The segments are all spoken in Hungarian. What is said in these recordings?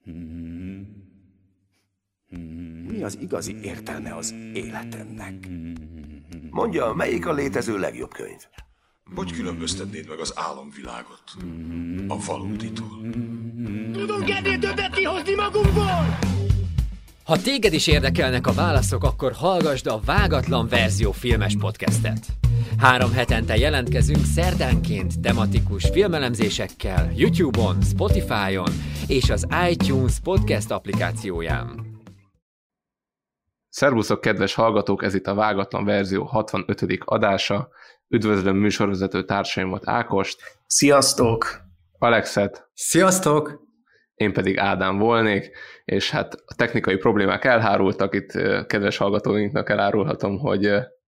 Mi az igazi értelme az életemnek? Mondja, melyik a létező legjobb könyv? Hogy különböztetnéd meg az álomvilágot a valóditól? Tudunk ennél többet kihozni magunkból! Ha téged is érdekelnek a válaszok, akkor hallgasd a Vágatlan Verzió filmes podcastet. 3 hetente jelentkezünk szerdánként tematikus filmelemzésekkel YouTube-on, Spotify-on és az iTunes podcast applikációján. Szervuszok, kedves hallgatók, ez itt a Vágatlan Verzió 65. adása. Üdvözlöm műsorvezető társaimat, Ákost. Sziasztok! Alexet. Sziasztok! Én pedig Ádám volnék, és hát a technikai problémák elhárultak, itt kedves hallgatóinknak elárulhatom, hogy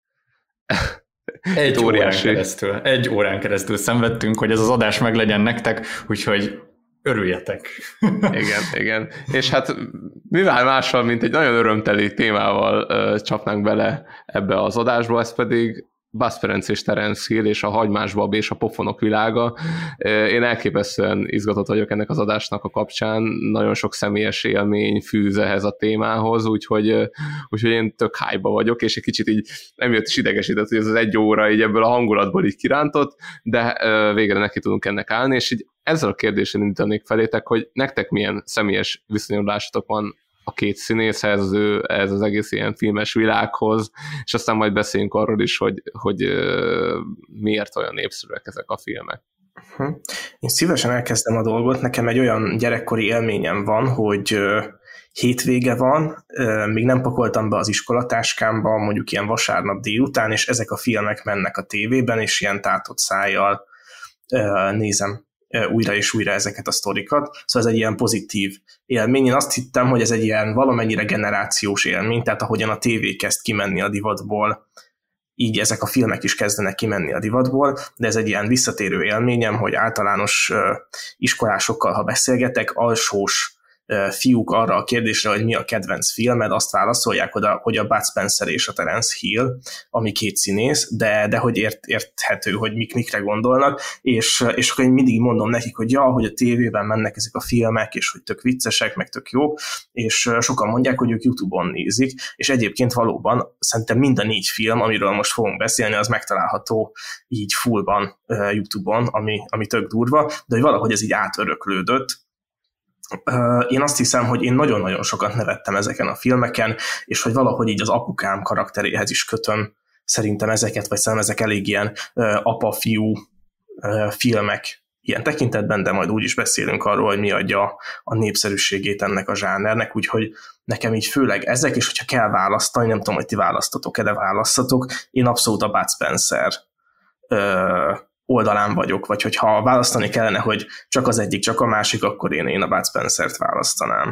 egy órán keresztül szenvedtünk, hogy ez az adás meglegyen nektek, úgyhogy örüljetek. Igen. És hát mivel mással, mint egy nagyon örömteli témával csapnánk bele ebbe az adásba, ez pedig Buzz Ferenc és Terence Hill és a Hagymásbab és a Pofonok világa. Én elképesztően izgatott vagyok ennek az adásnak a kapcsán, nagyon sok személyes élmény fűz ehhez a témához, úgyhogy én tök hype-ba vagyok, és egy kicsit így emiatt is idegesített, hogy ez az 1 óra így ebből a hangulatból így kirántott, de végre neki tudunk ennek állni, és így ezzel a kérdéssel indítanék felétek, hogy nektek milyen személyes viszonyulásatok van a két színészhez, ez az egész ilyen filmes világhoz, és aztán majd beszéljünk arról is, hogy miért olyan népszerűek ezek a filmek. Én szívesen elkezdem a dolgot, nekem egy olyan gyerekkori élményem van, hogy hétvége van, még nem pakoltam be az iskolatáskámba, mondjuk ilyen vasárnap délután, és ezek a filmek mennek a tévében, és ilyen tátott szájjal nézem újra és újra ezeket a sztorikat, szóval ez egy ilyen pozitív élmény. Én azt hittem, hogy ez egy ilyen valamennyire generációs élmény, tehát ahogyan a tévé kezd kimenni a divatból, így ezek a filmek is kezdenek kimenni a divatból, de ez egy ilyen visszatérő élményem, hogy általános iskolásokkal, ha beszélgetek, alsós fiúk arra a kérdésre, hogy mi a kedvenc filmed, azt válaszolják oda, hogy a Bud Spencer és a Terence Hill, ami 2 színész, de hogy érthető, hogy mikre gondolnak, és akkor én mindig mondom nekik, hogy hogy a tévében mennek ezek a filmek, és hogy tök viccesek, meg tök jók, és sokan mondják, hogy ők YouTube-on nézik, és egyébként valóban szerintem mind a 4 film, amiről most fogunk beszélni, az megtalálható így fullban YouTube-on, ami tök durva, de hogy valahogy ez így átöröklődött. Én azt hiszem, hogy én nagyon-nagyon sokat nevettem ezeken a filmeken, és hogy valahogy így az apukám karakteréhez is kötöm szerintem ezeket, vagy szerintem ezek elég ilyen apa-fiú filmek ilyen tekintetben, de majd úgy is beszélünk arról, hogy mi adja a népszerűségét ennek a zsánernek, úgyhogy nekem így főleg ezek, és hogyha kell választani, nem tudom, hogy ti választatok-e, de választatok, én abszolút a Bud Spencer oldalán vagyok, vagy hogyha választani kellene, hogy csak az egyik, csak a másik, akkor én a Bud Spencert választanám.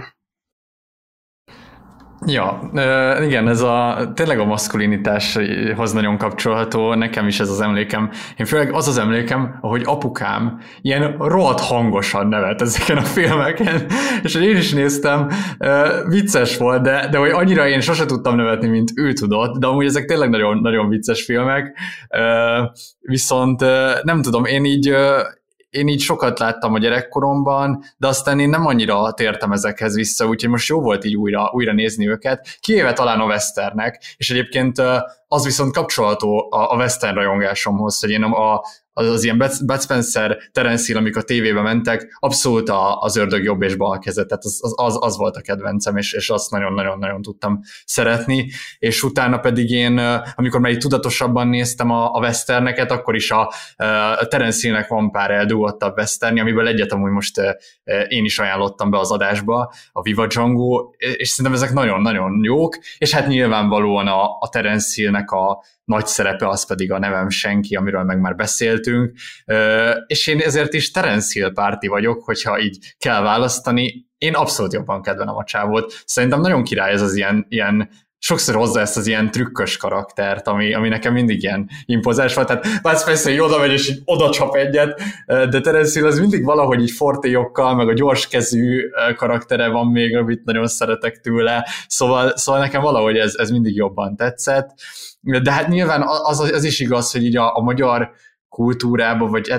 Ja, igen, ez tényleg a maszkulinitáshoz nagyon kapcsolható, nekem is ez az emlékem. Én főleg az emlékem, ahogy apukám ilyen rohadt hangosan nevet ezeken a filmeken, és hogy én is néztem, vicces volt, de hogy annyira én sose tudtam nevetni, mint ő tudott, de amúgy ezek tényleg nagyon, nagyon vicces filmek, viszont nem tudom, én így sokat láttam a gyerekkoromban, de aztán én nem annyira tértem ezekhez vissza, úgyhogy most jó volt így újra nézni őket, kivéve talán a westernnek, és egyébként az viszont kapcsolható a western rajongásomhoz, hogy én az ilyen Bud Spencer, Terence Hill, amik a tévébe mentek, abszolút az ördög jobb és bal keze, tehát az volt a kedvencem, és azt nagyon-nagyon tudtam szeretni, és utána pedig én, amikor már így tudatosabban néztem a westerneket, akkor is a Terence Hillnek van pár eldúgottabb westernje, amiből egyet amúgy most én is ajánlottam be az adásba, a Viva Django, és szerintem ezek nagyon-nagyon jók, és hát nyilvánvalóan a Terence Hillnek a nagy szerepe az pedig a Nevem senki, amiről meg már beszéltünk, és én ezért is Terence Hill párti vagyok, hogyha így kell választani, én abszolút jobban kedvelem a csávót. Szerintem nagyon király ez az ilyen sokszor hozza ezt az ilyen trükkös karaktert, ami nekem mindig ilyen impozás volt, tehát Bud Spencer, hogy oda megy és így oda csap egyet, de Terence Hill az mindig valahogy így fortéjokkal, meg a gyorskezű karaktere van még, amit nagyon szeretek tőle, szóval nekem valahogy ez mindig jobban tetszett, de hát nyilván az is igaz, hogy így a magyar kultúrában, vagy hát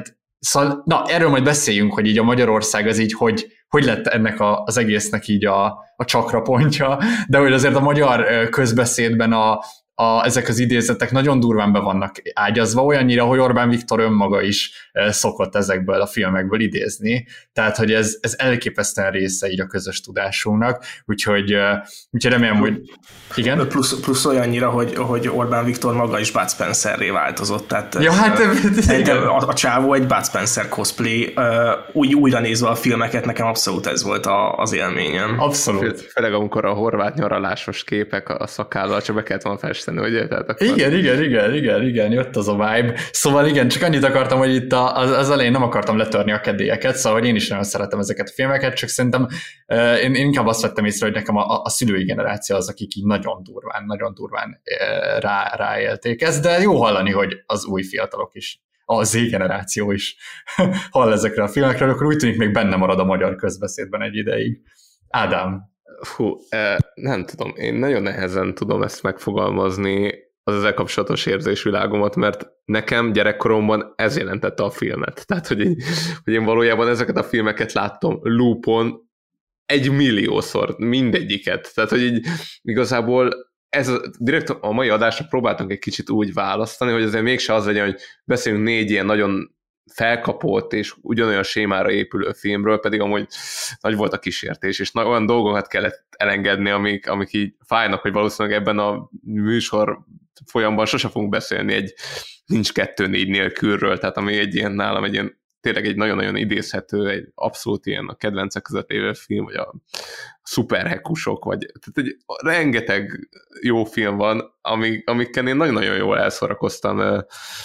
Szóval, na, erről majd beszéljünk, hogy így a Magyarország az így, hogy lett ennek az egésznek így a csakrapontja, de hogy azért a magyar közbeszédben ezek az idézetek nagyon durván be vannak ágyazva, olyannyira, hogy Orbán Viktor önmaga is szokott ezekből a filmekből idézni, tehát hogy ez elképesztően része így a közös tudásunknak, úgyhogy remélem, hogy igen? Plusz olyannyira, hogy Orbán Viktor maga is Bud Spencerré változott, tehát ja, hát, a csávó egy Bud Spencer cosplay, újra nézve a filmeket, nekem abszolút ez volt az élményem. Abszolút. Főleg amikor a horvát nyaralásos képek a szakállal, csak be kellett volna festeni, ugye? Tehát akkor... Igen, jött az a vibe. Szóval igen, csak annyit akartam, hogy itt az elején nem akartam letörni a kedélyeket, szóval én is nagyon szeretem ezeket a filmeket, csak szerintem én inkább azt vettem észre, hogy nekem a szülői generáció az, akik így nagyon durván ráélték ezt, de jó hallani, hogy az új fiatalok is, a Z-generáció is hall ezekre a filmekről, akkor úgy tűnik még benne marad a magyar közbeszédben egy ideig. Ádám. Nem tudom, én nagyon nehezen tudom ezt megfogalmazni, az ezzel kapcsolatos érzésvilágomat, mert nekem gyerekkoromban ez jelentette a filmet. Tehát, hogy én valójában ezeket a filmeket láttam loopon 1 milliószor, mindegyiket. Tehát, hogy így igazából direkt a mai adásra próbáltunk egy kicsit úgy választani, hogy azért mégse az legyen, hogy beszélünk 4 ilyen nagyon felkapott és ugyanolyan sémára épülő filmről, pedig amúgy nagy volt a kísértés, és olyan dolgokat kellett elengedni, amik így fájnak, hogy valószínűleg ebben a műsor folyamban sose fogunk beszélni egy Nincs 2-4 nélkülről, tehát ami egy ilyen nálam egy ilyen tényleg egy nagyon-nagyon idézhető, egy abszolút ilyen a kedvencek között lévő film, vagy a szuperhekusok, vagy tehát egy rengeteg jó film van, amikkel én nagyon-nagyon jól elszórakoztam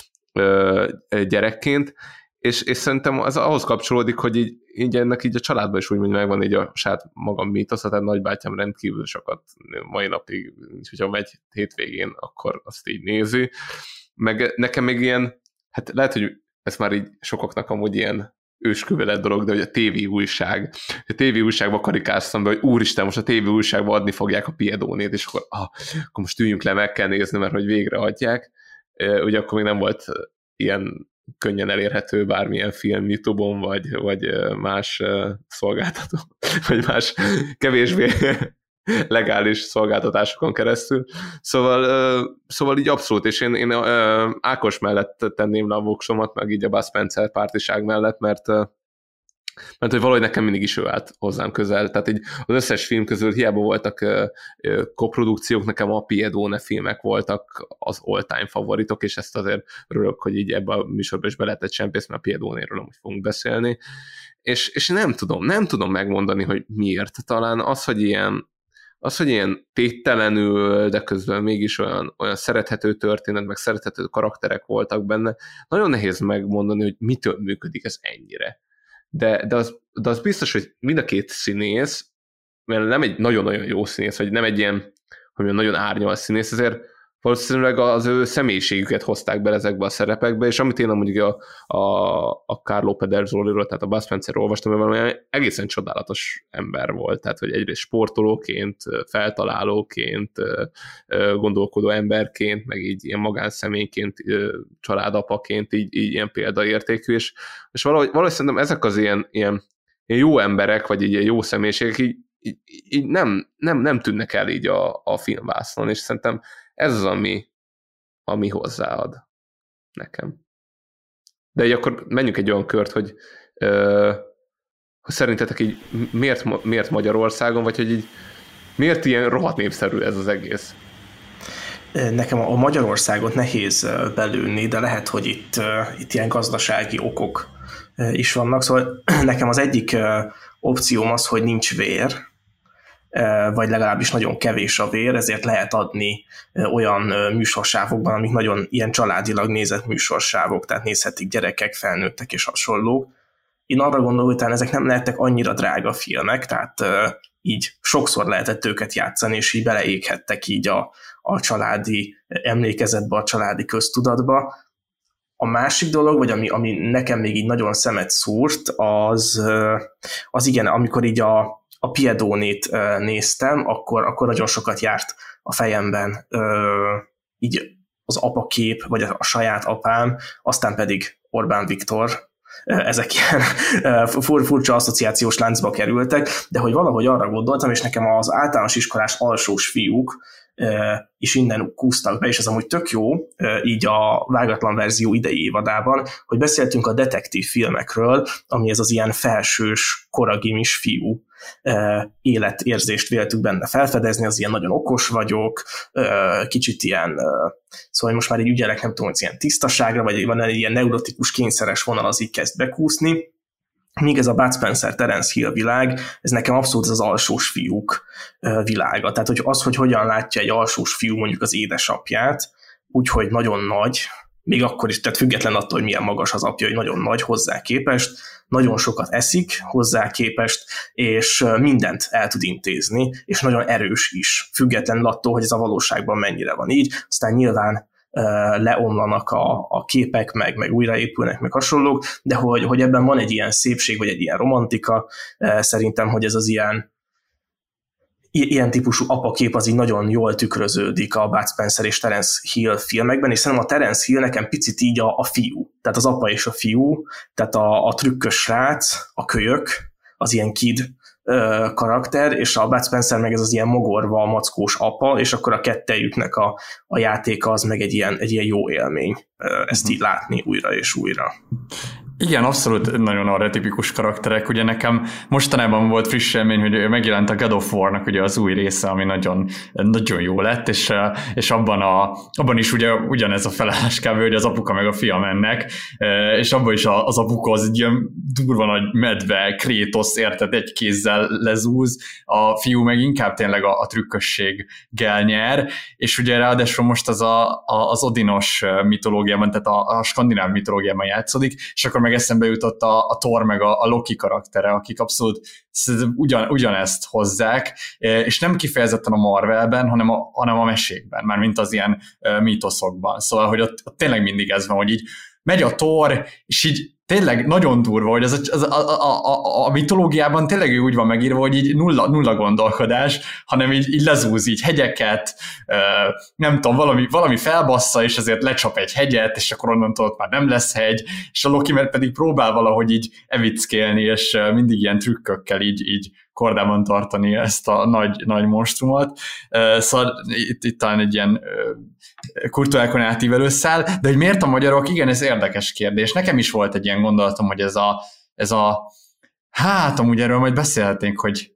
gyerekként, és szerintem az ahhoz kapcsolódik, hogy így ennek így a családban is úgy megvan így a saját magam mítosza, tehát nagybátyám rendkívül sokat mai napig, hogyha megy hétvégén, akkor azt így nézi. Meg nekem még ilyen, hát lehet, hogy ez már így sokaknak amúgy ilyen ősküvelet dolog, de hogy a tévéújság. A tévéújságban karikáztam be, hogy úristen, most a tévéújságban adni fogják a Piedónét, és akkor most üljünk le, meg kell nézni, mert hogy végre adják. Ugye akkor még nem volt ilyen könnyen elérhető bármilyen film YouTube-on, vagy más szolgáltató, vagy más kevésbé legális szolgáltatásokon keresztül. Szóval így abszolút, és én Ákos mellett tenném le a voksomat, meg így a Bud Spencer pártiság mellett, mert hogy valahogy nekem mindig is ő állt hozzám közel. Tehát így az összes film közül hiába voltak koprodukciók, nekem a Piedone filmek voltak az all-time favoritok, és ezt azért örülök, hogy így ebbe a műsorba is be lehetett csempészni, mert a Piedónéről amúgy fogunk beszélni. És nem tudom megmondani, hogy miért. Talán az, hogy ilyen téttelenül, de közben mégis olyan szerethető történet, meg szerethető karakterek voltak benne, nagyon nehéz megmondani, hogy mitől működik ez ennyire. De az biztos, hogy mind a két színész, mert nem egy nagyon-nagyon jó színész, vagy nem egy ilyen, hogy nagyon árnyal színész, ezért valószínűleg az ő személyiségüket hozták be ezekbe a szerepekbe, és amit én amúgy a Carlo Pederzoliról, tehát a Bud Spencerről olvastam, mert valami egészen csodálatos ember volt, tehát hogy egyrészt sportolóként, feltalálóként, gondolkodó emberként, meg így ilyen magánszemélyként, családapaként, így ilyen példaértékű, és valahogy szerintem ezek az ilyen jó emberek, vagy így jó személyiségek így nem tűnnek el így a filmvásznon, és szerintem ez az, ami hozzáad nekem. De így akkor menjünk egy olyan kört, hogy szerintetek így miért Magyarországon, vagy hogy így miért ilyen rohadt népszerű ez az egész? Nekem a Magyarországot nehéz belőni, de lehet, hogy itt ilyen gazdasági okok is vannak. Szóval nekem az egyik opcióm az, hogy nincs vér, vagy legalábbis nagyon kevés a vér, ezért lehet adni olyan műsorsávokban, amik nagyon ilyen családilag nézett műsorsávok, tehát nézhetik gyerekek, felnőttek és hasonlók. Én arra gondolom, hogy talán ezek nem lehettek annyira drága filmek, tehát így sokszor lehetett őket játszani, és így beleéghettek így a családi emlékezetbe, a családi köztudatba. A másik dolog, vagy ami nekem még így nagyon szemet szúrt, az igen, amikor így a Piedónét néztem, akkor nagyon sokat járt a fejemben így az apakép, vagy a saját apám, aztán pedig Orbán Viktor, ezek ilyen furcsa asszociációs láncba kerültek, de hogy valahogy arra gondoltam, és nekem az általános iskolás alsós fiúk és innen kúztak be, és ez amúgy tök jó, így a vágatlan verzió idei évadában, hogy beszéltünk a detektív filmekről, ami ez az ilyen felsős, koragimis fiú életérzést véltük benne felfedezni, az ilyen nagyon okos vagyok, kicsit ilyen, szóval most már így ügyelek, nem tudom, hogy ilyen tisztaságra, vagy van egy ilyen neurotikus kényszeres vonal, az így kezd bekúszni. Míg ez a Bud Spencer, Terence Hill világ, ez nekem abszolút az alsós fiúk világa. Tehát hogy az, hogy hogyan látja egy alsós fiú mondjuk az édesapját, úgyhogy nagyon nagy, még akkor is, tehát független attól, hogy milyen magas az apja, hogy nagyon nagy hozzá képest, nagyon sokat eszik hozzá képest, és mindent el tud intézni, és nagyon erős is, független attól, hogy ez a valóságban mennyire van így. Aztán nyilván leomlanak a képek, meg újraépülnek, meg hasonlók, de hogy ebben van egy ilyen szépség, vagy egy ilyen romantika, szerintem, hogy ez az ilyen típusú apakép az így nagyon jól tükröződik a Bud Spencer és Terence Hill filmekben, és szerintem a Terence Hill nekem picit így a fiú, tehát az apa és a fiú, tehát a trükkös srác, a kölyök, az ilyen kid karakter, és a Bud Spencer meg ez az ilyen mogorva, mackós apa, és akkor a kettejüknek a játéka az meg egy ilyen jó élmény ezt így látni újra és újra. Igen, abszolút nagyon archetipikus karakterek. Ugye nekem mostanában volt friss élmény, hogy megjelent a God of War-nak ugye az új része, ami nagyon, nagyon jó lett, és abban is ugye ugyanez a felállás kb., hogy az apuka meg a fia mennek, és abban is az apuka az egy ilyen durva nagy medve, Kratos, érted, egy kézzel lezúz, a fiú meg inkább tényleg a trükkösséggel nyer, és ugye ráadásul most az odinos mitológiában, tehát a skandináv mitológiában játszódik, és akkor meg eszembe jutott a Thor meg a Loki karaktere, akik abszolút ugyanezt hozzák, és nem kifejezetten a Marvelben, hanem a mesékben, mármint az ilyen mítoszokban. Szóval, hogy ott tényleg mindig ez van, hogy így megy a Thor, és így tényleg nagyon durva, hogy a mitológiában tényleg úgy van megírva, hogy így nulla gondolkodás, hanem így lezúz így hegyeket, nem tudom, valami felbassza, és ezért lecsap egy hegyet, és akkor onnantól ott már nem lesz hegy, és a Loki pedig próbál valahogy így evickélni, és mindig ilyen trükkökkel így kordában tartani ezt a nagy monstrumot. Szóval itt talán egy ilyen kultúrákon átívelő szál, de hogy miért a magyarok? Igen, ez érdekes kérdés. Nekem is volt egy ilyen gondolatom, hogy ez a amúgy erről majd beszélhetnénk, hogy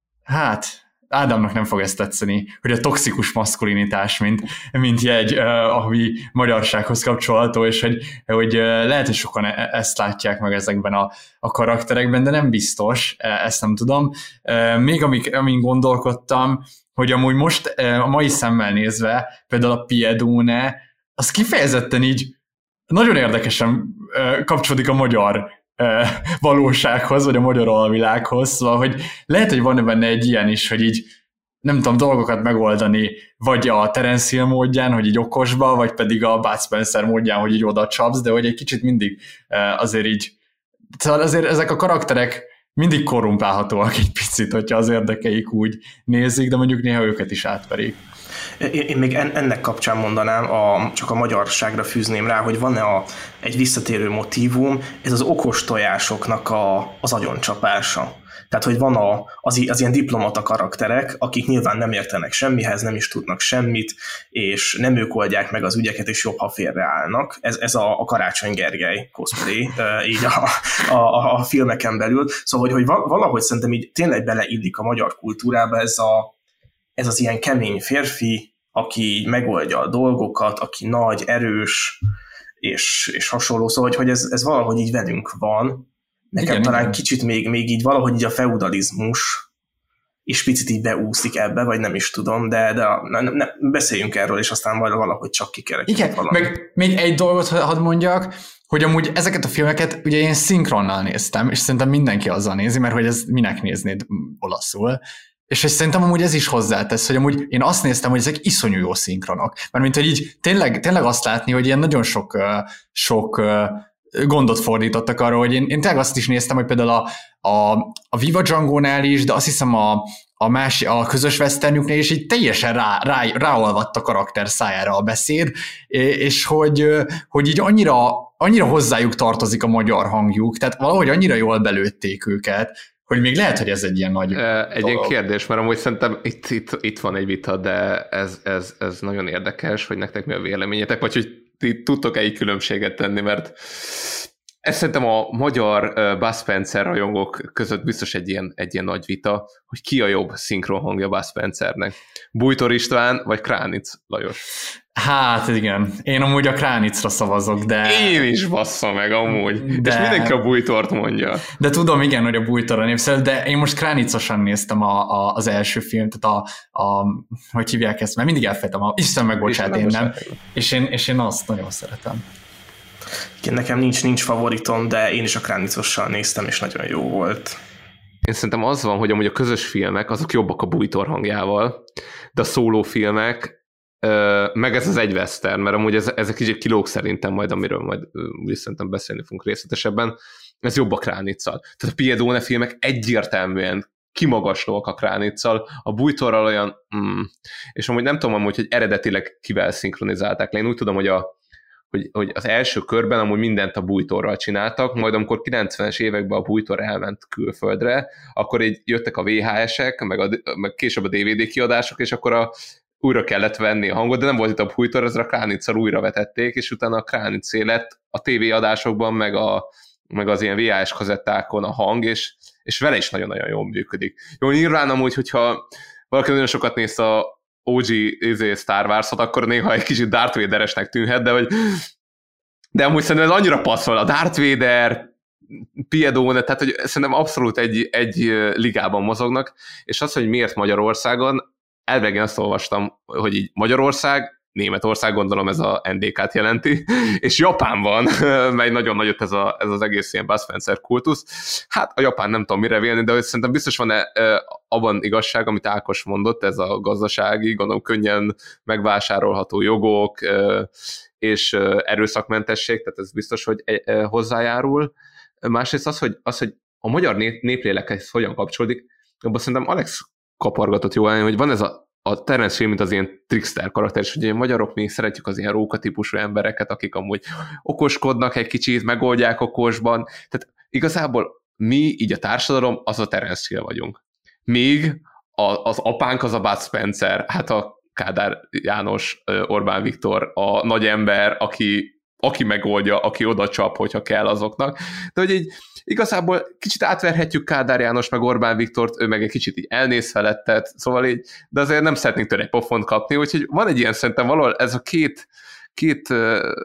Ádámnak nem fog ezt tetszeni, hogy a toxikus maszkulinitás, mint jegy, ami magyarsághoz kapcsolható, és hogy lehet, hogy sokan ezt látják meg ezekben a karakterekben, de nem biztos, ezt nem tudom. Még amin gondolkodtam, hogy amúgy most a mai szemmel nézve, például a Piedone, az kifejezetten így nagyon érdekesen kapcsolódik a magyar valósághoz, vagy a magyar alvilághoz, szóval, hogy lehet, hogy van benne egy ilyen is, hogy így nem tudom, dolgokat megoldani, vagy a Terence Hill módján, hogy így okosba, vagy pedig a Bud Spencer módján, hogy így oda csapsz, de hogy egy kicsit mindig azért így, szóval azért ezek a karakterek mindig korrumpálhatóak egy picit, hogyha az érdekeik úgy nézik, de mondjuk néha őket is átverik. Én még ennek kapcsán mondanám, csak a magyarságra fűzném rá, hogy van-e egy visszatérő motívum, ez az okos tojásoknak az agyoncsapása. Tehát, hogy van az ilyen diplomata karakterek, akik nyilván nem értenek semmihez, nem is tudnak semmit, és nem ők oldják meg az ügyeket, és jobb, ha félreállnak. Ez a Karácsony Gergely cosplay, így a filmeken belül. Szóval, hogy valahogy szerintem így tényleg beleillik a magyar kultúrába ez az ilyen kemény férfi, aki így megoldja a dolgokat, aki nagy, erős, és hasonló. Szóval, hogy ez valahogy így velünk van. Nekem igen, talán igen. Kicsit még így valahogy így a feudalizmus és picit így beúszik ebbe, vagy nem is tudom, de beszéljünk erről, és aztán valahogy csak kikerekítjük igen, valami. Meg még egy dolgot hadd mondjak, hogy amúgy ezeket a filmeket ugye én szinkronnal néztem, és szerintem mindenki azzal nézi, mert hogy ez minek néznéd olaszul. És szerintem amúgy ez is hozzátesz, hogy amúgy én azt néztem, hogy ezek iszonyú jó szinkronok. Mert mint hogy így tényleg azt látni, hogy ilyen nagyon sok gondot fordítottak arra, hogy én tényleg azt is néztem, hogy például a Viva Django-nál is, de azt hiszem a közös westernjüknél is így teljesen ráolvadt a karakter szájára a beszéd, és hogy így annyira hozzájuk tartozik a magyar hangjuk, tehát valahogy annyira jól belőtték őket, hogy még lehet, hogy ez egy ilyen nagy egy ilyen kérdés, mert amúgy szerintem itt van egy vita, de ez nagyon érdekes, hogy nektek mi a véleményetek, vagy hogy ti tudtok-e így különbséget tenni, mert ez szerintem a magyar Bud Spencer rajongók között biztos egy ilyen nagy vita, hogy ki a jobb szinkron hangja Bud Spencernek. Bújtor István vagy Kránic Lajos? Hát igen, én amúgy a Kránicra szavazok, de... Én is bassza meg amúgy, és mindenki a Bújtort mondja. De tudom, igen, hogy a Bújtorra népszerű, de én most kránicosan néztem az első filmet, tehát hogy hívják ezt, mert mindig elfejtem, Isten megbocsát, én nem, és én azt nagyon szeretem. Igen, nekem nincs favoritom, de én is a Kránicossal néztem, és nagyon jó volt. Én szerintem az van, hogy amúgy a közös filmek, azok jobbak a Bújtor hangjával, de a szólófilmek, meg ez az egy western, mert amúgy ezek így kilóg szerintem majd, amiről majd szerintem beszélni fogunk részletesebben, ez jobb a Kránicccal. Tehát a Piedone filmek egyértelműen kimagaslóak a Kránicccal, a Bújtorral olyan, és amúgy nem tudom amúgy, hogy eredetileg kivel szinkronizálták le. Én úgy tudom, hogy az első körben amúgy mindent a Bújtorral csináltak, majd amikor 90-es években a Bújtor elment külföldre, akkor így jöttek a VHS-ek, meg később a DVD kiadások, és akkor újra kellett venni a hangot, de nem volt itt a Bújtor, ezzel a Kránicccal újra vetették, és utána a Krániccé lett a tévéadásokban, meg az ilyen VHS kazettákon a hang, és vele is nagyon-nagyon jól működik. Jó, nyilván amúgy, hogyha valaki nagyon sokat néz a OG Star Wars-ot, akkor néha egy kicsit Darth Vader-esnek tűnhet, de amúgy szerintem ez annyira passzol. A Darth Vader, Piedone, tehát hogy szerintem abszolút egy ligában mozognak, és az, hogy miért Magyarországon, elvegen azt olvastam, hogy így Magyarország, Németország, gondolom ez a NDK-t jelenti, és Japánban megy nagyon nagyot ez az egész ilyen Bud Spencer kultusz. Hát a Japán nem tudom mire vélni, de szerintem biztos van abban igazság, amit Ákos mondott, ez a gazdasági, gondolom könnyen megvásárolható jogok, és erőszakmentesség, tehát ez biztos, hogy hozzájárul. Másrészt az, hogy a magyar néplélekhez hogyan kapcsolódik, abban szerintem Alex kapargatott jól, hogy van ez a Terence Hill, mint az ilyen trickster karakter, és ugye magyarok mi szeretjük az ilyen róka típusú embereket, akik amúgy okoskodnak egy kicsit, megoldják okosban, tehát igazából mi, így a társadalom, az a Terence Hill vagyunk. Míg az apánk az a Bud Spencer, hát a Kádár János, Orbán Viktor, a nagy ember, aki megoldja, aki oda csap, hogyha kell azoknak. De hogy így igazából kicsit átverhetjük Kádár János meg Orbán Viktort, ő meg egy kicsit így elnéz felettet, szóval így, de azért nem szeretnénk tőle egy pofont kapni, úgyhogy van egy ilyen szerintem valahol ez a két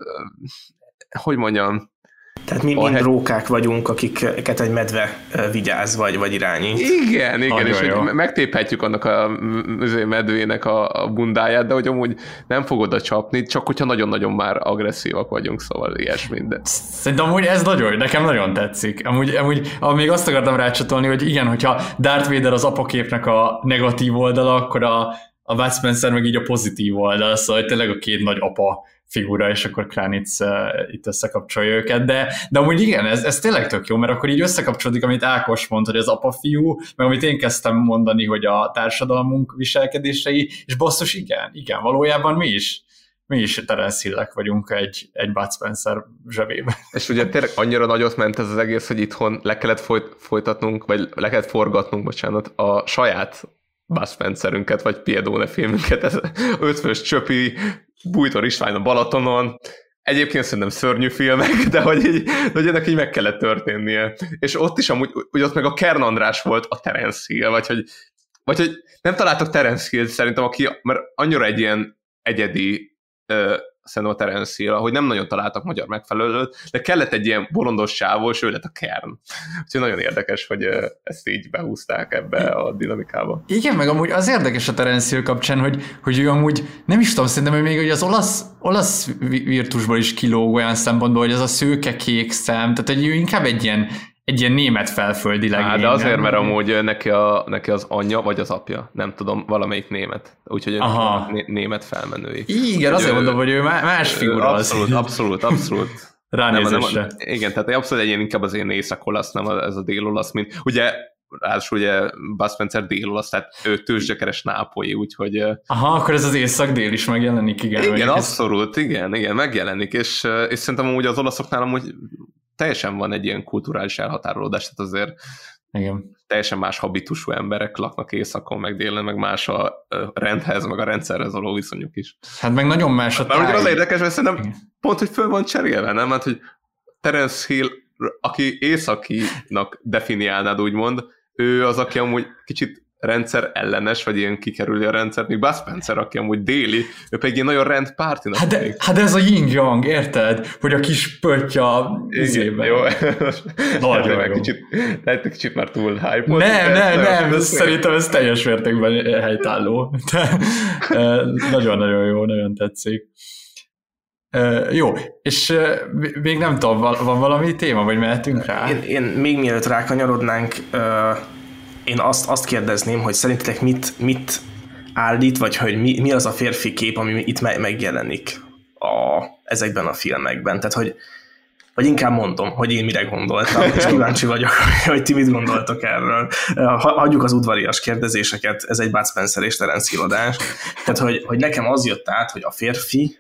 hogy mondjam, tehát mi mind rókák vagyunk, akiket egy medve vigyáz, vagy irányít. Igen, és megtéphetjük annak a medvének a bundáját, de hogy amúgy nem fog oda csapni, csak hogyha nagyon-nagyon már agresszívak vagyunk, szóval ilyesmi. De... Szerintem amúgy ez nekem nagyon tetszik. Amúgy még azt akartam rácsatolni, hogy igen, hogyha Darth Vader az apaképnek a negatív oldala, akkor a Bud Spencer meg így a pozitív oldal, szóval tényleg a két nagy apa figura, és akkor Kránic itt összekapcsolja őket, de amúgy igen, ez tényleg tök jó, mert akkor így összekapcsolódik, amit Ákos mond, hogy az apa-fiú, meg amit én kezdtem mondani, hogy a társadalmunk viselkedései, és basszus, igen, valójában mi is Terence Hillek vagyunk egy Bud Spencer zsebében. És ugye tényleg annyira nagyot ment ez az egész, hogy itthon le kellett folytatnunk, vagy le kellett forgatnunk, a saját Bud Spencerünket, vagy Piedone filmünket, ez ötvös csöpi, Bújtor István a Balatonon, egyébként szerintem szörnyű filmek, de hogy ennek így meg kellett történnie. És ott is amúgy, hogy ott meg a Kern András volt a Terence Hill, vagy hogy nem találtak Terence Hill szerintem, mert annyira egy ilyen egyedi szerintem a Terence Hill, hogy nem nagyon találtak magyar megfelelőt, de kellett egy ilyen bolondos sávó, és ő lett a Kern. Úgyhogy nagyon érdekes, hogy ezt így behúzták ebbe a dinamikába. Igen, meg amúgy az érdekes a Terence Hill kapcsán, hogy ő amúgy, nem is tudom, szerintem, hogy még hogy az olasz virtusból is kilóg olyan szempontból, hogy ez a szőke kék szem, tehát hogy ő inkább egy ilyen német felföldi legény. De azért, mert amúgy neki az anyja, vagy az apja, nem tudom, valamelyik német. Úgyhogy német felmenői. Igen, azért mondom, hogy ő más figura. Abszolút. ránézésre. Igen, tehát abszolút egy inkább az ilyen észak-olasz, nem ez a dél-olasz, mint ugye, ráadásul ugye Bud Spencer dél-olasz, tehát ő tőzsgyökeres nápolyi, úgyhogy... Aha, akkor ez az észak-dél is megjelenik, igen. Igen, abszolút, igen, megjelenik, és szerintem amúgy az olaszoknál amúgy teljesen van egy ilyen kulturális elhatárolódás, tehát azért igen. Teljesen más habitusú emberek laknak északon, meg délen, meg más a rendhez, meg a rendszerhez való viszonyuk is. Hát meg nagyon más a táj. Már az érdekes, mert szerintem pont, hogy föl van cserélve, nem? Hát, hogy Terence Hill, aki északinak definiálnád, úgymond, ő az, aki amúgy kicsit rendszer ellenes, vagy ilyen kikerüli a rendszert, míg Bud Spencer, aki amúgy déli, ő pedig ilyen nagyon rendpártinak. Hát ez a yin-yang, érted? Hogy a kis pöttya izében. Jó. Nagyon lehet kicsit már túl hype. Nem, szerintem ez teljes mértékben helytálló. Nagyon-nagyon jó, nagyon tetszik. Jó, és még nem tudom, van valami téma, vagy mehetünk rá? Én még mielőtt rákanyarodnánk, én azt kérdezném, hogy szerintetek mit állít, vagy hogy mi az a férfi kép, ami itt megjelenik ezekben a filmekben. Tehát, vagy inkább mondom, hogy én mire gondoltam, és kíváncsi vagyok, hogy ti mit gondoltok erről. Hagyjuk az udvarias kérdezéseket, ez egy Bud Spencer és Terence Hill adás. Tehát, hogy nekem az jött át, hogy a férfi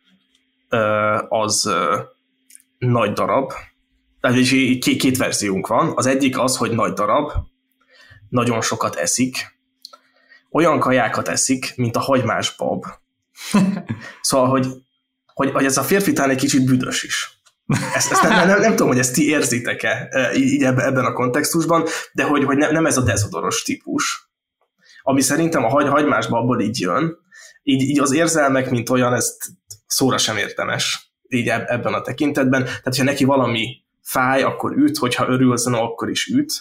az nagy darab, tehát két verziónk van. Az egyik az, hogy nagy darab, nagyon sokat eszik, olyan kajákat eszik, mint a hagymás bab. Szóval, hogy ez a férfi talán egy kicsit büdös is. Ezt nem tudom, hogy ezt ti érzitek-e így ebben a kontextusban, de hogy nem ez a dezodoros típus, ami szerintem a hagymás babból így jön, így az érzelmek, mint olyan, ezt szóra sem értemes így ebben a tekintetben. Tehát, hogyha neki valami fáj, akkor üt, hogyha örülsz, akkor is üt.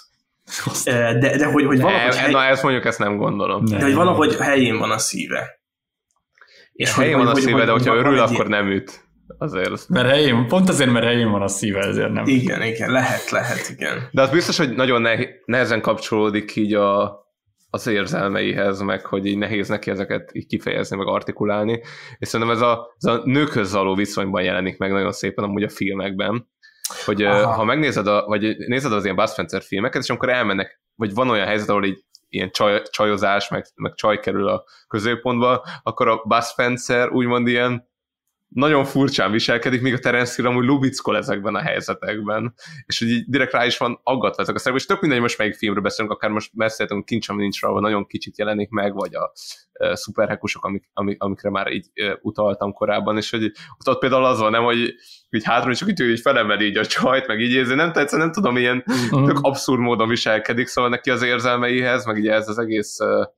De hogy valahogy... Na, ezt mondjuk, ezt nem gondolom. De hogy valahogy helyén van a szíve. És helyén van a szíve, de hogyha örül, akkor nem üt. Azért. Mert helyén van a szíve, ezért nem. Igen, lehet, igen. De az biztos, hogy nagyon nehezen kapcsolódik így az érzelmeihez, meg hogy így nehéz neki ezeket így kifejezni, meg artikulálni. És szerintem ez a nőkhöz való viszonyban jelenik meg nagyon szépen amúgy a filmekben, hogy ha megnézed, vagy nézed az ilyen Bud Spencer filmeket, és amikor elmennek, vagy van olyan helyzet, ahol így ilyen csajozás, meg csaj kerül a középpontba, akkor a Bud Spencer úgymond ilyen nagyon furcsán viselkedik, míg a Terence Hill amúgy lubickol ezekben a helyzetekben, és hogy így direkt rá is van aggatva ezek a szerepek, és tök mindegy, most melyik filmről beszélünk, akár most beszéltünk Kincs, ami nincs rá, nagyon kicsit jelenik meg, vagy a szuperhekusok, amikre már így utaltam korábban, és hogy ott például az van, nem, hogy így hátról csak így felemeli így a csajt, meg így érzi, nem tudom, ilyen tök abszurd módon viselkedik, szóval neki az érzelmeihez, meg így ez az egész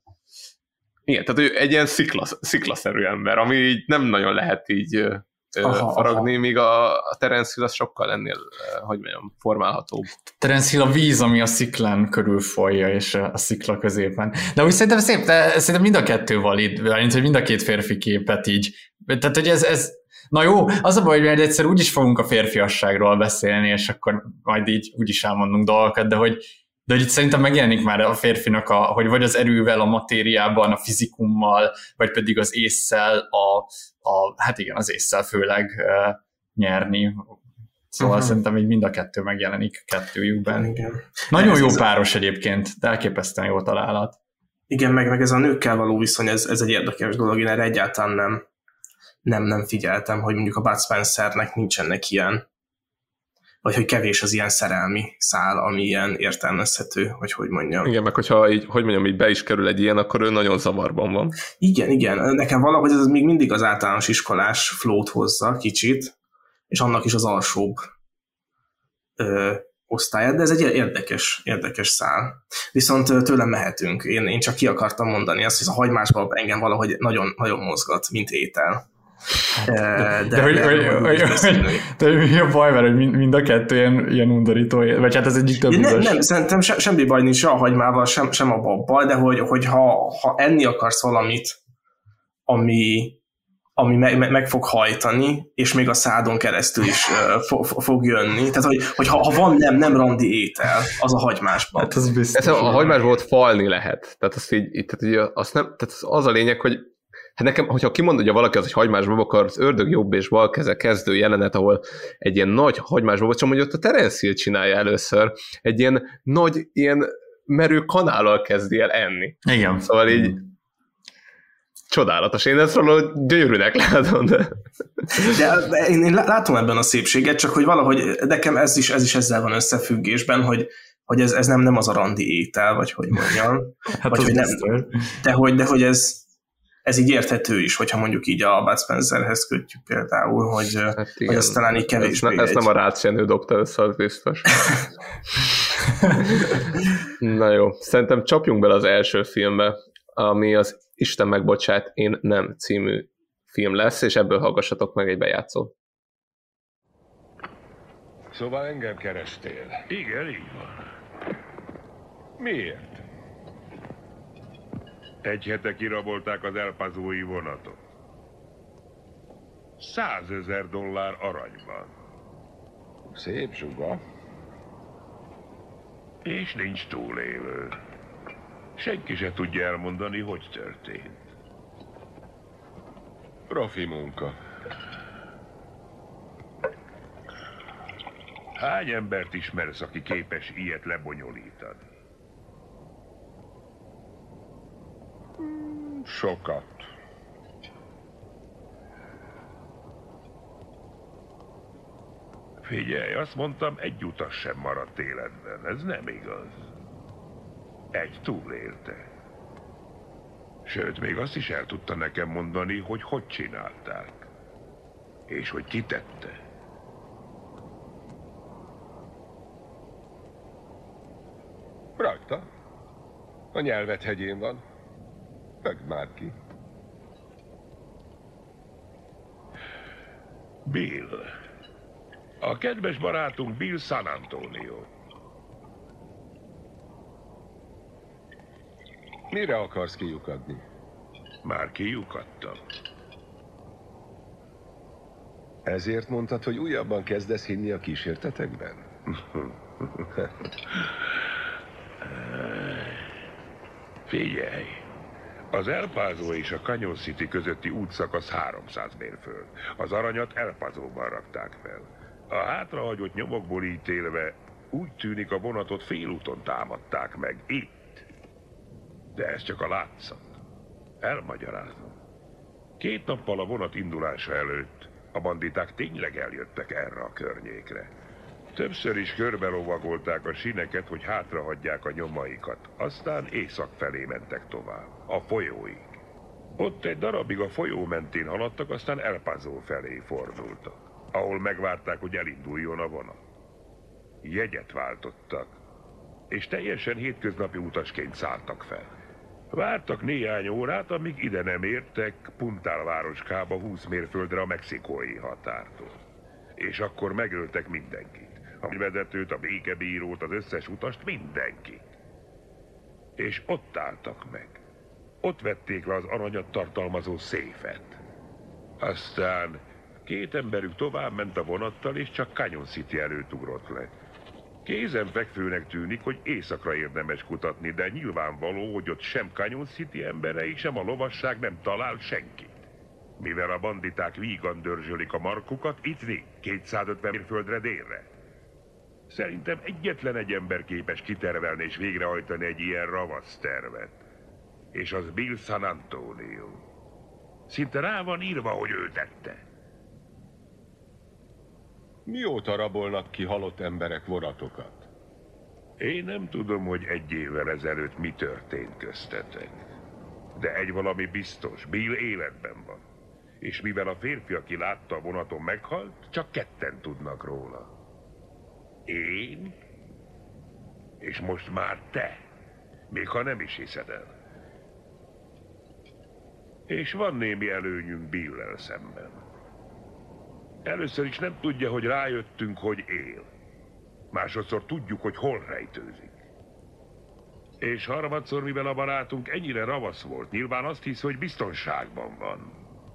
igen, tehát ő egy ilyen sziklaszerű ember, ami így nem nagyon lehet így faragni, míg a Terence Hill az sokkal ennél, hogy mondjam, formálhatóbb. Terence Hill a víz, ami a sziklán körül folyja, és a szikla középen. De úgy szerintem mind a kettő valid, hogy mind a két férfi képet így. Tehát, hogy ez na jó, az a baj, hogy egyszer úgyis fogunk a férfiasságról beszélni, és akkor majd így úgyis elmondunk dolgokat, de hogy itt szerintem megjelenik már a férfinak, hogy vagy az erővel, a matériában, a fizikummal, vagy pedig az ésszel, hát igen, az ésszel főleg nyerni. Szóval szerintem így mind a kettő megjelenik kettőjükben. Igen. Nagyon jó páros egyébként, de elképesztően jó találat. Igen, meg ez a nőkkel való viszony, ez egy érdekes dolog, én erre egyáltalán nem figyeltem, hogy mondjuk a Bud Spencernek nincsenek ilyen, vagy hogy kevés az ilyen szerelmi szál, ami ilyen értelmezhető, vagy hogy mondjam. Igen, meg hogyha így, hogy mondjam, így be is kerül egy ilyen, akkor ő nagyon zavarban van. Igen. Nekem valahogy ez még mindig az általános iskolás flót hozza kicsit, és annak is az alsóbb osztályát, de ez egy érdekes szál. Viszont tőlem mehetünk. Én csak ki akartam mondani azt, hogy a hagymásban engem valahogy nagyon, nagyon mozgat, mint étel. De mi a baj, mert mind a kettő ilyen undorító, vagy hát ez egyik több nem, szerintem semmi baj nincs a hagymával, sem a babbal, de hogy ha enni akarsz valamit, ami meg fog hajtani, és még a szádon keresztül is fog jönni. Tehát, hogy ha van nem randi étel, az a hagymásban. Hát az biztos. A hagymásban ott falni lehet. Tehát az így tehát az a lényeg, hogy Hát nekem, hogyha kimondja valaki az, hogy hagymás baba, akkor az Ördög jobb és bal keze kezdő jelenet, ahol egy ilyen nagy hagymás baba, csak mondja, ott a Terence Hill csinálja először, egy ilyen nagy, ilyen merő kanállal kezdi el enni. Igen. Szóval így csodálatos. Én ezt valahogy gyönyörűnek látom, de én látom ebben a szépséget, csak hogy valahogy nekem ez is ezzel van összefüggésben, hogy ez nem az a randi étel, vagy hogy mondjam. Hát vagy, hogy nem, de hogy ez így érthető is, hogyha mondjuk így a Bud Spencerhez kötjük például, hogy, hát hogy ez talán így kevésbé. Ezt nem a Rácjenő dobta össze, az biztos. Na jó, szerintem csapjunk bele az első filmbe, ami az Isten megbocsát, én nem című film lesz, és ebből hallgassatok meg egy bejátszót. Szóval engem kerestél. Igen, így van. Miért? Egy hete kirabolták az El Pasói vonatot. $100,000 aranyban. Szép zsuga. És nincs túlélő. Senki se tudja elmondani, hogy történt. Profi munka. Hány embert ismersz, aki képes ilyet lebonyolítani? Sokat. Figyelj, azt mondtam, egy utas sem maradt életben. Ez nem igaz. Egy túlélte. Sőt, még azt is el tudta nekem mondani, hogy csinálták. És hogy kitette. Rajta. A Nyelvet hegyén van. Ögd már ki. Bill. A kedves barátunk Bill San Antonio. Mire akarsz kiukadni? Már kiukadtam. Ezért mondtad, hogy újabban kezdesz hinni a kísértetekben? Figyelj! Az El Paso és a Canyon City közötti útszakasz 300 mérföld. Az aranyat El Pasóban rakták fel. A hátrahagyott nyomokból ítélve úgy tűnik, a vonatot félúton támadták meg. Itt. De ez csak a látszat. Elmagyarázom. 2 nappal a vonat indulása előtt a banditák tényleg eljöttek erre a környékre. Többször is körbelovagolták a sineket, hogy hátrahagyják a nyomaikat. Aztán észak felé mentek tovább, a folyóig. Ott egy darabig a folyó mentén haladtak, aztán El Paso felé fordultak, ahol megvárták, hogy elinduljon a vonat. Jegyet váltottak, és teljesen hétköznapi utasként szálltak fel. Vártak néhány órát, amíg ide nem értek Puntal városkába 20 mérföldre a mexikói határtól. És akkor megöltek mindenkit. A vezetőt, a békebírót, az összes utast, mindenkit. És ott álltak meg. Ott vették le az aranyat tartalmazó széfet. Aztán 2 emberük tovább ment a vonattal, és csak Canyon City előtt ugrott le. Kézenfekvőnek tűnik, hogy északra érdemes kutatni, de nyilvánvaló, hogy ott sem Canyon City emberei, sem a lovasság nem talál senkit. Mivel a banditák vígan dörzsölik a markukat, itt 250 mérföldre délre. Szerintem egyetlen egy ember képes kitervelni és végrehajtani egy ilyen ravasz tervet. És az Bill San Antonio. Szinte rá van írva, hogy ő tette. Mióta rabolnak ki halott emberek vonatokat? Én nem tudom, hogy 1 évvel ezelőtt mi történt köztetek. De egy valami biztos, Bill életben van. És mivel a férfi, aki látta a vonaton, meghalt, csak 2-en tudnak róla. Én, és most már te, még ha nem is hiszed el. És van némi előnyünk Bill-lel szemben. Először is nem tudja, hogy rájöttünk, hogy él. Másodszor tudjuk, hogy hol rejtőzik. És harmadszor, mivel a barátunk ennyire ravasz volt, nyilván azt hisz, hogy biztonságban van.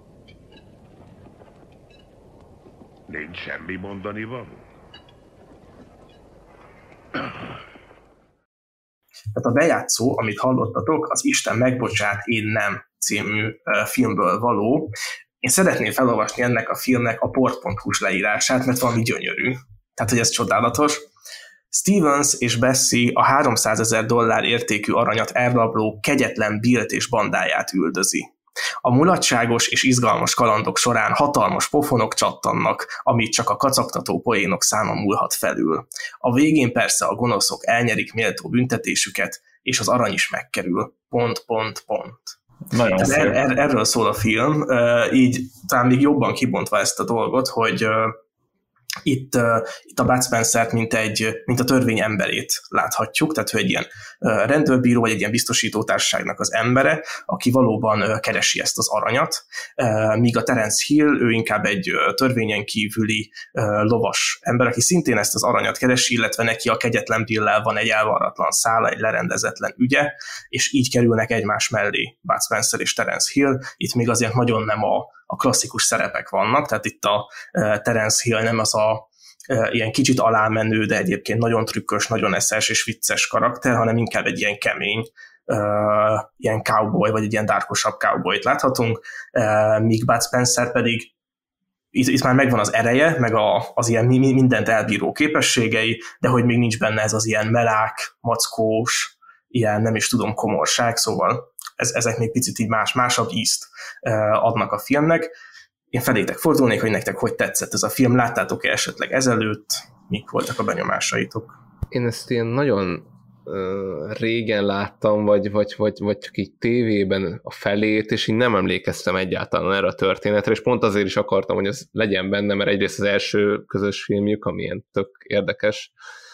Nincs semmi mondani való. Tehát a bejátszó, amit hallottatok, az Isten megbocsát, én nem című filmből való. Én szeretném felolvasni ennek a filmnek a port.hu-s leírását, mert valami gyönyörű. Tehát, hogy ez csodálatos. Stevens és Bessie a $300,000 értékű aranyat elrabló kegyetlen Billt és bandáját üldözi. A mulatságos és izgalmas kalandok során hatalmas pofonok csattannak, amit csak a kacagtató poénok száma múlhat felül. A végén persze a gonoszok elnyerik méltó büntetésüket, és az arany is megkerül. ... Nagyon szép. Erről szól a film, így talán még jobban kibontva ezt a dolgot, hogy itt a Bud Spencert mint a törvény emberét láthatjuk, tehát ő egy ilyen rendőrbíró, vagy egy ilyen biztosítótársaságnak az embere, aki valóban keresi ezt az aranyat, míg a Terence Hill, ő inkább egy törvényen kívüli lovas ember, aki szintén ezt az aranyat keresi, illetve neki a kegyetlen Bill-lel van egy elvarratlan szála, egy lerendezetlen ügye, és így kerülnek egymás mellé Bud Spencer és Terence Hill. Itt még azért nagyon nem a klasszikus szerepek vannak, tehát itt a Terence Hill nem az a ilyen kicsit alámenő, de egyébként nagyon trükkös, nagyon eszes és vicces karakter, hanem inkább egy ilyen kemény, ilyen cowboy, vagy egy ilyen dárkosabb cowboyt láthatunk, míg Bud Spencer pedig itt már megvan az ereje, meg az ilyen mindent elbíró képességei, de hogy még nincs benne ez az ilyen melák, mackós, ilyen nem is tudom komorság, szóval ezek még picit így másabb ízt adnak a filmnek. Én felétek fordulnék, hogy nektek hogy tetszett ez a film, láttátok-e esetleg ezelőtt, mik voltak a benyomásaitok? Én ezt ilyen nagyon régen láttam, vagy csak így tévében a felét, és így nem emlékeztem egyáltalán erre a történetre, és pont azért is akartam, hogy ez legyen benne, mert egyrészt az első közös filmjük, ami ilyen tök érdekes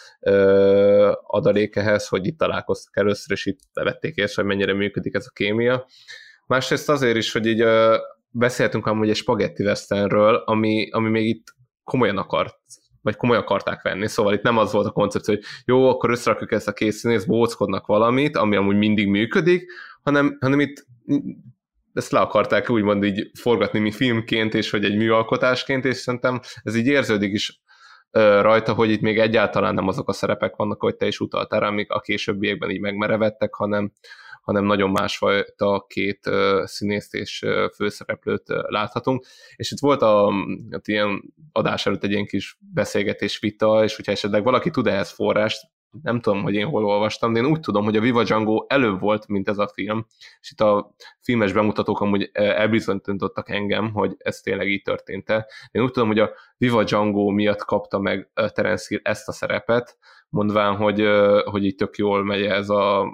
adalék ehhez, hogy itt találkoztak először, és itt vették észre, hogy mennyire működik ez a kémia. Másrészt azért is, hogy így beszéltünk amúgy egy spagetti westernről, ami még itt komolyan akarták venni, szóval itt nem az volt a koncepció, hogy jó, akkor összerakjuk ezt a két színész, bóckodnak valamit, ami amúgy mindig működik, hanem itt ezt le akarták úgymond így forgatni mi filmként, és hogy egy műalkotásként, és szerintem ez így érződik is rajta, hogy itt még egyáltalán nem azok a szerepek vannak, hogy te is utaltál, amik a későbbiekben így megmerevettek, hanem nagyon másfajta két színészt és főszereplőt láthatunk. És itt volt hát ilyen adás előtt egy ilyen kis beszélgetés vita, és hogyha esetleg valaki tud ehhez forrást, nem tudom, hogy én hol olvastam, de én úgy tudom, hogy a Viva Django előbb volt, mint ez a film, és itt a filmes bemutatók amúgy elbizonyítottak engem, hogy ez tényleg így történt-e. Én úgy tudom, hogy a Viva Django miatt kapta meg Terence Hill ezt a szerepet, mondván, hogy így tök jól megy ez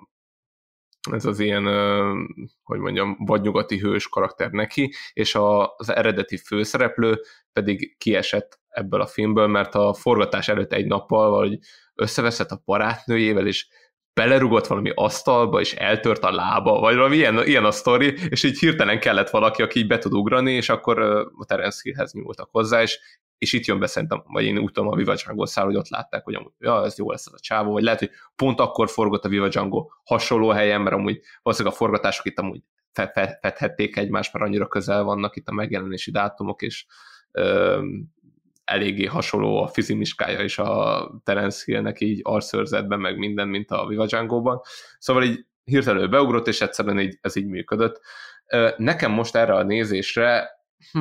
az ilyen, hogy mondjam, vadnyugati hős karakter neki, és az eredeti főszereplő pedig kiesett ebből a filmből, mert a forgatás előtt egy nappal valahogy összeveszett a barátnőjével, és belerugott valami asztalba, és eltört a lába, vagy valami ilyen a sztori, és így hirtelen kellett valaki, aki így be tud ugrani, és akkor a Terence Hillhez nyúltak hozzá, és itt jön be szerintem, vagy én úgy tudom, a Viva Django száll, hogy ott látták, hogy amúgy, ja, ez jó lesz ez a csávó, vagy lehet, hogy pont akkor forgott a Viva Django hasonló helyen, mert amúgy valószínűleg a forgatások itt amúgy fedhették egymást, mert annyira közel vannak itt a megjelenési dátumok, és eléggé hasonló a fizimiskája is a Terence Hillnek így arcőrzetben, meg minden, mint a Viva Django-ban. Szóval így hirtelenül beugrott, és egyszerűen ez így működött. Nekem most erre a nézésre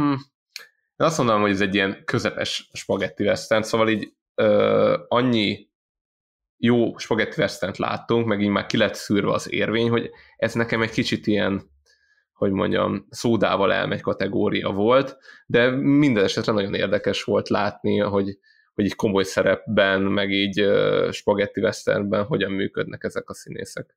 én azt mondanám, hogy ez egy ilyen közepes spagetti western, szóval így annyi jó spagetti westernt láttunk, meg így már ki lett szűrve az érvény, hogy ez nekem egy kicsit ilyen, hogy mondjam, szódával elmegy kategória volt, de minden esetre nagyon érdekes volt látni, hogy így komoly szerepben, meg így spagetti westernben hogyan működnek ezek a színészek.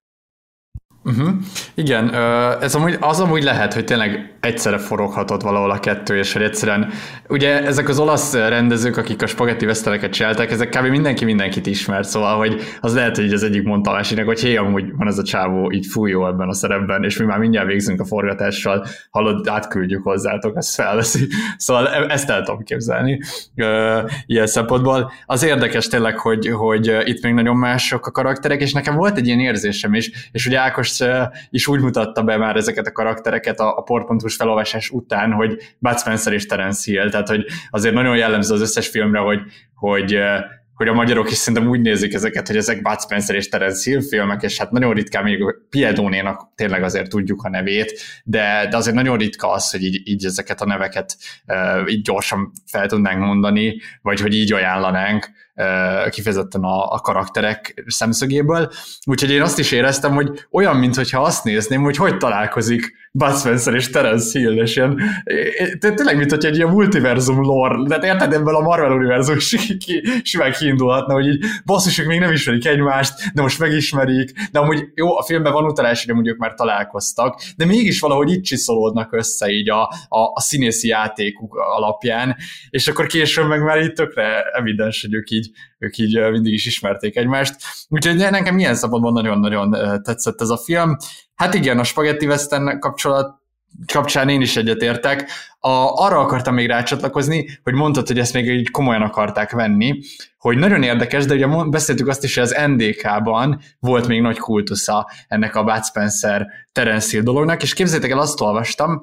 Igen, ez amúgy lehet, hogy tényleg egyszerre foroghatott valahol a kettő, és hogy egyszerűen, ugye ezek az olasz rendezők, akik a spagetti westerneket csinálták, ezek kb. Mindenkit ismert, szóval, hogy az lehet, hogy az egyik mondta a másiknak, hogy hé, amúgy van ez a csávó, így fújó ebben a szerepben, és mi már mindjárt végzünk a forgatással, hallod, átküldjük hozzátok, ezt felveszi. Szóval ezt el tudom képzelni ilyen szempontból. Az érdekes tényleg, hogy itt még nagyon mások a karakterek, és nekem volt egy ilyen érzésem is, és ugye Ákos is úgy mutatta be már ezeket a karaktereket a port.hu-s felolvasás után, hogy Bud Spencer és Terence Hill, tehát hogy azért nagyon jellemző az összes filmre, hogy hogy a magyarok is szerintem úgy nézik ezeket, hogy ezek Bud Spencer és Terence Hill filmek, és hát nagyon ritkán még Piedónénak tényleg azért tudjuk a nevét, de azért nagyon ritka az, hogy így ezeket a neveket így gyorsan fel tudnánk mondani, vagy hogy így ajánlanánk kifejezetten a karakterek szemszögéből. Úgyhogy én azt is éreztem, hogy olyan, mintha azt nézném, hogy találkozik Bud Spencer és Terence Hill, és ilyen, tényleg, mint hogy egy ilyen multiverzum lore, de érted, ebből a Marvel univerzum simán kiindulhatna, hogy így basszusok még nem ismerik egymást, de most megismerik, de amúgy jó, a filmben van utalás, hogy mondjuk már találkoztak, de mégis valahogy itt csiszolódnak össze így a színészi játékuk alapján, és akkor később meg már itt tökre evidens, hogy ők így mindig is ismerték egymást. Úgyhogy nekem ilyen szabadban nagyon-nagyon tetszett ez a film. Hát igen, a Spaghetti Western kapcsán én is egyetértek. Arra akartam még rácsatlakozni, hogy mondtad, hogy ezt még így komolyan akarták venni, hogy nagyon érdekes, de ugye beszéltük azt is, hogy az NDK-ban volt még nagy kultusza ennek a Bud Spencer Terence Hill dolognak, és képzeljétek el, azt olvastam,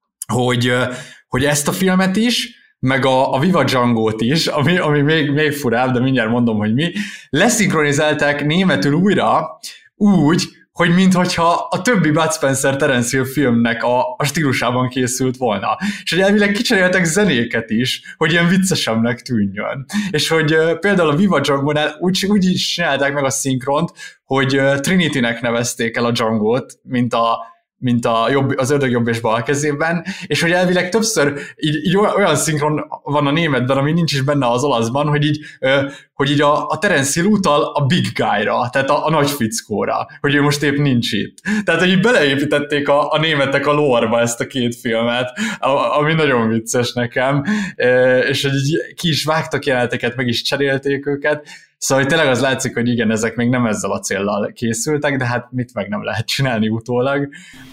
hogy ezt a filmet is, meg a Viva Django-t is, ami még furább, de mindjárt mondom, hogy mi, leszinkronizálták németül újra úgy, hogy minthogyha a többi Bud Spencer Terence Hill filmnek a stílusában készült volna. És hogy elvileg kicseréltek zenéket is, hogy ilyen viccesebbnek tűnjön. És hogy például a Viva Django-nál úgy is csinálták meg a szinkront, hogy Trinity-nek nevezték el a Django-t, mint az ördög jobb és bal kezében, és hogy elvileg többször így olyan szinkron van a németben, ami nincs is benne az olaszban, hogy így a Terence Hill utal a big guy-ra, tehát a nagy fickóra, hogy ő most épp nincs itt. Tehát, hogy így beleépítették a németek a lore-ba ezt a két filmet, ami nagyon vicces nekem, és hogy így ki is vágtak jeleneteket, meg is cserélték őket. Szóval tényleg az látszik, hogy igen, ezek még nem ezzel a céllal készültek, de hát mit meg nem lehet csinálni utólag.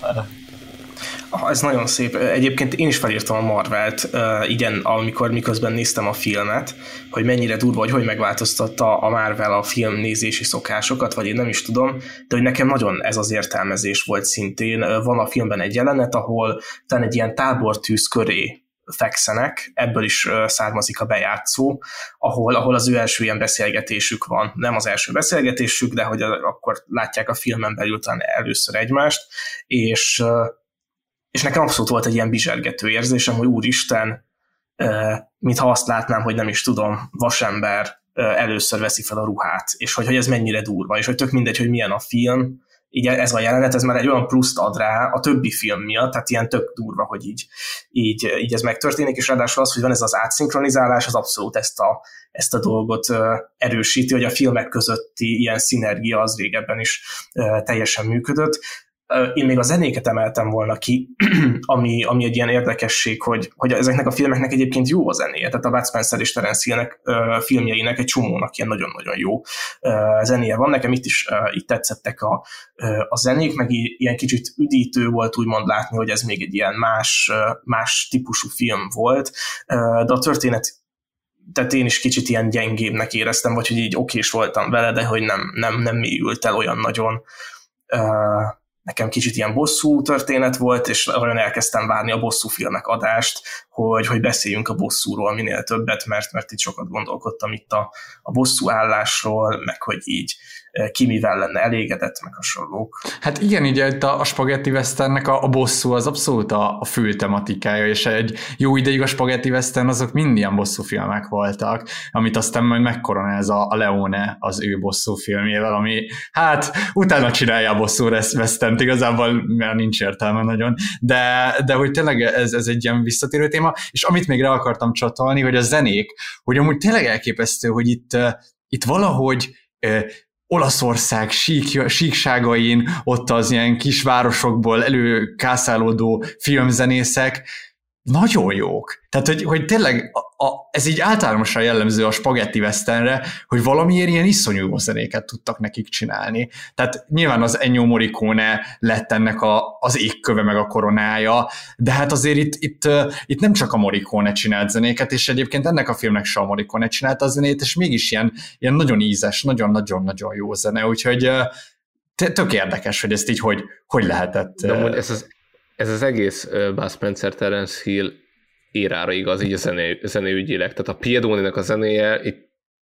Ez nagyon szép. Egyébként én is felírtam a Marvelt, igen, miközben néztem a filmet, hogy mennyire durva, hogy megváltoztatta a Marvel a filmnézési szokásokat, vagy én nem is tudom, de hogy nekem nagyon ez az értelmezés volt szintén. Van a filmben egy jelenet, ahol talán egy ilyen tábortűz köré fekszenek, ebből is származik a bejátszó, ahol az ő első ilyen beszélgetésük van. Nem az első beszélgetésük, de hogy akkor látják a filmen belül talán először egymást, és nekem abszolút volt egy ilyen bizsergető érzésem, hogy úristen, mintha azt látnám, hogy nem is tudom, vasember először veszi fel a ruhát, és hogy ez mennyire durva, és hogy tök mindegy, hogy milyen a film, így ez a jelenet, ez már egy olyan pluszt ad rá a többi film miatt, tehát ilyen tök durva, hogy így ez megtörténik, és ráadásul az, hogy van ez az átszinkronizálás, az abszolút ezt a dolgot erősíti, hogy a filmek közötti ilyen szinergia az régebben is teljesen működött. Én még a zenéket emeltem volna ki, ami egy ilyen érdekesség, hogy ezeknek a filmeknek egyébként jó a zenéje, tehát a Bud Spencer és Terence Hillnek filmjeinek egy csomónak ilyen nagyon-nagyon jó zenéje van. Nekem itt tetszettek a zenék, meg ilyen kicsit üdítő volt úgymond látni, hogy ez még egy ilyen más típusú film volt, de a történet, tehát én is kicsit ilyen gyengébbnek éreztem, vagy hogy így okés voltam vele, de hogy nem mélyült el olyan nagyon. Nekem kicsit ilyen bosszú történet volt, és olyan elkezdtem várni a bosszú filmek adást, hogy beszéljünk a bosszúról minél többet, mert itt sokat gondolkodtam itt a bosszú állásról, meg hogy így ki mivel lenne elégedett, meg hasonlók. Hát igen, így a Spaghetti Westernnek a bosszú az abszolút a fő tematikája, és egy jó ideig a Spaghetti Western azok mind ilyen bosszú filmek voltak, amit aztán majd megkoronáz a Leone az ő bosszú filmjével, ami hát utána csinálja a bosszú Westernt, igazából mert nincs értelme nagyon, de hogy tényleg ez egy ilyen visszatérő téma, és amit még rá akartam csatolni, hogy a zenék, hogy amúgy tényleg elképesztő, hogy itt valahogy Olaszország síkságain, ott az ilyen kisvárosokból előkászálódó filmzenészek nagyon jók. Tehát, hogy tényleg ez így általánosan jellemző a Spaghetti Westernre, hogy valamiért ilyen iszonyú jó zenéket tudtak nekik csinálni. Tehát nyilván az Ennio Morricone lett ennek az égköve meg a koronája, de hát azért itt nem csak a Morricone csinált zenéket, és egyébként ennek a filmnek sem a Morricone csinált a zenét, és mégis ilyen nagyon ízes, nagyon-nagyon-nagyon jó zene, úgyhogy tök érdekes, hogy ezt így hogy lehetett. De ez az egész Bud Spencer Terence Hill érára igaz, így a zenéügyileg. Tehát a Piedónének a zenéje itt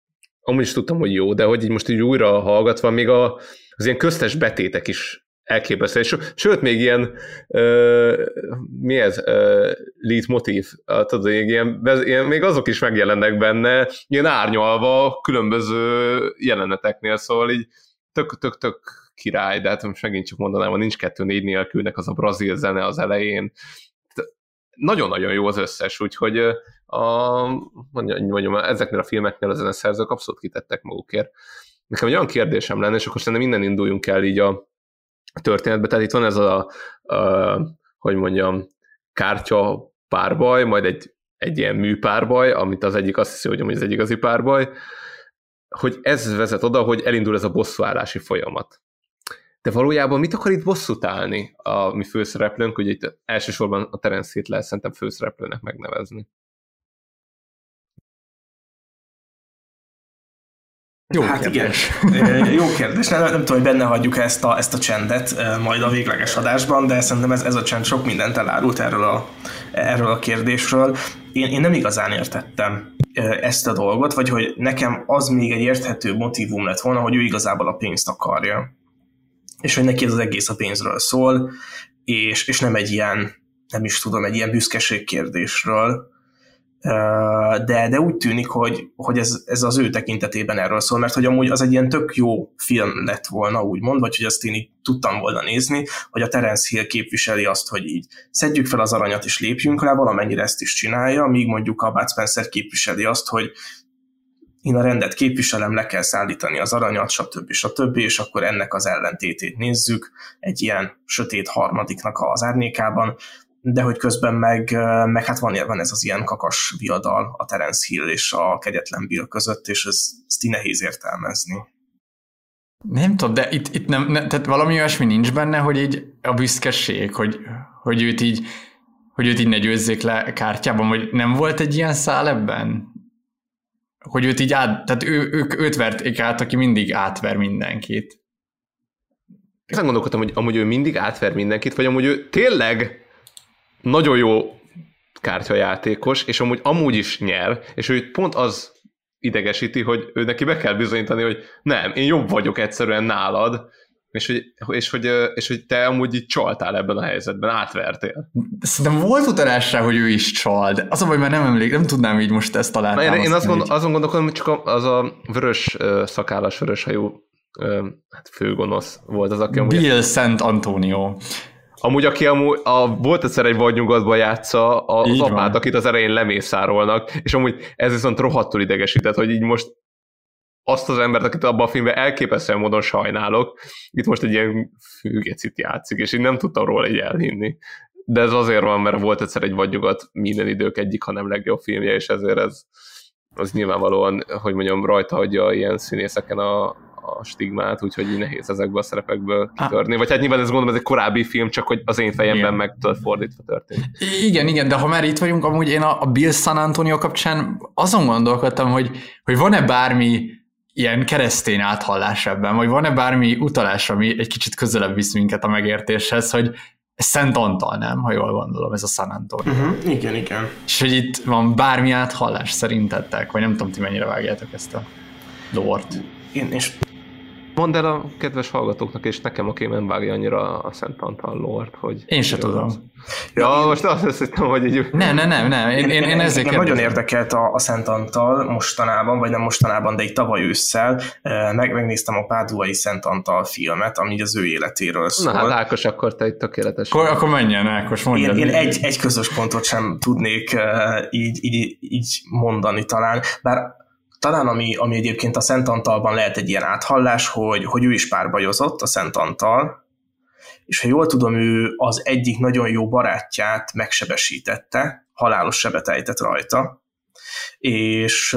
amúgy is tudtam, hogy jó, de hogy így most így újra hallgatva, még az ilyen köztes betétek is elképesztő. Sőt, még ilyen mi ez? Leitmotiv. Tudod, ilyen, még azok is megjelennek benne, ilyen árnyalva különböző jeleneteknél, szóval így tök király, de hát most megint csak mondanám, hogy nincs 2-4 nélkülnek az a brazil zene az elején. Nagyon-nagyon jó az összes, úgyhogy mondjam, ezeknél a filmeknél a zeneszerzők abszolút kitettek magukért. Nekem egy olyan kérdésem lenne, és akkor szerintem innen induljunk el így a történetbe, tehát itt van ez hogy mondjam, kártya párbaj, majd egy ilyen műpárbaj, amit az egyik azt hiszi, hogy az egy igazi párbaj, hogy ez vezet oda, hogy elindul ez a bosszúállási folyamat. De valójában mit akar itt bosszút állni a mi főszereplőnk, ugye itt elsősorban a Terence Hill lehet szerintem főszereplőnek megnevezni. Jó kérdés. Igen. Jó kérdés. Nem tudom, hogy benne hagyjuk ezt a csendet majd a végleges adásban, de szerintem ez a csend sok mindent elárult erről a kérdésről. Én nem igazán értettem ezt a dolgot, vagy hogy nekem az még egy érthető motívum lett volna, hogy ő igazából a pénzt akarja. És hogy neki ez az egész a pénzről szól, és nem egy ilyen, nem is tudom, egy ilyen büszkeség kérdésről, de úgy tűnik, hogy ez az ő tekintetében erről szól, mert hogy amúgy az egy ilyen tök jó film lett volna, úgymond, vagy hogy azt én így tudtam volna nézni, hogy a Terence Hill képviseli azt, hogy így szedjük fel az aranyat és lépjünk rá, valamennyire ezt is csinálja, míg mondjuk a Bud Spencer képviseli azt, hogy én a rendet képviselem, le kell szállítani az aranyat, stb. És akkor ennek az ellentétét nézzük, egy ilyen sötét harmadiknak az árnyékában, de hogy közben meg hát van ez az ilyen kakas viadal a Terence Hill és a kegyetlen Bill között, és ezt így nehéz értelmezni. Nem tudom, de itt nem, tehát valami olyasmi nincs benne, hogy így a büszkeség, hogy őt így ne győzzék le kártyában, vagy nem volt egy ilyen szál ebben? Hogy őt így tehát őt verték át, aki mindig átver mindenkit. Ezen gondolkodtam, hogy amúgy ő mindig átver mindenkit, vagy amúgy ő tényleg nagyon jó kártyajátékos, és amúgy is nyer, és ő pont az idegesíti, hogy ő neki be kell bizonyítani, hogy nem, én jobb vagyok egyszerűen nálad, és hogy te amúgy így csaltál ebben a helyzetben, átvertél. Szerintem volt utalás rá, hogy ő is csal, de az a baj, mert nem tudnám így most ezt alátámasztani. Én azon gondolkodom, hogy csak az a vörös szakállas, vöröshajú főgonosz volt az, aki amúgy... Bill St. Antonio. Amúgy volt egyszer egy vadnyugatban játsza az apát, akit az elején lemészárolnak, és amúgy ez viszont rohadtul idegesített, hogy így most azt az embert, akit abban a filmben elképesztően módon sajnálok, itt most egy ilyen fűgecit játszik, és én nem tudtam róla így elhinni. De ez azért van, mert volt egyszer egy vadnyugat minden idők egyik, hanem legjobb filmje, és ezért az nyilvánvalóan, hogy mondjam, rajta hagyja ilyen színészeken a stigmát, úgyhogy így nehéz ezekből a szerepekből kitörni. Vagy hát nyilván gondolom, ez egy korábbi film, csak hogy az én fejemben meg tudod fordítva történik. Igen, de ha már itt vagyunk, amúgy én a Bill San Antonio kapcsán azon gondolkodtam, hogy van-e bármi ilyen keresztény áthallás ebben, vagy van-e bármi utalás, ami egy kicsit közelebb visz minket a megértéshez, hogy ez Szent Antal, nem? Ha jól gondolom, ez a San Antonio. Igen. És hogy itt van bármi áthallás szerintetek, vagy nem tudom, ti mennyire vágjátok ezt a lore-t. Mondd el a kedves hallgatóknak, és nekem, aki nem vágja annyira a Szent Antal lore-t, hogy... Én se tudom. Most azt hittem, hogy így... Nem. Én ezért kérdezem. Nagyon érdekelt a Szent Antal mostanában, vagy nem mostanában, de így tavaly ősszel megnéztem a páduai Szent Antal filmet, ami az ő életéről szól. Na hát Ákos, akkor te itt tökéletes. Akkor menjen, Ákos, mondjad. Én egy közös pontot sem tudnék így mondani talán, bár talán ami egyébként a Szent Antalban lehet egy ilyen áthallás, hogy ő is párbajozott, a Szent Antal, és ha jól tudom, ő az egyik nagyon jó barátját megsebesítette, halálos sebet ejtett rajta, és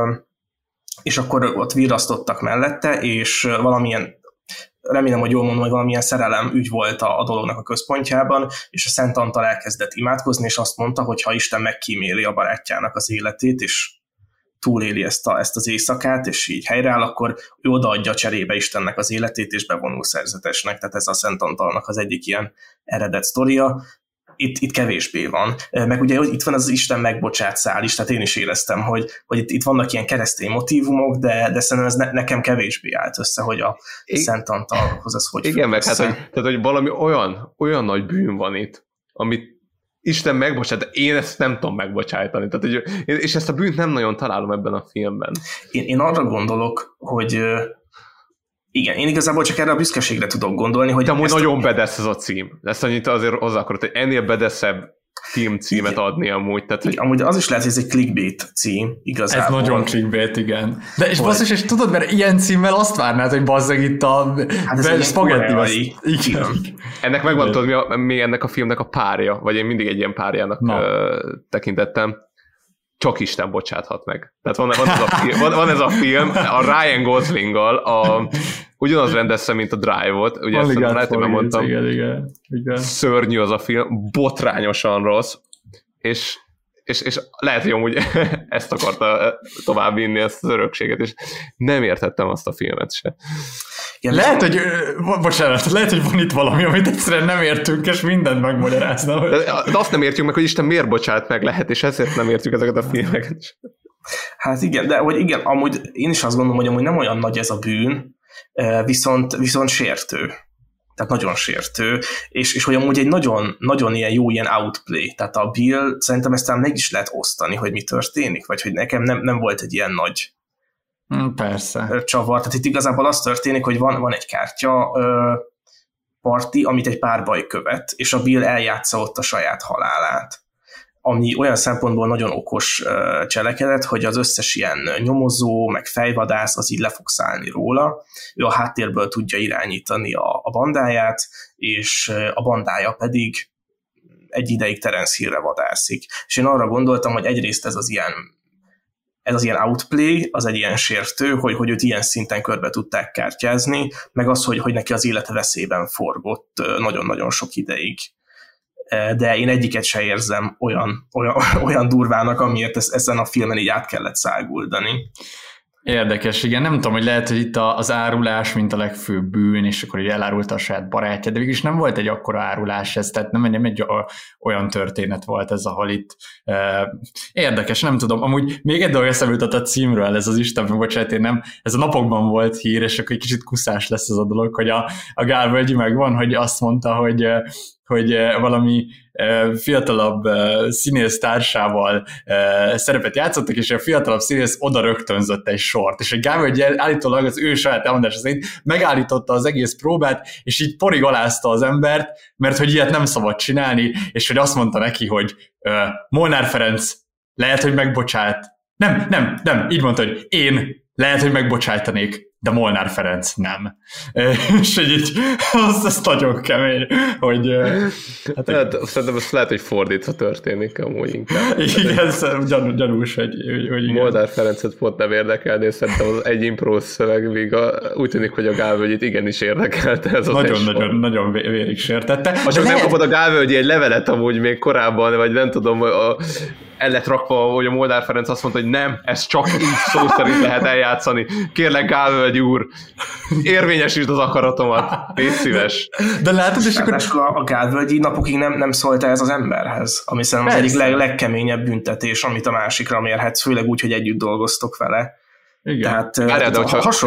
akkor ott virrasztottak mellette, és valamilyen, remélem, hogy jól mondom, hogy valamilyen szerelem ügy volt a dolognak a központjában, és a Szent Antal elkezdett imádkozni, és azt mondta, hogy ha Isten megkíméli a barátjának az életét, és túléli ezt az éjszakát, és így helyreáll, akkor ő odaadja cserébe Istennek az életét, és bevonul szerzetesnek. Tehát ez a Szent Antalnak az egyik ilyen eredet sztoria. itt kevésbé van. Meg ugye itt van az Isten megbocsát szál is, tehát én is éreztem, hogy itt vannak ilyen keresztény motívumok, de szerintem ez nekem kevésbé állt össze, hogy a Szent Antalhoz az hogy igen, meg hát, hogy valami olyan nagy bűn van itt, amit Isten megbocsát, de én ezt nem tudom megbocsájtani. Tehát, és ezt a bűnt nem nagyon találom ebben a filmben. Én arra gondolok, hogy igen, én igazából csak erre a büszkeségre tudok gondolni, hogy... De amúgy nagyon bedesz ez a cím. Ezt annyit azért hozzá akarod, hogy ennél bedeszebb filmcímet adni amúgy. Tehát, hogy... Amúgy az is lehet, hogy ez egy clickbait cím, igazából. Ez nagyon clickbait, igen. De és basszus, és tudod, mert ilyen címmel azt várnád, hogy bazzeg itt a spagetti. Ennek megvan, tudod, mi ennek a filmnek a párja, vagy én mindig egy ilyen párjának tekintettem. Csak Isten bocsáthat meg. Tehát van ez a film, a Ryan Goslinggal, ugyanaz rendezte, mint a Drive-ot, ugye ezt lehet, hogy mondtam, igen. Szörnyű az a film, botrányosan rossz, és lehet, hogy amúgy ezt akarta tovább vinni, ezt az örökséget, és nem értettem azt a filmet se. Lehet, hogy van itt valami, amit egyszerűen nem értünk, és mindent megmagyarázna. De azt nem értjük meg, hogy Isten miért bocsát meg lehet, és ezért nem értjük ezeket a filmeket. Hát igen, de hogy igen, amúgy én is azt gondolom, hogy amúgy nem olyan nagy ez a bűn, viszont sértő. Tehát nagyon sértő, és hogy amúgy egy nagyon, nagyon ilyen jó ilyen outplay, tehát a Bill szerintem ezt meg is lehet osztani, hogy mi történik, vagy hogy nekem nem volt egy ilyen nagy persze csavar, tehát itt igazából az történik, hogy van egy kártya parti, amit egy párbaj követ, és a Bill eljátsza ott a saját halálát, ami olyan szempontból nagyon okos cselekedet, hogy az összes ilyen nyomozó, meg fejvadász, az így le fog szállni róla. Ő a háttérből tudja irányítani a bandáját, és a bandája pedig egy ideig Terence Hillre vadászik. És én arra gondoltam, hogy egyrészt ez az ilyen outplay, az egy ilyen sértő, hogy őt ilyen szinten körbe tudták kártyázni, meg az, hogy neki az élete veszélyben forgott nagyon-nagyon sok ideig. De én egyiket se érzem olyan durvának, amiért ezen a filmen így át kellett száguldani. Érdekes, igen. Nem tudom, hogy lehet, hogy itt az árulás, mint a legfőbb bűn, és akkor így elárulta a saját barátja, de végülis nem volt egy akkora árulás ez, tehát nem egy olyan történet volt ez, ahol itt érdekes, nem tudom. Amúgy még egy dolog eszembe jutott a címről, ez az Isten megbocsát, ez a napokban volt hír, és akkor egy kicsit kuszás lesz ez a dolog, hogy a Gál Völgyi megvan, hogy azt mondta, hogy valami fiatalabb színész társával szerepet játszottak, és a fiatalabb színész oda rögtönzött egy sort, és egy Gál állítólag az ő saját elmondása szerint megállította az egész próbát, és így porig alázta az embert, mert hogy ilyet nem szabad csinálni, és hogy azt mondta neki, hogy Molnár Ferenc lehet, hogy megbocsát. Nem, így mondta, hogy én lehet, hogy megbocsájtanék, de Molnár Ferenc nem. És így, az nagyon kemény, hogy... Szerintem ezt lehet, hogy fordítva történik amúgy inkább. Igen, gyanús, hogy igen. Molnár Ferencet pont nem érdekelni, és szerintem az egy impró szöveg, még úgy tűnik, hogy a Gál Völgyit igenis érdekelte ez az nagyon vérig sértette. Csak nem kapod a Gál Völgyi egy levelet amúgy még korábban, vagy nem tudom, el lett rakva, hogy a Molnár Ferenc azt mondta, hogy nem, ez csak így szó szerint lehet eljátszani. Kérlek, Gál Völgy úr, érvényesítsd az akaratomat, légy szíves. De látod, és akkor... A Gál Völgyi napokig nem szólt ez az emberhez, ami szerintem az egyik legkeményebb büntetés, amit a másikra mérhetsz, főleg úgy, hogy együtt dolgoztok vele. Igen. Tehát,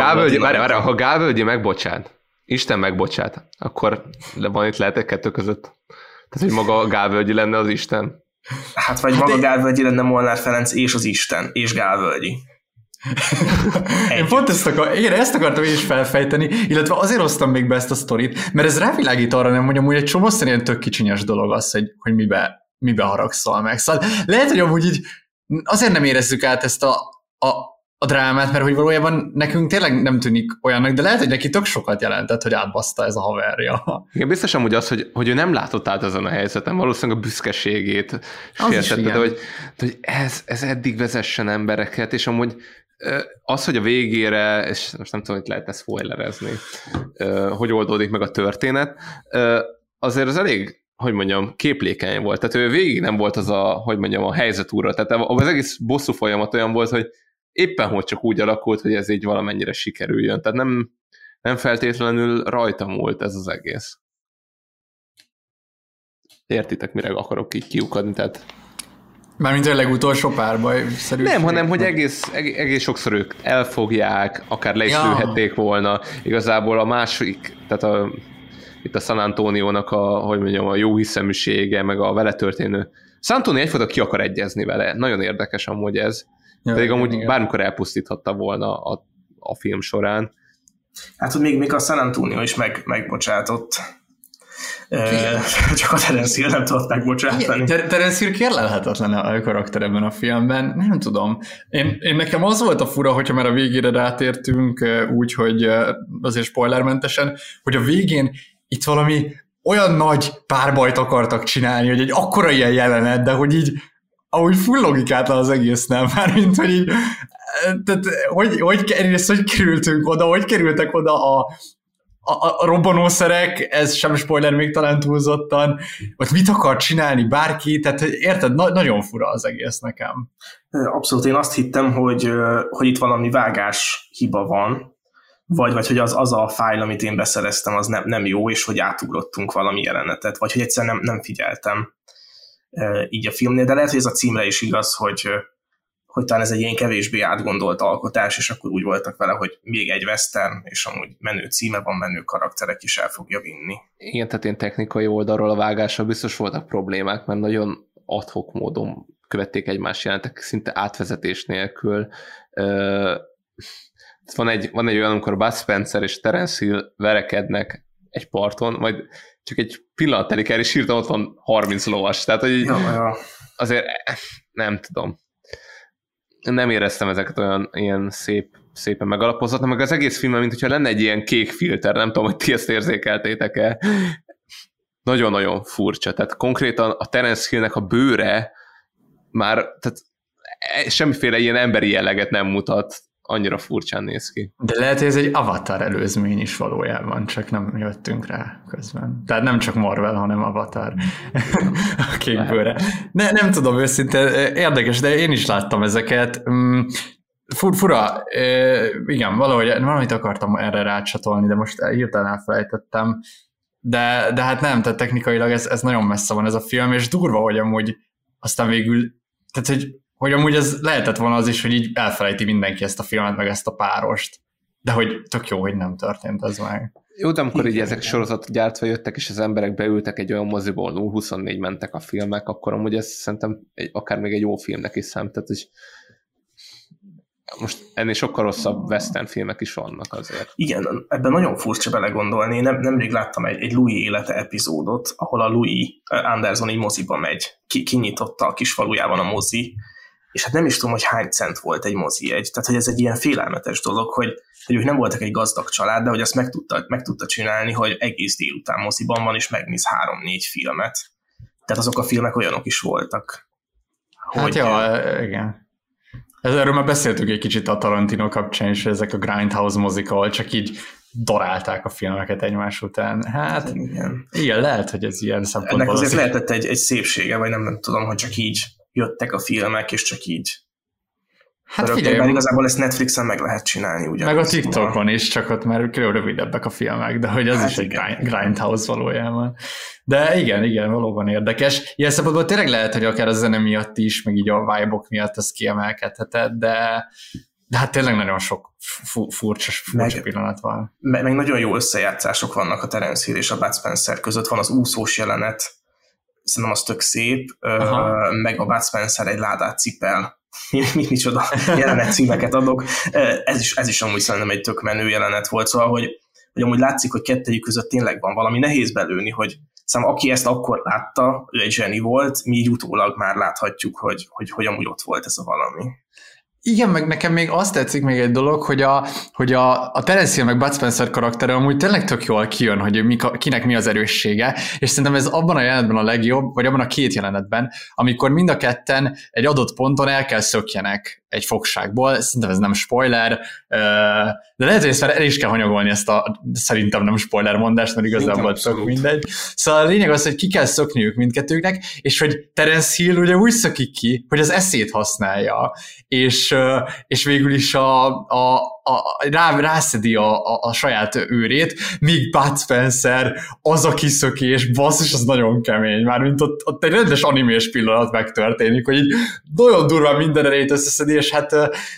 ha Gál Völgyi megbocsát, Isten megbocsát, akkor van itt lehet egy kettő között. Tehát, hogy maga a Gál Völgyi lenne az Isten. Hát vagy maga Gál Völgyi lenne Molnár Ferenc és az Isten, és Gál Völgyi. Én pont ezt akartam én is felfejteni, illetve azért hoztam még be ezt a sztorit, mert ez rávilágít arra, nem, hogy amúgy egy csomószor ilyen tök kicsinyes dolog az, hogy mibe haragszol meg. Szóval lehet, hogy amúgy így azért nem érezzük át ezt a drámát, mert hogy valójában nekünk tényleg nem tűnik olyannak, de lehet, hogy neki tök sokat jelentett, hogy átbaszta ez a haverja. Igen, biztos amúgy az, hogy ő nem látott át ezen a helyzeten, valószínűleg a büszkeségét sértette, hogy ez eddig vezessen embereket, és amúgy az, hogy a végére, és most nem tudom, hogy lehet ezt spoilerezni, hogy oldódik meg a történet, azért az elég, hogy mondjam, képlékeny volt. Tehát ő végig nem volt az a helyzetúra. Tehát az egész bosszú folyamat olyan volt, hogy éppen hogy csak úgy alakult, hogy ez így valamennyire sikerüljön. Tehát nem feltétlenül rajta múlt ez az egész. Értitek, mire akarok így kiukadni, tehát... Mármint a legutolsó párbaj szerű. Nem, hanem, hogy egész sokszor ők elfogják, akár le is lőhették volna. Igazából a másik, tehát itt a San Antoniónak a jó hiszeműsége, meg a vele történő. San Antonio egyfajta ki akar egyezni vele. Nagyon érdekes amúgy ez. Pedig amúgy bármikor elpusztíthatta volna a film során. Hát, hogy még a San Antonio is megbocsátott. Csak a Terence Hill nem tudott megbocsátani. Terence Hill kérlelhetetlen a karakter ebben a filmben, nem tudom. Én nekem az volt a fura, hogyha már a végére rátértünk úgy, hogy azért spoilermentesen, hogy a végén itt valami olyan nagy párbajt akartak csinálni, hogy egy akkora ilyen jelenet, de hogy így ahogy full logikátlan az egész, nem? Mármint, hogy így tehát, hogy kerültünk oda, hogy kerültek oda a robbanószerek, ez sem spoiler még talán túlzottan, ott mit akar csinálni bárki, tehát érted, nagyon fura az egész nekem. Abszolút, én azt hittem, hogy itt valami vágás hiba van, vagy hogy az a fájl, amit én beszereztem, az nem jó, és hogy átugrottunk valami jelenetet, vagy hogy egyszerűen nem figyeltem így a filmnél, de lehet, hogy ez a címre is igaz, hogy talán ez egy ilyen kevésbé átgondolt alkotás, és akkor úgy voltak vele, hogy még egy western, és amúgy menő címe van, menő karakterek is el fogja vinni. Igen, tehát én technikai oldalról a vágással biztos voltak problémák, mert nagyon ad hoc módon követték egymás jelentek, szinte átvezetés nélkül. Van egy olyan, amikor Bud Spencer és Terence Hill verekednek egy parton, majd csak egy pillanat telik el, és hirtelen ott van 30 lovas. Tehát, hogy azért nem tudom. Nem éreztem ezeket olyan ilyen szépen megalapozatlan, meg az egész filmben, mint hogyha lenne egy ilyen kék filter, nem tudom, hogy ti ezt érzékeltétek-e. Nagyon-nagyon furcsa. Tehát konkrétan a Terence Hillnek a bőre már tehát semmiféle ilyen emberi jelleget nem mutat, annyira furcsán néz ki. De lehet, hogy ez egy Avatar előzmény is valójában, csak nem jöttünk rá közben. Tehát nem csak Marvel, hanem Avatar a kék bőre. Nem tudom őszintén, érdekes, de én is láttam ezeket. Fura, igen, valamit akartam erre rácsatolni, de most hirtelen elfelejtettem. De hát nem, tehát technikailag ez nagyon messze van ez a film, és durva, hogy amúgy aztán végül, tehát hogy amúgy ez lehetett volna az is, hogy így elfelejti mindenki ezt a filmet, meg ezt a párost. De hogy tök jó, hogy nem történt ez meg. Jó, de amikor így ezek sorozatok gyártva jöttek, és az emberek beültek egy olyan moziból, 0-24 mentek a filmek, akkor amúgy ez szerintem akár még egy jó filmnek is számít. Tehát, hogy most ennél sokkal rosszabb western filmek is vannak azért. Igen, ebben nagyon furcsa belegondolni. Nemrég láttam egy Louis élete epizódot, ahol a Louis Anderson egy moziba megy. Kinyitotta a kis falujában a mozi, és hát nem is tudom, hogy hány cent volt egy mozijegy. Tehát, hogy ez egy ilyen félelmetes dolog, hogy ők nem voltak egy gazdag család, de hogy azt meg tudta csinálni, hogy egész délután moziban van, és megnéz 3-4 filmet. Tehát azok a filmek olyanok is voltak. Hát igen. Erről már beszéltük egy kicsit a Tarantino kapcsán is, ezek a Grindhouse mozik, ahol csak így darálták a filmeket egymás után. Hát igen, lehet, hogy ez ilyen szempontból. Ennek azért lehetett egy szépsége, vagy nem tudom, hogy csak így jöttek a filmek, és csak így. Hát figyelj, mert igazából ezt Netflixen meg lehet csinálni. Ugyanaz. Meg a TikTokon is, csak ott már rövidebbek a filmek, de hogy az is egy Grindhouse valójában. De igen, valóban érdekes. Ilyen szempontból tényleg lehet, hogy akár a zene miatt is, meg így a vibe-ok miatt ez kiemelkedhetett, de hát tényleg nagyon sok furcsa pillanat van. Meg nagyon jó összejátszások vannak a Terence Hill és a Bud Spencer között. Van az úszós jelenet, szerintem az tök szép, meg a Bud Spencer egy ládát cipel. Micsoda jelenet címeket adok. Ez is amúgy szerintem egy tök menő jelenet volt, szóval, hogy amúgy látszik, hogy kettejük között tényleg van valami nehéz belőni, hogy szóval aki ezt akkor látta, ő egy zseni volt, mi így utólag már láthatjuk, hogy amúgy ott volt ez a valami. Igen, meg nekem még azt tetszik még egy dolog, hogy a Terence Hill meg Bud Spencer karaktere amúgy tényleg tök jól kijön, hogy kinek mi az erőssége, és szerintem ez abban a jelenetben a legjobb, vagy abban a két jelenetben, amikor mind a ketten egy adott ponton el kell szökjenek egy fogságból, szerintem ez nem spoiler, de lehet, hogy ezt már el is kell hanyagolni ezt a szerintem nem spoiler mondást, mert igazából tök mindegy. Szóval a lényeg az, hogy ki kell szökniük mindkettőknek, és hogy Terence Hill ugye úgy szökik ki, hogy az eszét használja, és végül is rászedi a saját őrét, míg Bud Spencer, az a kiszökés, basszus, az nagyon kemény, mármint ott egy rendes animés pillanat megtörténik, hogy így nagyon durván minden erejét összeszedi, és hát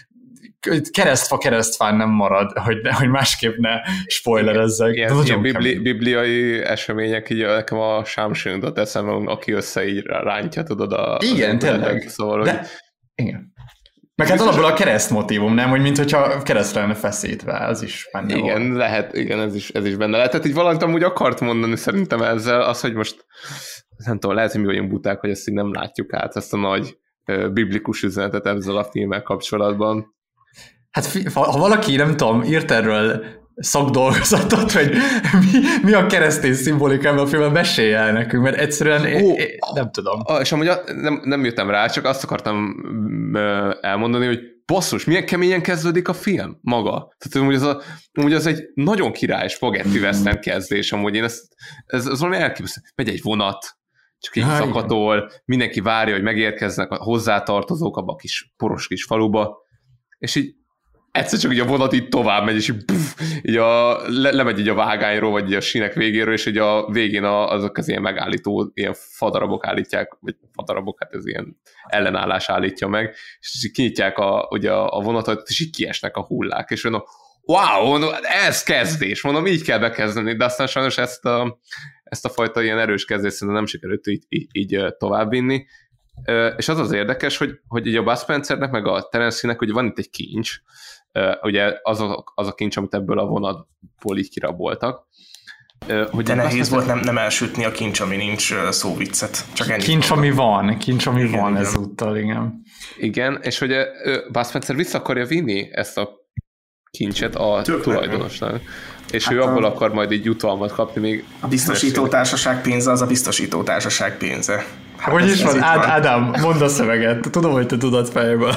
keresztfán nem marad, hogy másképp ne spoilerezzek. Ilyen bibliai események, így nekem a Shamshin-ot eszembe, aki össze így rántja, tudod, igen, tényleg. Szóval, de, igen. Meg hát alapból a kereszt motívum, nem? Hogy mintha kereszt lenne feszítve, az is benne igen, volt. Lehet, igen, ez is benne lehet. Tehát így valamit amúgy akart mondani szerintem ezzel, az, hogy most nem tudom, lehet, hogy mi vagyunk buták, hogy ezt így nem látjuk át, ezt a nagy biblikus üzenetet ezzel a filmmel kapcsolatban. Hát ha valaki, nem tudom, írt erről szakdolgozatot, hogy mi a keresztény szimbolika ebben a filmben, mesélj el nekünk, mert egyszerűen nem tudom. És amúgy nem jöttem rá, csak azt akartam elmondani, hogy basszus, milyen keményen kezdődik a film maga. Tehát amúgy az egy nagyon király spagetti western kezdés, amúgy én ez valami elképesztő. Megy egy vonat, csak így szakatol, mindenki várja, hogy megérkeznek a hozzátartozók abba a kis poros kis faluba, és így egyszer csak így a vonat így tovább megy, és így lemegy így a vágányról, vagy így a sínek végéről, és így a végén azok az ilyen megállító, ilyen fadarabok állítják, vagy fadarabok, hát ez ilyen ellenállás állítja meg, és így kinyitják a vonatot, és így kiesnek a hullák, és mondom, wow, ez kezdés, mondom, így kell bekezdeni, de aztán sajnos ezt a fajta ilyen erős kezdést szerintem nem sikerült így továbbvinni. És az érdekes, hogy így a Bud Spencernek, meg a Terence Hill-nek ugye van itt egy kincs, ugye az a kincs, amit ebből a vonatból így kiraboltak. De nehéz volt nem elsütni a kincs, ami nincs szóviccet. Csak ennyi. Kincs, ami van ezúttal, igen. Igen, és hogy Bud Spencer vissza akarja vinni ezt a kincset a tulajdonosnak. És ő abból akar majd így jutalmat kapni még. A biztosítótársaság pénze az a biztosítótársaság pénze. Hát hogy is van? Ádám, mondd a szöveget. Tudom, hogy te tudod fejből.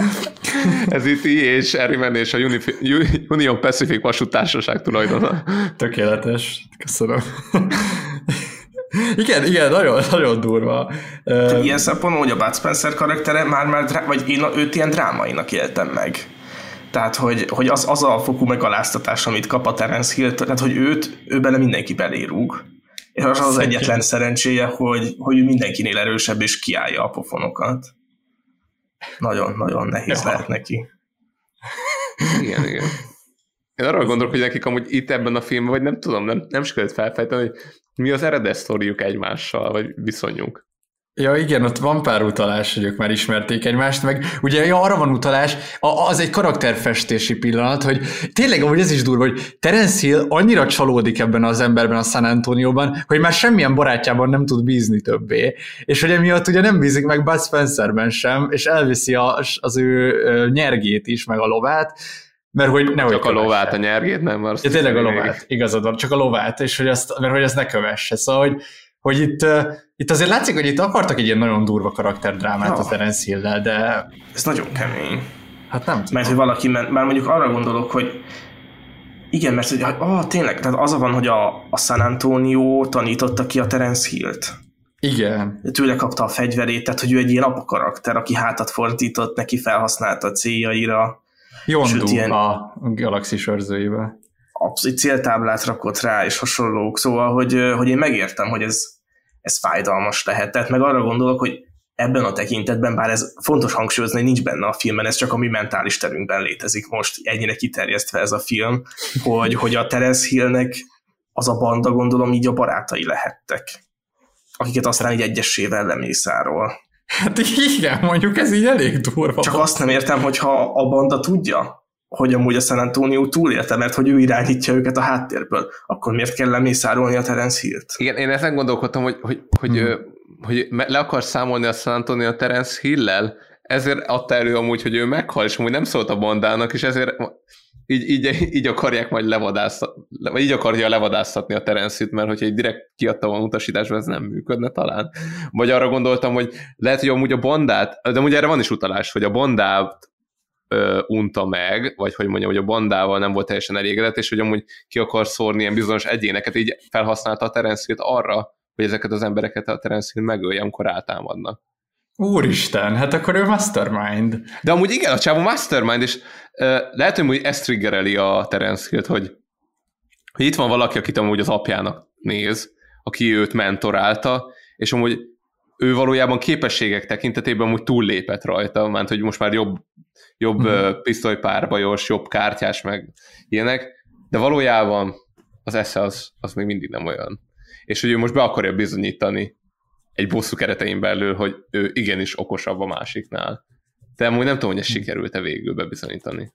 Ez itt és Harriman és a Union Pacific vasúttársaság tulajdona. Tökéletes. Köszönöm. Igen, nagyon, nagyon durva. Ilyen szempontból, hogy a Bud Spencer karaktere vagy én őt ilyen drámainak éltem meg. Tehát, hogy az a fokú megaláztatás, amit kap a Terence Hill, tehát, hogy ő bele mindenki belérúg. És az egyetlen szerencséje, hogy ő mindenkinél erősebb, és kiállja a pofonokat. Nagyon-nagyon nehéz lehet neki. Igen. Én arra gondolok, hogy nekik amúgy itt ebben a filmben, vagy nem tudom, nem sikerült felfejteni, hogy mi az eredet sztoriuk egymással, vagy viszonyunk. Ja igen, ott van pár utalás, hogy ők már ismerték egymást, meg ugye arra van utalás, az egy karakterfestési pillanat, hogy tényleg amúgy ez is durva, hogy Terence Hill annyira csalódik ebben az emberben a San Antonióban, hogy már semmilyen barátjában nem tud bízni többé, és hogy emiatt ugye nem bízik meg Bud Spencerben sem, és elviszi az ő nyergét is, meg a lovát, mert hogy nehogy csak a lovát, a nyergét nem? Ja, tényleg a lovát, igazad van, csak a lovát, és hogy mert hogy ezt ne kövesse, szóval, hogy itt azért látszik, hogy itt akartak egy ilyen nagyon durva karakterdrámát a Terence Hill-lel, de... Ez nagyon kemény. Hát nem tudom. Mert hogy valaki, már mondjuk arra gondolok, hogy igen, mert hogy tényleg, tehát az van, hogy a San Antonio tanította ki a Terence Hill-t. Igen. Tőle kapta a fegyverét, tehát hogy ő egy ilyen apakarakter, aki hátat fordított, neki felhasználta a céljaira. Yondu a galaxis őrzőjébe. Abszolút céltáblát rakott rá, és hasonlók. Szóval, hogy én megértem, hogy ez fájdalmas lehet. Tehát meg arra gondolok, hogy ebben a tekintetben, bár ez fontos hangsúlyozni, hogy nincs benne a filmben, ez csak a mi mentális terünkben létezik most, ennyire kiterjesztve ez a film, hogy a Terence Hillnek az a banda, gondolom, így a barátai lehettek, akiket aztán így egyesével lemészárol. Hát igen, mondjuk ez így elég durva. Csak azt nem értem, hogyha a banda tudja, hogy amúgy a San Antonio túlélte, mert hogy ő irányítja őket a háttérből, akkor miért kell lemészárolni a Terence Hill-t? Igen, én ezen gondolkodtam, hogy le akar számolni a San Antonio a Terence Hill-lel, ezért adta elő amúgy, hogy ő meghal, és amúgy nem szólt a bandának, és ezért így akarják majd levadásztatni, vagy így akarja levadásztatni a Terence Hill-t, mert hogyha egy direkt kiadta volna utasításba, ez nem működne talán. Vagy arra gondoltam, hogy lehet, hogy amúgy a bandát, de amúgy erre van is utalás, hogy a bandát unta meg, vagy hogy mondjam, hogy a bandával nem volt teljesen elégedett, és hogy amúgy ki akar szórni ilyen bizonyos egyéneket, így felhasználta a Terence Hill-t arra, hogy ezeket az embereket a Terence Hill megölje, amikor rátámadnak. Úristen, hát akkor ő mastermind. De amúgy igen, a csávó mastermind, és lehet, hogy ezt triggereli a Terence Hill-t, hogy itt van valaki, akit amúgy az apjának néz, aki őt mentorálta, és amúgy ő valójában képességek tekintetében amúgy túllépett rajta, mert hogy most már jobb pisztolypárbajos, jobb kártyás, meg ilyenek, de valójában az esze az még mindig nem olyan. És hogy ő most be akarja bizonyítani egy bosszú keretein belül, hogy ő igenis okosabb a másiknál. De amúgy nem tudom, hogy ez sikerült-e végül bebizonyítani.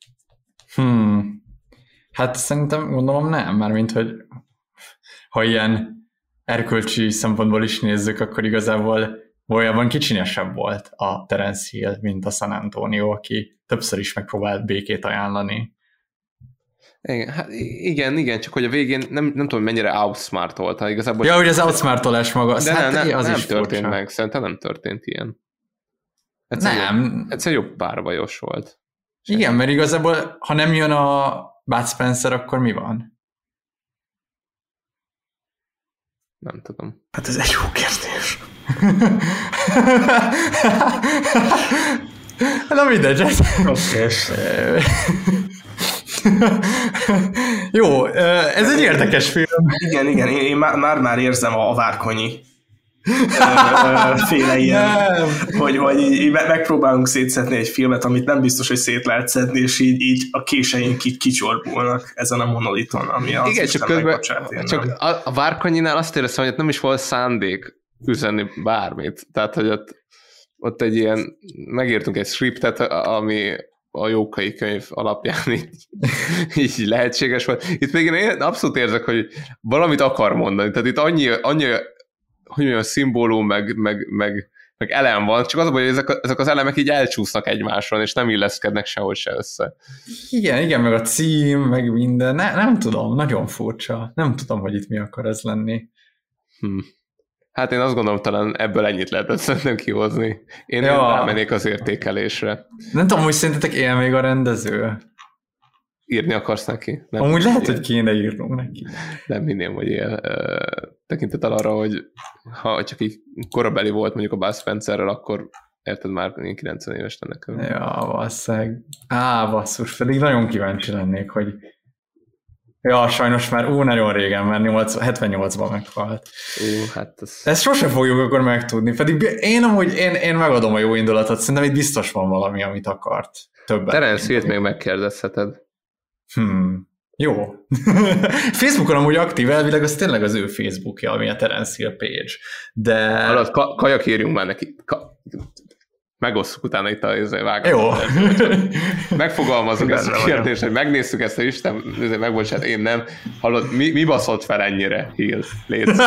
Hát szerintem gondolom nem, mármint, hogy ha ilyen erkölcsi szempontból is nézzük, akkor igazából valójában kicsinyesebb volt a Terence Hill, mint a San Antonio, aki többször is megpróbált békét ajánlani. Igen, csak hogy a végén nem tudom, mennyire outsmartolta igazából. Ja, hogy az outsmartolás maga. De hát nem is történt furcsa. meg, szerintem nem történt ilyen. Egyszer jobb párbajos volt. Igen, mert igazából, ha nem jön a Bud Spencer, akkor mi van? Nem tudom. Hát ez egy jó kérdés. Na mindegy. Okay. Jó, ez egy érdekes film. Igen, én már érzem a Várkonyi féle ilyen, hogy így megpróbálunk szétszedni egy filmet, amit nem biztos, hogy szét lehet szedni, és így a késeink így kicsorbulnak ezen a monoliton, ami az igen, Isten csak megbocsát. Csak a Várkonyinál azt éreztem, hogy ott nem is volt szándék üzenni bármit. Tehát, hogy ott egy ilyen, megírtunk egy scriptet, ami a Jókai könyv alapján így lehetséges volt. Itt még én abszolút érzek, hogy valamit akar mondani. Tehát itt annyi hogy olyan szimbólum, meg elem van, csak az a baj, hogy ezek az elemek így elcsúsznak egymáson, és nem illeszkednek sehol se össze. Igen, meg a cím, meg minden. Nem tudom, nagyon furcsa. Nem tudom, hogy itt mi akar ez lenni. Hát én azt gondolom, talán ebből ennyit lehetett szerintem kihozni. Én rámennék az értékelésre. Nem tudom, hogy szerintetek él még a rendező? Írni akarsz neki? Nem, amúgy lehet, hogy kéne írnunk neki. Nem hinném, hogy él. Tekintettel arra, hogy ha csak így korabeli volt mondjuk a Bud Spencerrel, akkor érted, már 90 éves lenne. Ja, valószínűleg. Basszus, pedig nagyon kíváncsi lennék, hogy ja, sajnos már nagyon régen, mert 78-ban meghalt. Hát ezt sose fogjuk akkor megtudni, pedig én megadom a jó indulatot, szerintem itt biztos van valami, amit akart. Többet. Terence Hill-t még megkérdezheted. Jó. Facebookon amúgy aktív, elvileg az tényleg az ő Facebookja, ami a Terence Hill page. De... Alatt kajak írjunk már neki. Megosszuk utána itt a vágat. Jó. Megfogalmazok ezt a kérdést, hogy megnézzük ezt, hogy Isten megbocsát, én nem. Hallod, mi baszott fel ennyire, Hill? Légy.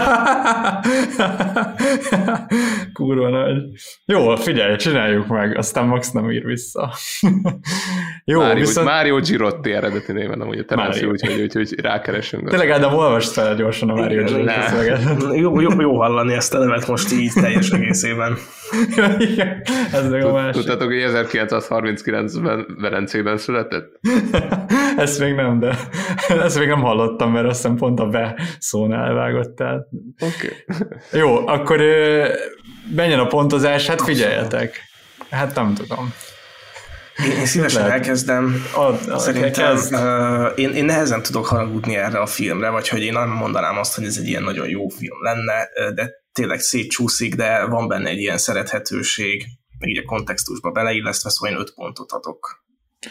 Kurva nagy. Jó, figyelj, csináljuk meg, aztán Max nem ír vissza. Jó, Mario Girotti eredeti néven, amúgy a Terence, úgyhogy rákeresünk. Tényleg Ádám, olvasd fel gyorsan a Mario Girotti szöveget. Jó hallani ezt a nevet most így teljes egészében. Igen, ez meg a másik. Tudtátok, hogy 1939-ben Velencében született? Ezt még nem, de ezt még nem hallottam, mert azt hiszem pont a be szónál vágottál. Oké. Jó, akkor menjen a pontozás, hát figyeljetek. Hát nem tudom. Én szívesen elkezdem. Szerintem én nehezen tudok haragudni erre a filmre, vagy hogy én nem mondanám azt, hogy ez egy ilyen nagyon jó film lenne, de tényleg szétcsúszik, de van benne egy ilyen szerethetőség, meg így a kontextusba beleillesztve, szóval én 5 pontot adok.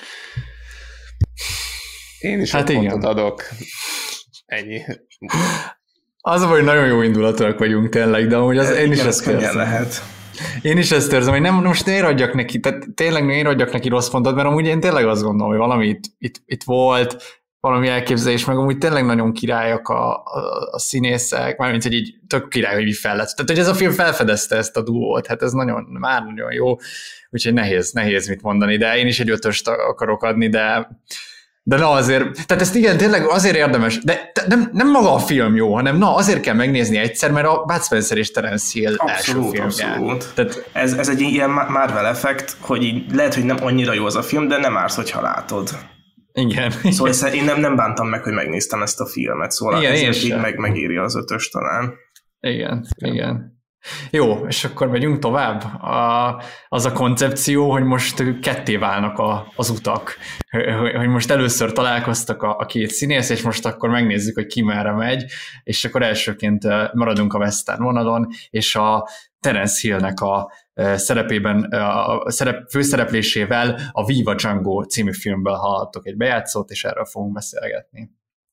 Én is 5 pontot adok. Ennyi. Az hogy nagyon jó indulatúak vagyunk tényleg, de amúgy én is ezt érzem. Lehet. Én is ezt érzem, hogy nem, most ne adjak neki, tehát tényleg ne adjak neki rossz pontot, mert amúgy én tényleg azt gondolom, hogy valami itt volt, valami elképzelés, meg amúgy tényleg nagyon királyak a színészek, mármint, hogy így tök király, hogy így fel lett. Tehát, hogy ez a film felfedezte ezt a duót, hát ez már nagyon jó, úgyhogy nehéz mit mondani, de én is egy 5-öst akarok adni, de na azért, tehát ezt igen, tényleg azért érdemes, de nem maga a film jó, hanem azért kell megnézni egyszer, mert a Bud Spencer és Terence Hill első filmje. Abszolút. Tehát ez egy ilyen Marvel effekt, hogy így lehet, hogy nem annyira jó az a film, de nem ársz, hogyha látod. Igen. Szóval én nem bántam meg, hogy megnéztem ezt a filmet, szóval igen, ez így megírja az 5-ös talán. Igen. Jó, és akkor megyünk tovább. Az a koncepció, hogy most ketté válnak az utak. Hogy most először találkoztak a két színész, és most akkor megnézzük, hogy ki merre megy, és akkor elsőként maradunk a western vonalon, és a Terence Hillnek a szerepében, a főszereplésével a Viva Django című filmből hallhattok egy bejátszót, és erről fogunk beszélgetni.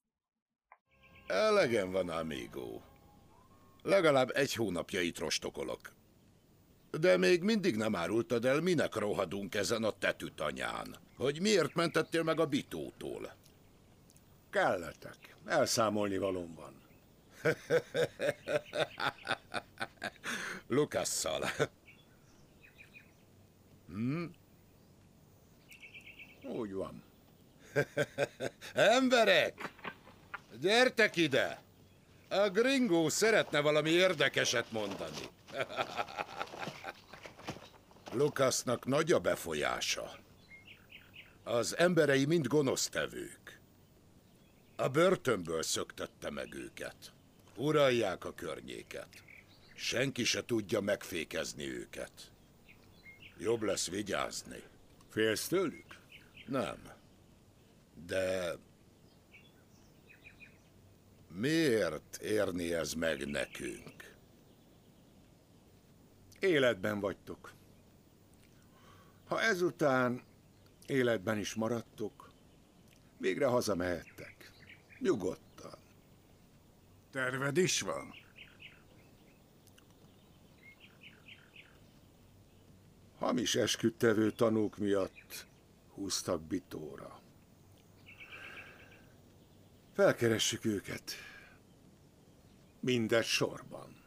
Elegem van, amigo. Legalább 1 hónapja itt rostokolok. De még mindig nem árultad el, minek rohadunk ezen a tetűtanyán. Hogy miért mentettél meg a Bitótól? Kelletek. Elszámolni valóm van. Lukasszal. Úgy van. Emberek! Gyertek ide! A gringó szeretne valami érdekeset mondani. Lukasznak nagy a befolyása. Az emberei mind gonosztevők. A börtönből szöktette meg őket. Uralják a környéket. Senki se tudja megfékezni őket. Jobb lesz vigyázni. Félsz tőlük? Nem. De... miért érni ez meg nekünk? Életben vagytok. Ha ezután életben is maradtok, végre hazamehettek. Nyugodtan. Terved is van? Hamis esküdtevő tanúk miatt húztak Bitóra. Felkeressük őket. Mindegy sorban.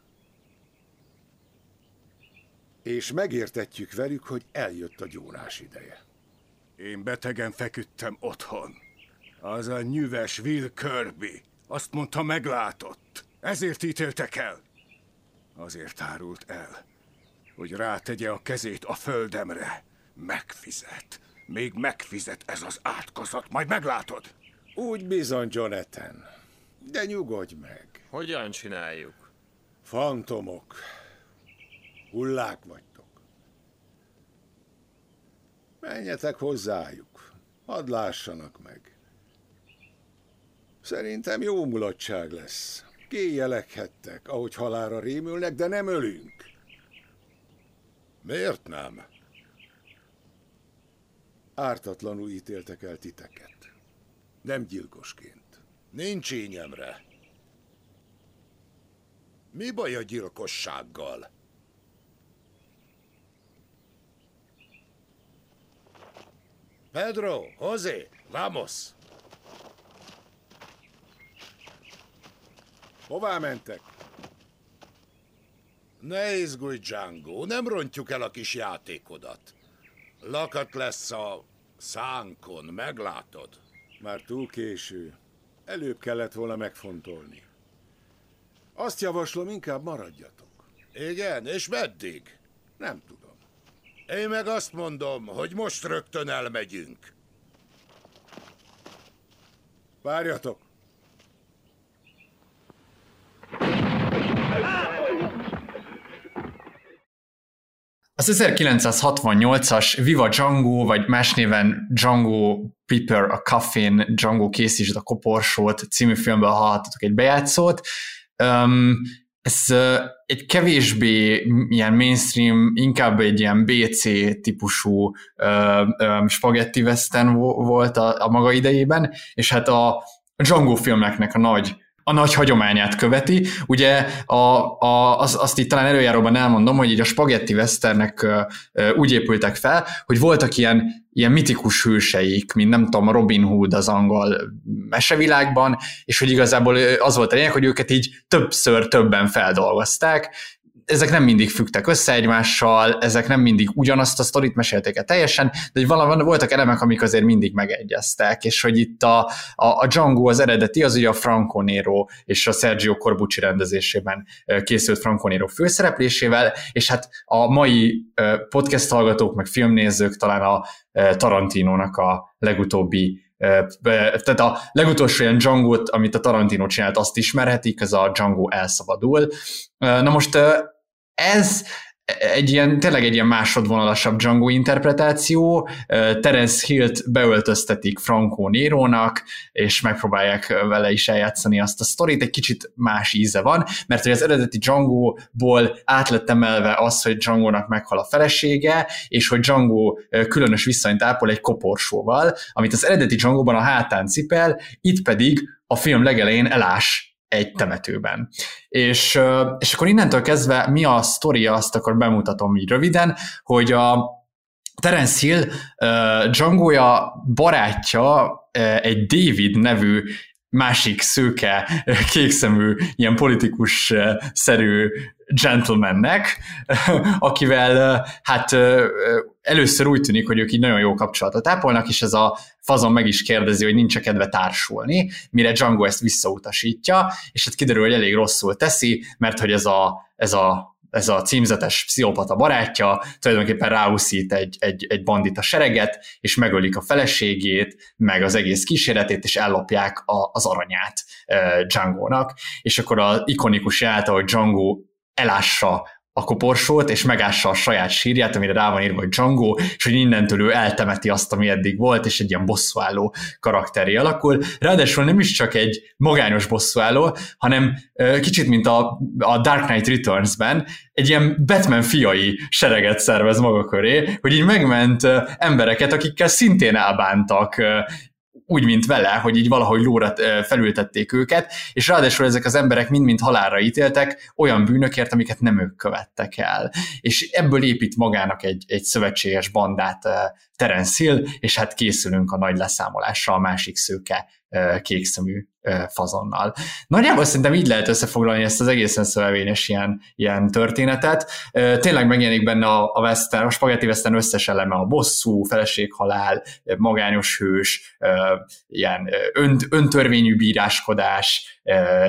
És megértetjük velük, hogy eljött a gyónás ideje. Én betegen feküdtem otthon. Az a nyüves Will Kirby azt mondta, meglátott. Ezért ítéltek el. Azért árult el, hogy rátegye a kezét a földemre. Megfizet. Még megfizet ez az átkozat, majd meglátod. Úgy bizony, Jonathan. De nyugodj meg. Hogyan csináljuk? Fantomok. Hullák vagytok. Menjetek hozzájuk. Hadd lássanak meg. Szerintem jó mulatság lesz. Kéjelekhettek, ahogy halálra rémülnek, de nem ölünk. Miért nem? Ártatlanul ítéltek el titeket. Nem gyilkosként. Nincs ínyemre. Mi baj a gyilkossággal? Pedro, José, vamos! Hová mentek? Ne izgulj, Django, nem rontjuk el a kis játékodat. Lakat lesz a szánkon, meglátod? Már túl késő. Előbb kellett volna megfontolni. Azt javaslom, inkább maradjatok. Igen, és meddig? Nem tudom. Én meg azt mondom, hogy most rögtön elmegyünk. Várjatok! Az 1968-as Viva Django, vagy más néven Django Prepare a Coffin, Django készítsd a koporsót című filmből hallhattatok egy bejátszót. Ez egy kevésbé ilyen mainstream, inkább egy ilyen BC típusú spaghetti western volt a maga idejében, és hát a Django filmeknek a nagy hagyományát követi. Ugye azt itt talán előjáróban elmondom, hogy így a spaghetti westernek úgy épültek fel, hogy voltak ilyen mitikus hőseik, mint nem tudom, Robin Hood az angol mesevilágban, és hogy igazából az volt a lényeg, hogy őket így többen feldolgozták. Ezek nem mindig függtek össze egymással, ezek nem mindig ugyanazt a sztorit mesélték el teljesen, de voltak elemek, amik azért mindig megegyeztek, és hogy itt a Django az eredeti, az ugye a Franco Nero és a Sergio Corbucci rendezésében készült Franco Nero főszereplésével, és hát a mai podcast hallgatók, meg filmnézők talán a Tarantinónak a legutóbbi, tehát a legutolsó ilyen Django-t, amit a Tarantino csinált, azt ismerhetik, ez a Django elszabadul. Na most ez tényleg egy ilyen másodvonalasabb Django interpretáció. Terence Hillt beöltöztetik Franco Nérónak, és megpróbálják vele is eljátszani azt a sztorit. Egy kicsit más íze van, mert hogy az eredeti Django-ból át lett emelve az, hogy Django-nak meghal a felesége, és hogy Django különös viszonyt ápol egy koporsóval, amit az eredeti Django-ban a hátán cipel, itt pedig a film legelején elás egy temetőben. És akkor innentől kezdve mi a sztoria, azt akkor bemutatom így röviden, hogy a Terence Hill Django-ja barátja egy David nevű másik szőke, kékszemű, ilyen politikus-szerű gentlemannek, akivel hát először úgy tűnik, hogy ők így nagyon jó kapcsolatot ápolnak, és ez a fazon meg is kérdezi, hogy nincs kedve társulni, mire Django ezt visszautasítja, és hát kiderül, hogy elég rosszul teszi, mert hogy ez a címzetes pszichopata barátja tulajdonképpen ráúszít egy bandita sereget, és megölik a feleségét, meg az egész kíséretét, és ellopják az aranyát Django-nak, és akkor az ikonikus jelenet, hogy Django elássa a koporsót, és megássa a saját sírját, amire rá van írva, hogy Django, és hogy innentől ő eltemeti azt, ami eddig volt, és egy ilyen bosszúálló karakteré alakul. Ráadásul nem is csak egy magányos bosszúálló, hanem kicsit, mint a Dark Knight Returns-ben, egy ilyen Batman fiai sereget szervez maga köré, hogy így megment embereket, akikkel szintén elbántak, úgy, mint vele, hogy így valahogy lóra felültették őket, és ráadásul ezek az emberek mind-mind halálra ítéltek olyan bűnökért, amiket nem ők követtek el. És ebből épít magának egy szövetséges bandát Terence Hill, és hát készülünk a nagy leszámolásra a másik szőke kékszemű fazonnal. Nagyjából szerintem így lehet összefoglalni ezt az egészen szövevényes ilyen történetet. Tényleg megjelenik benne a western, a spaghetti western összes eleme, a bosszú, feleséghalál, magányos hős, ilyen öntörvényű bíráskodás,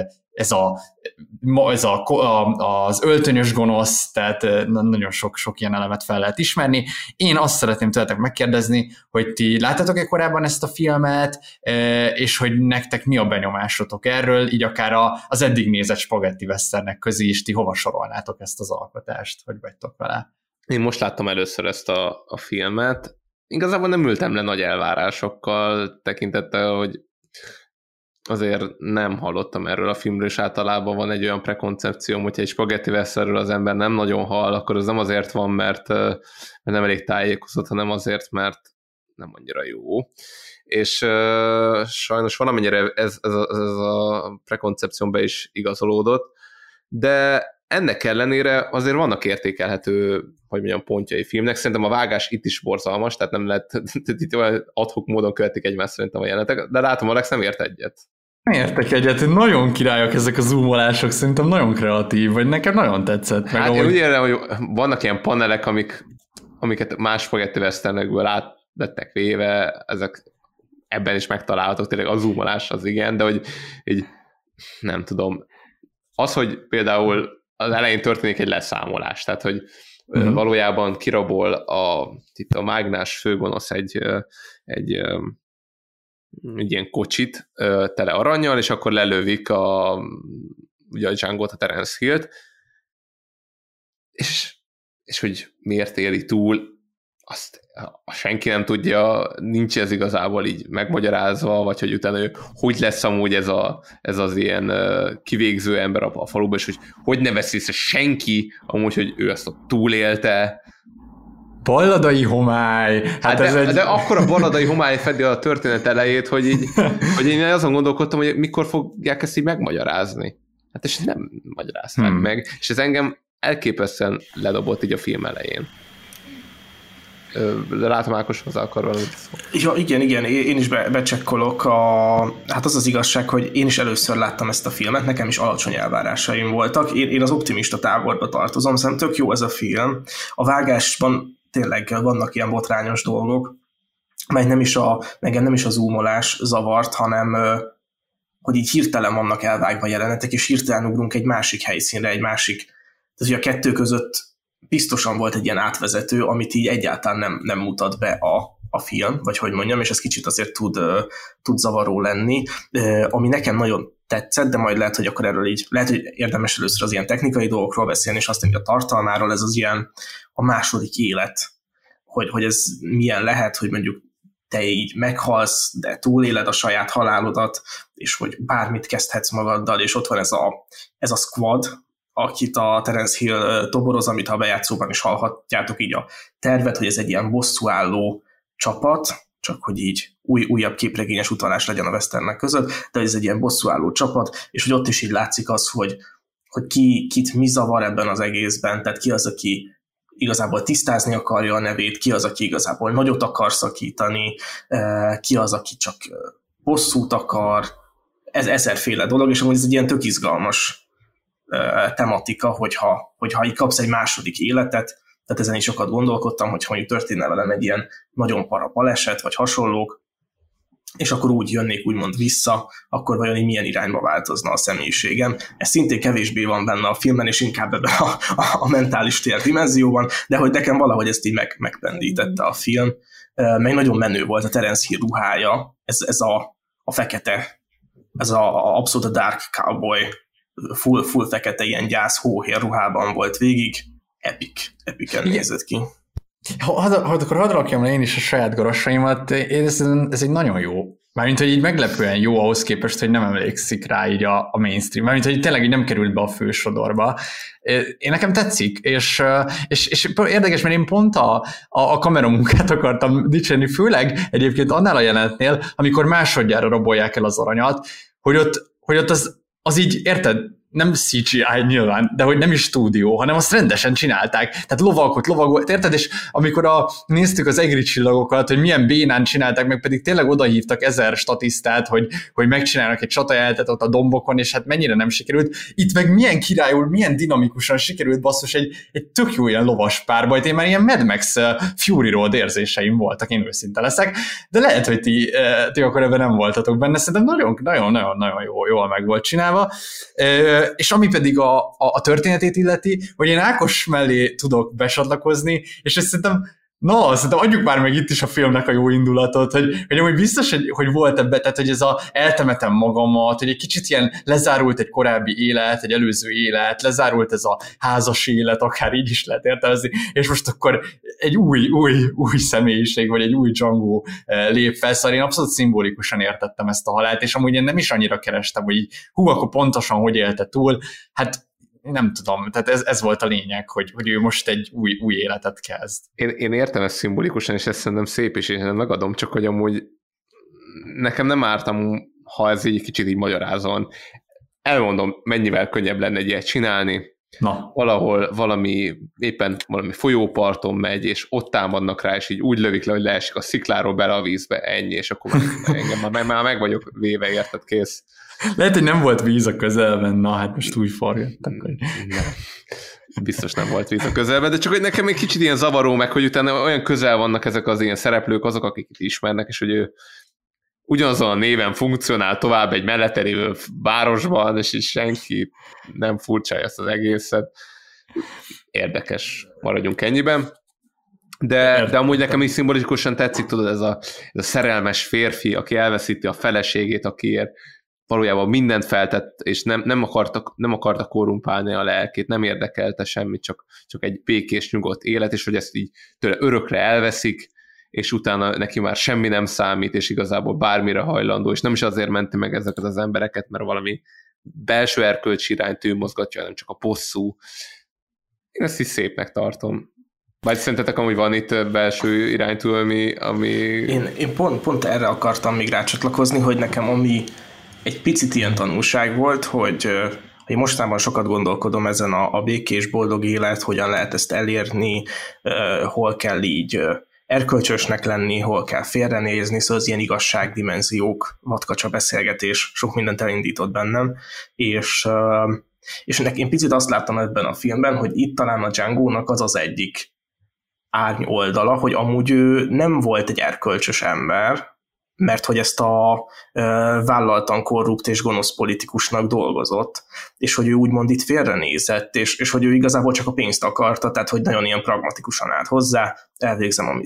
az öltönyös gonosz, tehát nagyon sok ilyen elemet fel lehet ismerni. Én azt szeretném tőletek megkérdezni, hogy ti láttatok-e korábban ezt a filmet, és hogy nektek mi a benyomásotok erről, így akár az eddig nézett spagetti westernek közé is, ti hova sorolnátok ezt az alkotást, hogy vagytok vele? Én most láttam először ezt a filmet. Igazából nem ültem le nagy elvárásokkal, tekintettel, hogy azért nem hallottam erről a filmről, és általában van egy olyan prekoncepcióm, hogyha egy spagetti westernről az ember nem nagyon hall, akkor az nem azért van, mert nem elég tájékozott, hanem azért, mert nem annyira jó. És sajnos valamennyire ez a prekoncepcióm be is igazolódott, de ennek ellenére azért vannak értékelhető, hogy mondjam, pontjai filmnek. Szerintem a vágás itt is borzalmas, tehát nem lehet, itt ad-hoc módon követik egymást szerintem a jelenetek, de látom, Alex nem ért egyet. Nem értek egyet, nagyon királyok ezek a zoomolások, szerintem nagyon kreatív, vagy nekem nagyon tetszett. Hát meg én úgy érem, hogy vannak ilyen panelek, amiket más spagetti westernekből át lettek véve, ezek ebben is megtalálhatók, tényleg a zoomolás az igen, de hogy így nem tudom. Az, hogy például az elején történik egy leszámolás, tehát hogy valójában kirabol itt a mágnás főgonosz egy ilyen kocsit tele arannyal, és akkor lelövik ugye a Django-t, a Terence Hillt, és hogy miért éli túl, azt senki nem tudja, nincs ez igazából így megmagyarázva, vagy hogy utána hogy lesz amúgy ez az ilyen kivégző ember a faluban, és hogy ne vesz észre senki amúgy, hogy ő azt túlélte. Balladai homály! De akkor a balladai homály fedi a történet elejét, hogy én azon gondolkodtam, hogy mikor fogják ezt így megmagyarázni. Hát és nem magyarázták meg, és ez engem elképesztően ledobott így a film elején. Látom, Ákos hozzá akar valamit szólni. Ja, igen, én is becsekkolok. Hát az az igazság, hogy én is először láttam ezt a filmet, nekem is alacsony elvárásaim voltak. Én az optimista táborba tartozom, szerintem tök jó ez a film. A vágásban tényleg vannak ilyen botrányos dolgok, meg nekem nem is a zoomolás zavart, hanem hogy így hirtelen vannak elvágva jelenetek, és hirtelen ugrunk egy másik helyszínre, tehát hogy a kettő között biztosan volt egy ilyen átvezető, amit így egyáltalán nem mutat be a film, vagy hogy mondjam, és ez kicsit azért tud zavaró lenni, ami nekem nagyon tetszett, de majd lehet, hogy akkor erről így, lehet, hogy érdemes először az ilyen technikai dolgokról beszélni, és aztán a tartalmáról, ez az ilyen a második élet, hogy ez milyen lehet, hogy mondjuk te így meghalsz, de túléled a saját halálodat, és hogy bármit kezdhetsz magaddal, és ott van ez a squad, akit a Terence Hill toboroz, amit a bejátszóban is hallhatjátok így a tervet, hogy ez egy ilyen bosszúálló csapat, csak hogy így újabb képregényes utalás legyen a westernek között, de ez egy ilyen bosszúálló csapat, és hogy ott is így látszik az, hogy kit mi zavar ebben az egészben, tehát ki az, aki igazából tisztázni akarja a nevét, ki az, aki igazából nagyot akar szakítani, ki az, aki csak bosszút akar, ez ezerféle dolog, és amúgy ez egy ilyen tök izgalmas tematika, hogyha így kapsz egy második életet, tehát ezen is sokat gondolkodtam, hogyha mondjuk történne velem egy ilyen nagyon para baleset, vagy hasonlók, és akkor úgy jönnék úgymond vissza, akkor vajon így milyen irányba változna a személyiségem. Ez szintén kevésbé van benne a filmben, és inkább ebben a mentális tér dimenzióban, de hogy nekem valahogy ezt így megpendítette a film. Meg nagyon menő volt a Terence Hill ruhája, ez a fekete, ez a abszolút a dark cowboy, full fekete, ilyen gyász hóhér ruhában volt végig, epicen nézett ki. Akkor hadd rakjam le én is a saját garassaimat, ez egy nagyon jó. Mármint, hogy így meglepően jó ahhoz képest, hogy nem emlékszik rá így a mainstream. Mármint, hogy tényleg így nem került be a fősodorba. Én nekem tetszik, és érdekes, mert én pont a kameramunkát akartam dicsérni, főleg egyébként annál a jelenetnél, amikor másodjára rabolják el az aranyat, hogy ott az így, érted, nem CGI nyilván, de hogy nem is stúdió, hanem azt rendesen csinálták. Tehát lovagok, érted? És amikor néztük az egri csillagokat, hogy milyen bénán csinálták, meg pedig tényleg odahívtak 1000 statisztát, hogy megcsinálnak egy csatajátet ott a dombokon, és hát mennyire nem sikerült. Itt meg milyen királyul, milyen dinamikusan sikerült basszus egy tök jó ilyen lovas párbajt. Én már ilyen Mad Max Fury Road érzéseim voltak, én őszinte leszek, de lehet, hogy ti akkor ebben nem voltatok benne. Szerintem nagyon jól meg volt csinálva. És ami pedig a történetét illeti, hogy én Ákos mellé tudok besatlakozni, és ezt szerintem adjuk már meg itt is a filmnek a jó indulatot, hogy amúgy biztos, hogy volt ebben, tehát hogy ez eltemetem magamat, hogy egy kicsit ilyen lezárult egy korábbi élet, egy előző élet, lezárult ez a házas élet, akár így is lehet értelmezni, és most akkor egy új személyiség, vagy egy új Django lép fel, szóval én abszolút szimbolikusan értettem ezt a halált, és amúgy én nem is annyira kerestem, hogy így, akkor pontosan hogy élte túl, hát nem tudom, tehát ez volt a lényeg, hogy ő most egy új életet kezd. Én értem ezt szimbolikusan, és ezt szerintem szép is, én megadom, csak hogy amúgy nekem nem ártam, ha ez így kicsit így magyarázon. Elmondom, mennyivel könnyebb lenne egy ilyet csinálni. Valahol éppen valami folyóparton megy, és ott támadnak rá, és így úgy lövik le, hogy leesik a szikláról bele a vízbe, ennyi, és akkor engem már meg vagyok véve, érted, kész. Lehet, hogy nem volt víz a közelben, hát most úgy forgattak, hogy... Biztos nem volt víz a közelben, de csak hogy nekem egy kicsit ilyen zavaró meg, hogy utána olyan közel vannak ezek az ilyen szereplők, azok, akik ismernek, és hogy ő ugyanazon a néven funkcionál tovább egy mellette lévő városban, és senki nem furcsálja ezt az egészet. Érdekes, maradjunk ennyiben. De amúgy nekem is szimbolikusan tetszik, tudod, ez a szerelmes férfi, aki elveszíti a feleségét, akiért valójában mindent feltett, és nem akarta korrumpálni a lelkét, nem érdekelte semmit, csak egy békés, nyugodt élet, és hogy ezt így tőle örökre elveszik, és utána neki már semmi nem számít, és igazából bármire hajlandó, és nem is azért menti meg ezeket az embereket, mert valami belső erkölcsi irányt ő mozgatja, hanem csak a bosszú. Én ezt is szépnek tartom. Vagy szerintetek amúgy van itt belső iránytól, ami... Én pont erre akartam még rácsatlakozni, hogy nekem ami egy picit ilyen tanulság volt, hogy én mostában sokat gondolkodom ezen a békés, boldog élet, hogyan lehet ezt elérni, hol kell így erkölcsösnek lenni, hol kell félrenézni, szóval az ilyen igazságdimenziók, vadkacsa beszélgetés, sok mindent elindított bennem, és én picit azt láttam ebben a filmben, hogy itt talán a Django-nak az egyik árny oldala, hogy amúgy ő nem volt egy erkölcsös ember, mert hogy ezt a vállaltan korrupt és gonosz politikusnak dolgozott, és hogy ő úgymond itt félrenézett, és hogy ő igazából csak a pénzt akarta, tehát hogy nagyon ilyen pragmatikusan állt hozzá, elvégzem, amit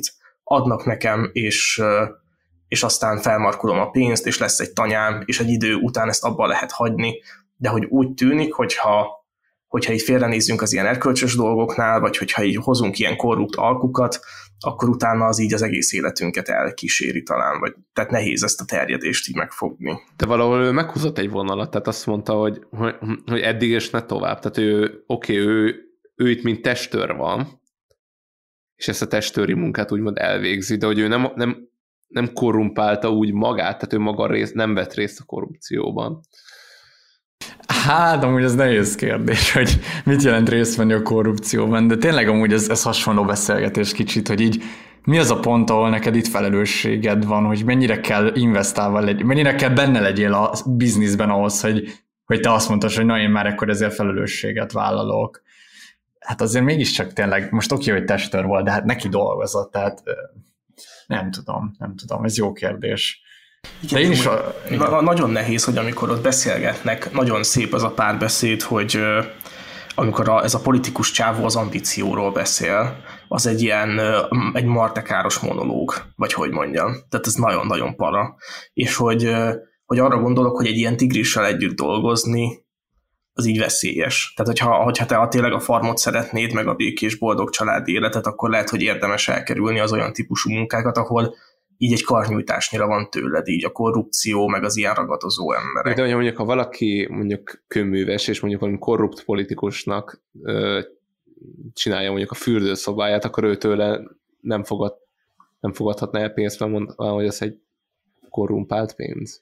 adnak nekem, és aztán felmarkolom a pénzt, és lesz egy tanyám, és egy idő után ezt abba lehet hagyni, de hogy úgy tűnik, hogyha így félrenézzünk az ilyen erkölcsös dolgoknál, vagy hogyha így hozunk ilyen korrupt alkukat, akkor utána az így az egész életünket elkíséri talán, vagy tehát nehéz ezt a terjedést így megfogni. De valahol ő meghúzott egy vonalat, tehát azt mondta, hogy eddig és ne tovább. Tehát ő itt mint testőr van, és ezt a testőri munkát úgymond elvégzi, de hogy ő nem korrumpálta úgy magát, tehát ő maga nem vett részt a korrupcióban. Hát, amúgy ez nehéz kérdés, hogy mit jelent részt venni a korrupcióban, de tényleg amúgy ez hasonló beszélgetés kicsit, hogy így mi az a pont, ahol neked itt felelősséged van, hogy mennyire kell investálva legyél, mennyire kell benne legyél a bizniszben ahhoz, hogy te azt mondtad, hogy na én már ekkor ezért felelősséget vállalok. Hát azért mégiscsak tényleg, most oké, hogy testőr volt, de hát neki dolgozott, tehát nem tudom, ez jó kérdés. Igen, nagyon nehéz, hogy amikor ott beszélgetnek, nagyon szép az a párbeszéd, hogy amikor ez a politikus csávó az ambícióról beszél, az egy martekáros monológ, vagy hogy mondjam. Tehát ez nagyon-nagyon para. És hogy arra gondolok, hogy egy ilyen tigrissel együtt dolgozni, az így veszélyes. Tehát, hogyha te tényleg a farmot szeretnéd, meg a békés, boldog családi életet, akkor lehet, hogy érdemes elkerülni az olyan típusú munkákat, ahol így egy karnyújtásnyira van tőled, így a korrupció, meg az ilyen ragadozó emberek. De mondjuk, ha valaki mondjuk kőműves, és mondjuk valami korrupt politikusnak csinálja mondjuk a fürdőszobáját, akkor őtőle nem fogadhatna el pénzt, mert mondva, hogy ez egy korrumpált pénz.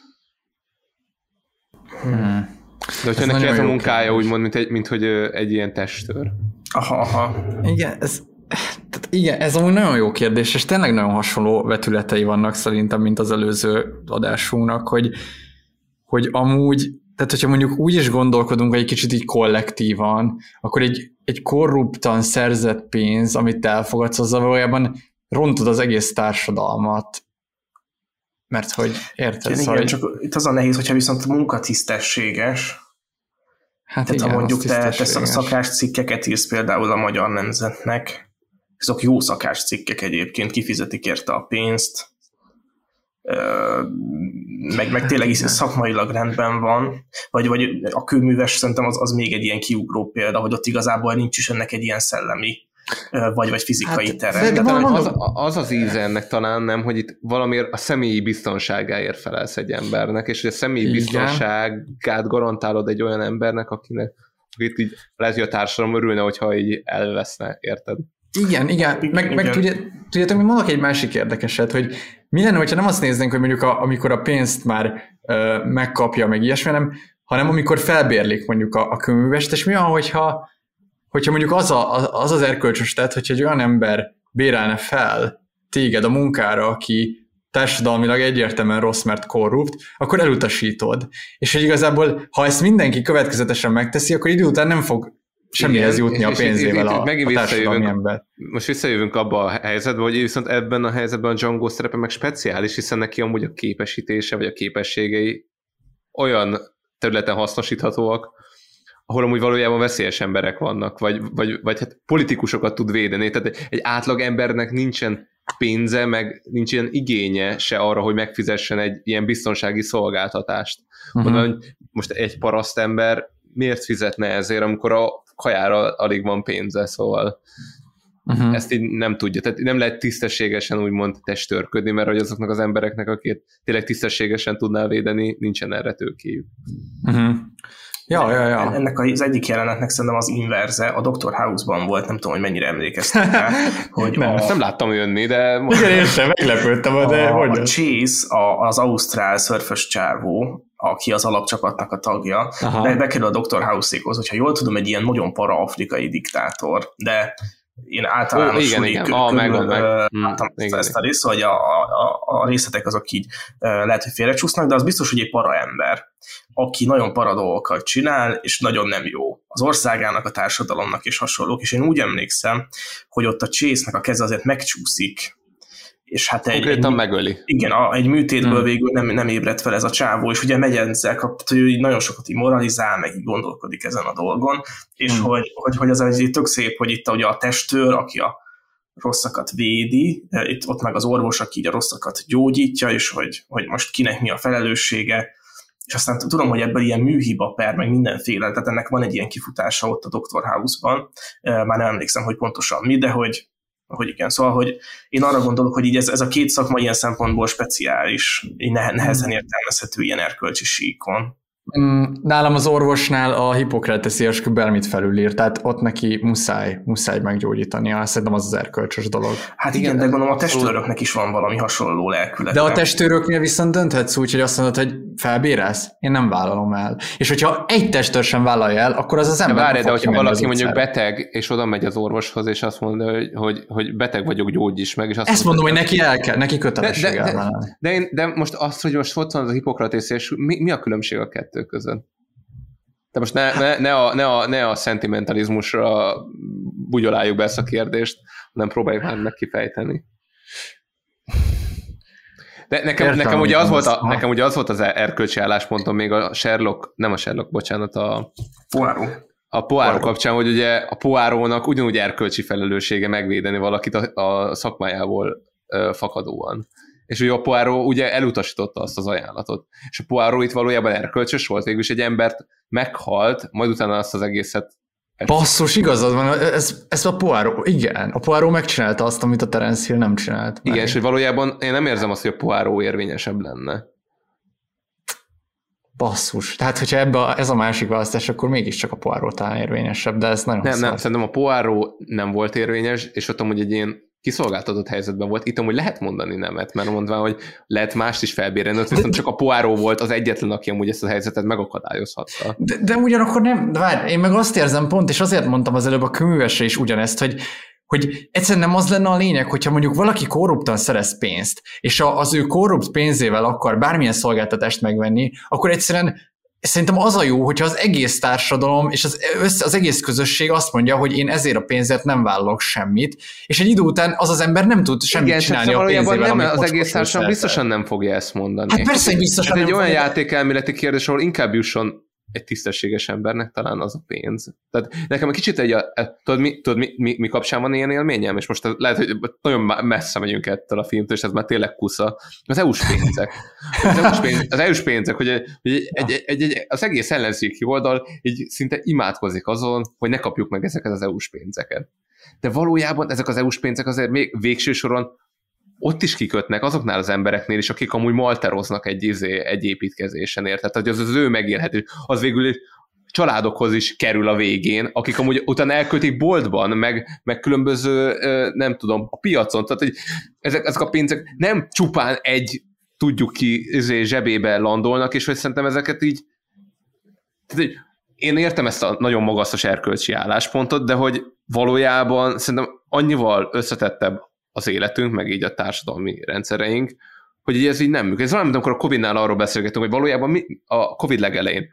De hogyha neki ez a munkája úgymond, mint hogy egy ilyen testőr. Aha. Igen, ez amúgy nagyon jó kérdés, és tényleg nagyon hasonló vetületei vannak szerintem, mint az előző adásunknak, hogy amúgy, tehát hogyha mondjuk úgy is gondolkodunk, hogy egy kicsit így kollektívan, akkor egy korruptan szerzett pénz, amit elfogadsz, az valójában rontod az egész társadalmat. Mert hogy érted? Igen, csak itt az a nehéz, hogyha viszont munkatisztességes. Hát tehát igen, ha mondjuk te szakáscikkeket írsz például a Magyar Nemzetnek, azok jó szakáscikkek egyébként, kifizetik érte a pénzt, meg tényleg is szakmailag rendben van, vagy a kőműves szerintem az még egy ilyen kiugró példa, hogy ott igazából nincs is ennek egy ilyen szellemi vagy fizikai tere. De az íze ennek talán nem, hogy itt valamiért a személyi biztonságáért felelsz egy embernek, és hogy a személyi biztonságát garantálod egy olyan embernek, akit így lehet, hogy a társadalom örülne, hogyha így elveszne, érted? Igen. Meg tudjátok, mi mondok egy másik érdekeset, hogy mi lenne, hogyha nem azt néznénk, hogy mondjuk amikor a pénzt már megkapja, meg ilyesmi, hanem amikor felbérlik mondjuk a kőművest, és mi van, hogyha mondjuk az erkölcsös tett, hogyha egy olyan ember bérelne fel téged a munkára, aki társadalmilag egyértelműen rossz, mert korrupt, akkor elutasítod. És hogy igazából, ha ezt mindenki következetesen megteszi, akkor idő után nem fog semmihez jutni a pénzével a társadalmi ember. Most visszajövünk abba a helyzetbe, hogy viszont ebben a helyzetben a Django szerepe meg speciális, hiszen neki amúgy a képesítése, vagy a képességei olyan területen hasznosíthatóak, ahol amúgy valójában veszélyes emberek vannak, vagy hát politikusokat tud védeni. Tehát egy átlag embernek nincsen pénze, meg nincs ilyen igénye se arra, hogy megfizessen egy ilyen biztonsági szolgáltatást. Mondom, most egy parasztember miért fizetne ezért, amikor a kajára alig van pénze, szóval ezt így nem tudja. Tehát nem lehet tisztességesen úgymond testőrködni, mert hogy azoknak az embereknek, akik tényleg tisztességesen tudnál védeni, nincsen erre tőkéjük. Ja. Ennek az egyik jelenetnek szerintem az inverze, a Dr. House-ban volt, nem tudom, hogy mennyire emlékeztek rá. Hogy nem láttam jönni, de... Igen, én sem meglepődtem, de a Chase, az ausztrál szörfös csávó, aki az alapcsapatnak a tagja, bekerül a Dr. House-ékhoz, hogyha jól tudom, egy ilyen nagyon para-afrikai diktátor, de én általánosulik láttam ezt a részt, hogy a részletek azok így lehet, hogy félrecsúsznak, de az biztos, hogy egy para ember, aki nagyon para dolgokat csinál, és nagyon nem jó az országának, a társadalomnak és hasonlók, és én úgy emlékszem, hogy ott a Chase-nek a keze azért megcsúszik, és hát megöli. Igen, egy műtétből végül nem ébredt fel ez a csávó, és ugye megy ezzel, hogy nagyon sokat így moralizál, meg így gondolkodik ezen a dolgon, és hogy az egy tök szép, hogy itt ugye a testőr, aki rosszakat védi, ott meg az orvos, aki így a rosszakat gyógyítja, és hogy most kinek mi a felelőssége, és aztán tudom, hogy ebből ilyen műhiba per, meg mindenféle, tehát ennek van egy ilyen kifutása ott a Dr. House-ban, már nem emlékszem, hogy pontosan mi, de hogy igen, szóval, hogy én arra gondolok, hogy így ez a két szakma ilyen szempontból speciális, így nehezen értelmezhető ilyen erkölcsi síkon. Nálam az orvosnál a Hippokrateszi eskü bármit felülír, tehát ott neki muszáj meggyógyítania, szerintem az erkölcsös dolog. Hát igen, de gondolom a testőröknek is van valami hasonló lelkülete. De a testőröknél viszont dönthetsz úgy, hogy azt mondod, hogy felbérelsz? Én nem vállalom el. És hogyha egy testőr sem vállalja el, akkor az ember várj, de hogyha valaki mondjuk beteg, és oda megy az orvoshoz, és azt mondja, hogy beteg vagyok, gyógyíts meg. És azt ezt mondom, hogy neki kötelesség elvállalni. De most azt, hogy most ott van az a Hippokrateszi eskü, mi a különbség a kettő között? De most ne a szentimentalizmusra bugyoláljuk be ezt a kérdést, hanem próbáljuk már megkifejteni. De nekem ugye az volt az erkölcsi álláspontom még a Poirot kapcsán, hogy ugye a Poirotnak ugyanúgy erkölcsi felelőssége megvédeni valakit a szakmájából fakadóan. És ugye a Poirot ugye elutasította azt az ajánlatot. És a Poirot itt valójában erkölcsös volt, végülis egy embert meghalt, majd utána azt az egészet... Basszus, igazad van, ez a Poirot, igen, a Poirot megcsinálta azt, amit a Terence Hill nem csinált. Igen, és hogy valójában én nem érzem azt, hogy a Poirot érvényesebb lenne. Basszus, tehát hogyha ez a másik választás, akkor mégiscsak a Poirot talán érvényesebb, de ez nagyon Nem, szerintem a Poirot nem volt érvényes, és ott amúgy egy ilyen kiszolgáltatott helyzetben volt. Itt amúgy lehet mondani nemet, mert mondván, hogy lehet mást is felbérelni, viszont csak a Poirot volt az egyetlen, aki amúgy ezt a helyzetet megakadályozhatta. De ugyanakkor nem, várj, én meg azt érzem pont, és azért mondtam az előbb a Kőművesre is ugyanezt, hogy egyszerűen nem az lenne a lényeg, hogyha mondjuk valaki korruptan szerez pénzt, és az ő korrupt pénzével akar bármilyen szolgáltatást megvenni, akkor egyszerűen szerintem az a jó, hogyha az egész társadalom és az egész közösség azt mondja, hogy én ezért a pénzért nem vállalok semmit, és egy idő után az ember nem tud semmit csinálni a pénzével. Nem, az egész társadalom biztosan nem fogja ezt mondani. Hát persze, biztosan nem. Ez egy olyan játékelméleti kérdés, ahol inkább jusson egy tisztességes embernek talán az a pénz. Tehát nekem egy kicsit tudod mi kapcsán van ilyen élményem, és most lehet, hogy nagyon messze megyünk ettől a filmtől, és ez már tényleg kusza. Az EU-s pénzek. Az EU-s pénzek, hogy az egész ellenzéki oldal így szinte imádkozik azon, hogy ne kapjuk meg ezeket az EU-s pénzeket. De valójában ezek az EU-s pénzek azért még végső soron ott is kikötnek azoknál az embereknél is, akik amúgy malteroznak egy építkezésen, érted? Tehát az ő megélhető, az végül családokhoz is kerül a végén, akik amúgy utána elköltik boltban, meg különböző, nem tudom, a piacon. Tehát hogy ezek a pénzek nem csupán tudjuk ki, zsebébe landolnak, és hogy szerintem ezeket így... Tehát, én értem ezt a nagyon magasztos erkölcsi álláspontot, de hogy valójában szerintem annyival összetettebb az életünk, meg így a társadalmi rendszereink, hogy így ez így nem működik. Ez valamint, amikor a Covid-nál arról beszélgetünk, hogy valójában a Covid legelején,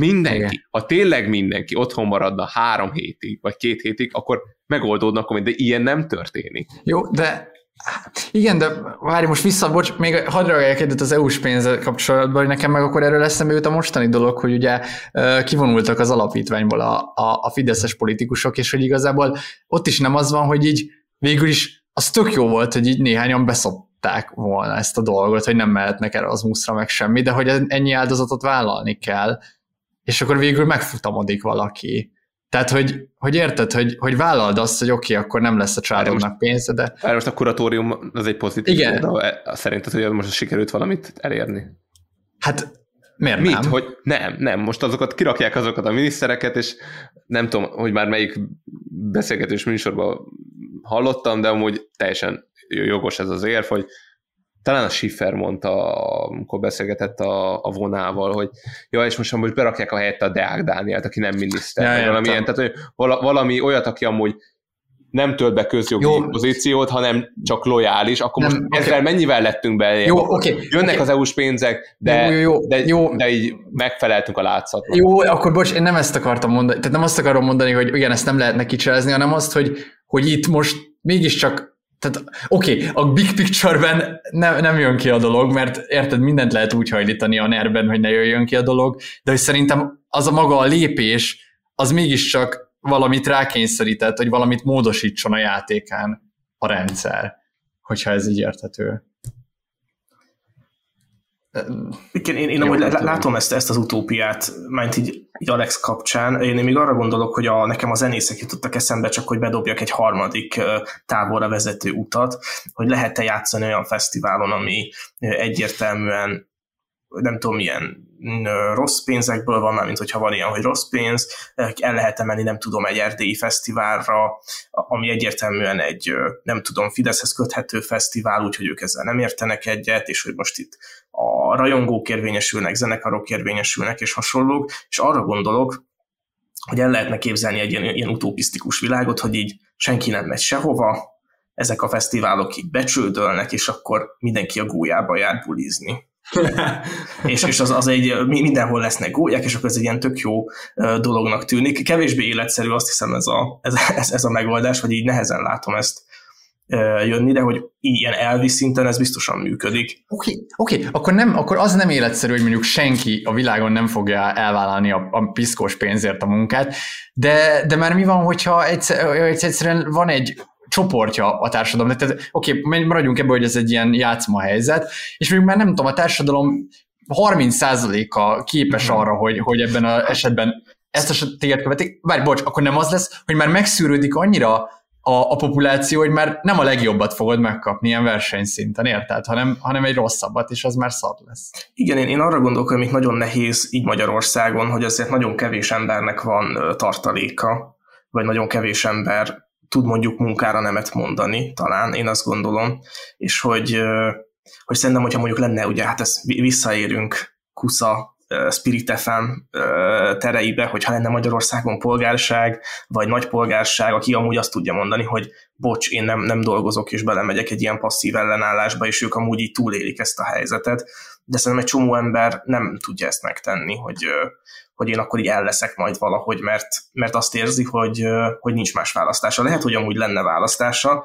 ha tényleg mindenki otthon maradna 3 hétig, vagy 2 hétig, akkor megoldódnak, de ilyen nem történik. Jó, de igen, de várj, most vissza, még hadd reagáljak egyet az EU-s pénzzel kapcsolatban, hogy nekem meg akkor erről eszembe jut a mostani dolog, hogy ugye kivonultak az alapítványból a fideszes politikusok, és hogy igazából ott is nem az van, hogy így végül is az tök jó volt, hogy így néhányan beszopták volna ezt a dolgot, hogy nem mehetnek Erasmusra meg semmi, de hogy ennyi áldozatot vállalni kell, és akkor végül megfutamodik valaki. Tehát, hogy érted, hogy vállald azt, hogy oké, akkor nem lesz a családodnak pénze, de... Most a kuratórium az egy pozitív. Igen. De szerinted, hogy most sikerült valamit elérni? Hát miért nem? Hogy nem. Most kirakják azokat a minisztereket, és nem tudom, hogy már melyik beszélgetős műsorban hallottam, de amúgy teljesen jogos ez az érv, hogy talán a Schiffer mondta, amikor beszélgetett a Vonával, hogy ja, és most berakják a helyette a Deák Dánielt, aki nem miniszter, valamilyen, tehát hogy valami olyat, aki amúgy nem tölt be közjogi pozíciót, hanem csak lojális, akkor most ezzel mennyivel lettünk be? Jönnek az EU-s pénzek, de így megfeleltünk a látszatnak. Jó, akkor bocs, én nem ezt akartam mondani, tehát nem azt akarom mondani, hogy igen, ezt nem lehetne kicserezni, hanem azt, hogy itt most mégiscsak, tehát a big picture-ben nem jön ki a dolog, mert érted, mindent lehet úgy hajlítani a NER-ben, hogy ne jöjjön ki a dolog, de hogy szerintem az a maga a lépés, az mégiscsak valamit rákényszerített, hogy valamit módosítson a játékán. a rendszer, hogyha ez így érthető. Én amúgy látom ezt az utópiát, mert így Alex kapcsán. Én még arra gondolok, hogy nekem a zenészek jutottak eszembe, csak hogy bedobjak egy harmadik távolra vezető utat, hogy lehet-e játszani olyan fesztiválon, ami egyértelműen nem tudom, milyen rossz pénzekből van, mint hogyha van ilyen, hogy rossz pénz, el lehet menni, nem tudom, egy erdélyi fesztiválra, ami egyértelműen egy, nem tudom, Fideszhez köthető fesztivál, úgyhogy ők ezzel nem értenek egyet, és hogy most itt a rajongók érvényesülnek, zenekarok érvényesülnek, és hasonlók, és arra gondolok, hogy el lehetne képzelni egy ilyen utopisztikus világot, hogy így senki nem megy sehova, ezek a fesztiválok így becsődölnek, és akkor mindenki a gólyába jár bulizni. és az egy, mindenhol lesznek gólyák, és akkor ez egy ilyen tök jó dolognak tűnik. Kevésbé életszerű, azt hiszem ez a megoldás, vagy így nehezen látom ezt jönni, de hogy ilyen elvi szinten ez biztosan működik. Oké, akkor az nem életszerű, hogy mondjuk senki a világon nem fogja elvállalni a piszkos pénzért a munkát, de már mi van, hogyha egyszerűen van egy csoportja a társadalom. Tehát oké, maradjunk ebből, hogy ez egy ilyen játszma helyzet, és még már nem tudom, a társadalom 30%-a képes arra, hogy ebben az esetben ezt a téged követik. Várj, bocs, akkor nem az lesz, hogy már megszűrődik annyira a populáció, hogy már nem a legjobbat fogod megkapni ilyen versenyszinten, érted? Hanem egy rosszabbat, és az már szar lesz. Igen, én arra gondolok, hogy még nagyon nehéz így Magyarországon, hogy azért nagyon kevés embernek van tartaléka, vagy nagyon kevés ember tud mondjuk munkára nemet mondani, talán, én azt gondolom, és hogy szerintem, hogyha mondjuk lenne, ugye, hát ezt visszaérünk Kusza, Spirit FM tereibe, hogyha lenne Magyarországon polgárság, vagy nagy polgárság, aki amúgy azt tudja mondani, hogy bocs, én nem dolgozok, és belemegyek egy ilyen passzív ellenállásba, és ők amúgy így túlélik ezt a helyzetet, de szerintem egy csomó ember nem tudja ezt megtenni, hogy én akkor így elleszek majd valahogy, mert azt érzi, hogy nincs más választása. Lehet, hogy amúgy lenne választása,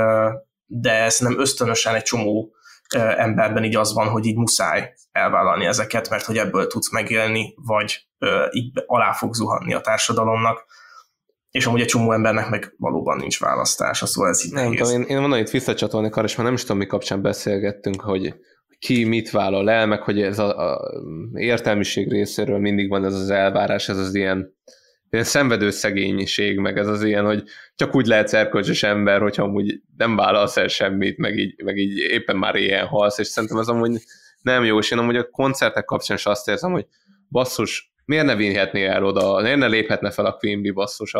de szerintem ösztönösen egy csomó emberben így az van, hogy így muszáj elvállalni ezeket, mert hogy ebből tudsz megélni, vagy így alá fog zuhanni a társadalomnak, és amúgy egy csomó embernek meg valóban nincs választása, szóval ez így nehéz. Nem tudom, én onnan itt visszacsatolni akar, és már nem is tudom, mi kapcsán beszélgettünk, hogy ki mit vállal el, meg hogy ez a értelmiség részéről mindig van ez az elvárás, ez az ilyen szenvedő szegénység, meg ez az ilyen, hogy csak úgy lehetsz erkölcsös ember, hogyha amúgy nem vállalsz el semmit, meg így éppen már ilyen halsz, és szerintem ez amúgy nem jó, és én amúgy a koncertek kapcsán is azt érzem, hogy basszus, miért ne vinhetné el oda, miért ne léphetne fel a Quimby, basszus,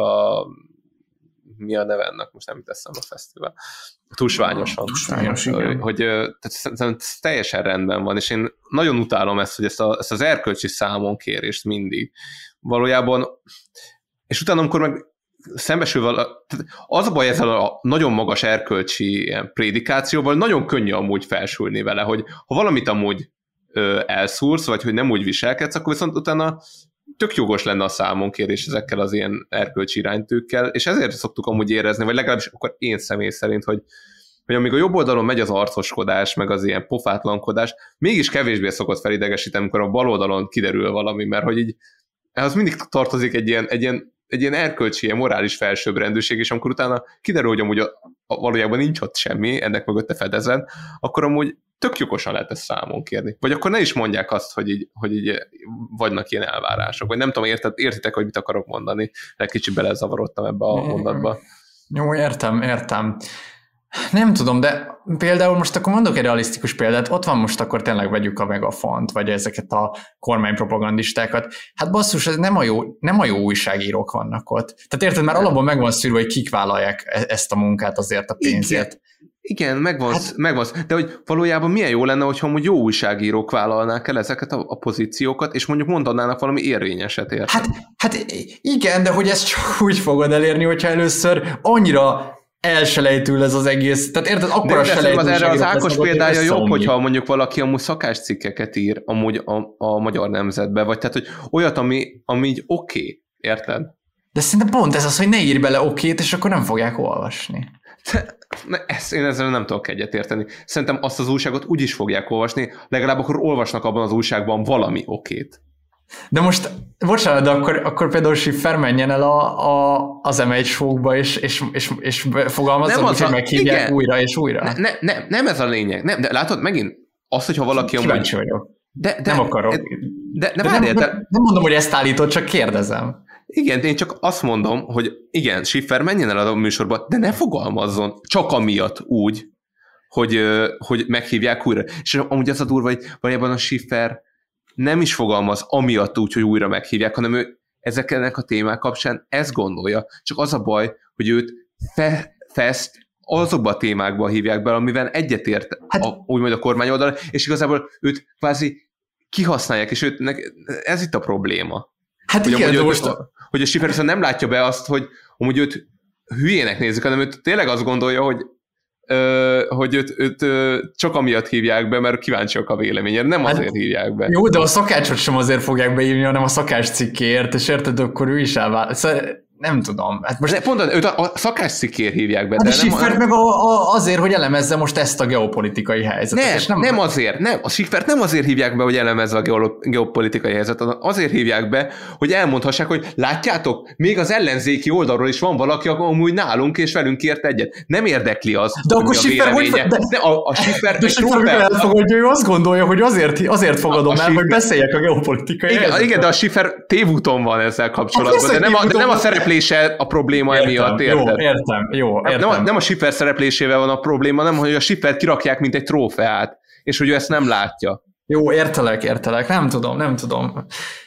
mi a neve ennek, most nem teszem a fesztivál. Tusványosan. Tusványos, igen. Hogy tehát teljesen rendben van, és én nagyon utálom ezt, hogy ezt az erkölcsi számonkérést mindig. Valójában, és utána, amikor meg szembesül az a baj ezzel a nagyon magas erkölcsi ilyen prédikációval, nagyon könnyű amúgy felsülni vele, hogy ha valamit amúgy elszúrsz, vagy hogy nem úgy viselkedsz, akkor viszont utána tök jogos lenne a számonkérés ezekkel az ilyen erkölcsi iránytűkkel, és ezért szoktuk amúgy érezni, vagy legalábbis akkor én személy szerint, hogy amíg a jobb oldalon megy az arcoskodás, meg az ilyen pofátlankodás, mégis kevésbé szokott felidegesíteni, amikor a bal oldalon kiderül valami, mert hogy így ehhez mindig tartozik egy ilyen erkölcsi, ilyen morális felsőbbrendűség, és amikor utána kiderül, hogy amúgy valójában nincs ott semmi, ennek mögötte fedezen, akkor amúgy tök jogosan lehet ezt számon kérni. Vagy akkor ne is mondják azt, hogy így vannak ilyen elvárások. Vagy nem tudom, értitek, hogy mit akarok mondani. Egy kicsit belezavarodtam ebbe a mondatba. Jó, értem. Nem tudom, de például most akkor mondok egy realisztikus példát, ott van most akkor tényleg vegyük a Megafont, vagy ezeket a kormánypropagandistákat. Hát basszus, ez nem a jó újságírók vannak ott. Tehát érted, már alapból meg van szűrve, hogy kik vállalják ezt a munkát azért a pénzért. Igen, megvan, de hogy valójában milyen jó lenne, hogyha mondjuk jó újságírók vállalnák el ezeket a pozíciókat, és mondjuk mondanának valami érvényeset, érted? Hát igen, de hogy ezt csak úgy fogod elérni, hogyha először annyira elselejtül ez az egész. Tehát érted, akkor a selejtül. Erre az Ákos példája jobb, hogyha mondjuk valaki amúgy szakáscikkeket ír amúgy a Magyar Nemzetbe, vagy tehát, hogy olyat, ami így oké, érted? De szerintem pont ez az, hogy ne írj bele okét, és akkor nem fogják olvasni. Én ezzel nem tudok egyetérteni. Szerintem azt az újságot úgy is fogják olvasni, legalább akkor olvasnak abban az újságban valami okét. De most, bocsánat, de akkor például Schiffer menjen el az M1 show-ba, és fogalmazzon, hogy meghívják igen. Újra és újra. Nem ez a lényeg. Nem, de látod, megint azt, hogyha valaki... Kíváncsi vagyok. Nem akarok. Nem mondom, hogy ezt állítod, csak kérdezem. Igen, én csak azt mondom, hogy igen, Schiffer menjen el a műsorba, de ne fogalmazzon csak amiatt úgy, hogy meghívják újra. És amúgy az a durva, hogy valójában a Schiffer nem is fogalmaz amiatt úgy, hogy újra meghívják, hanem ő ezeknek a témák kapcsán ezt gondolja. Csak az a baj, hogy őt Fest azokba a témákba hívják be, amivel egyetért úgymond a kormány oldal, és igazából őt kvázi kihasználják, és ez itt a probléma. Hát hogy igen, hogy a Schiffer viszont nem látja be azt, hogy amúgy őt hülyének nézik, hanem őt tényleg azt gondolja, hogy őt csak amiatt hívják be, mert kíváncsiak a véleményére, nem azért hívják be. Jó, de a szakácsot sem azért fogják beírni, hanem a szakács cikkéért, és érted, akkor ő is elvált. Szóval nem tudom. Hát most... Pont őt a szakács cikkéért hívják be. Hát de a Schiffert meg azért, hogy elemezze most ezt a geopolitikai helyzetet. Nem azért. Nem, a Schiffert nem azért hívják be, hogy elemezze a geopolitikai helyzetet, azért hívják be, hogy elmondhassák, hogy látjátok, még az ellenzéki oldalról is van valaki, amúgy nálunk és velünk ért egyet. Nem érdekli az, de akkor Schiffer a Schiffer elfogadja, ő azt gondolja, hogy azért fogadom el, hogy beszéljek a geopolitikai helyzetről. Igen, de a Schiffer tévúton van ezzel kapcsolatban, de nem a szereplése a probléma emiatt, érted? Jó, Nem a Schiffer szereplésével van a probléma, nem, hogy a Schiffert kirakják, mint egy trófeát, és hogy ő ezt nem látja. Jó, értelek. Nem tudom.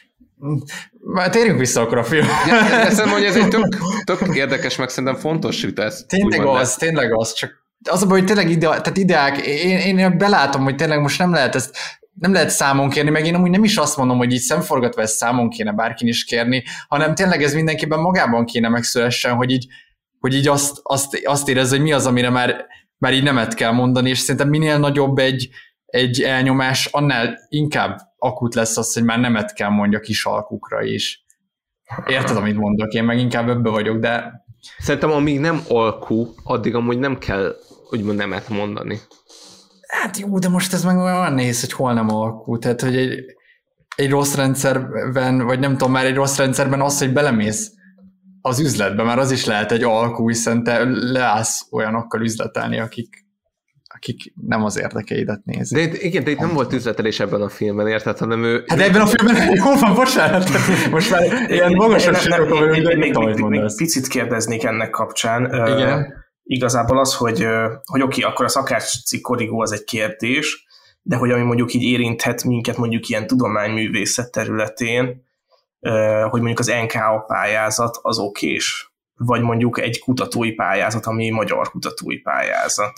Már térjünk vissza akkor a filmre. Szerintem, hogy ez egy tök érdekes, meg szerintem fontos vita. Tényleg az, csak az a baj, hogy tényleg ideák, én belátom, hogy tényleg most nem lehet számon kérni, meg én amúgy nem is azt mondom, hogy így szemforgatva ezt számon kéne bárkin is kérni, hanem tényleg ez mindenkiben magában kéne megszülessen, hogy így azt érezze, hogy mi az, amire már így nemet kell mondani, és szerintem minél nagyobb egy elnyomás, annál inkább akut lesz az, hogy már nemet kell mondja kis alkukra is. Érted, amit mondok? Én meg inkább ebbe vagyok, de... Szerintem amíg nem alkú, addig amúgy nem kell úgymond nemet mondani. Hát jó, de most ez meg olyan nehéz, hogy hol nem alkú. Tehát, hogy egy rossz rendszerben, vagy nem tudom, már egy rossz rendszerben az, hogy belemész az üzletbe, már az is lehet egy alkú, hiszen te leállsz olyanokkal üzletelni, akik nem az érdekeidet nézik. De igen, de itt nem volt üzletelés ebben a filmben, érted? Hanem ő... Hát ebben a filmben jól van, bocsánat. Most már ilyen magasabb sírokon vagyunk, de még picit kérdeznék ennek kapcsán. Igen. Igazából az, hogy oké, akkor a szakács korrigó az egy kérdés, de hogy ami mondjuk így érinthet minket mondjuk ilyen tudományművészet területén, hogy mondjuk az NKA pályázat az okés, vagy mondjuk egy kutatói pályázat, ami magyar kutatói pályázat.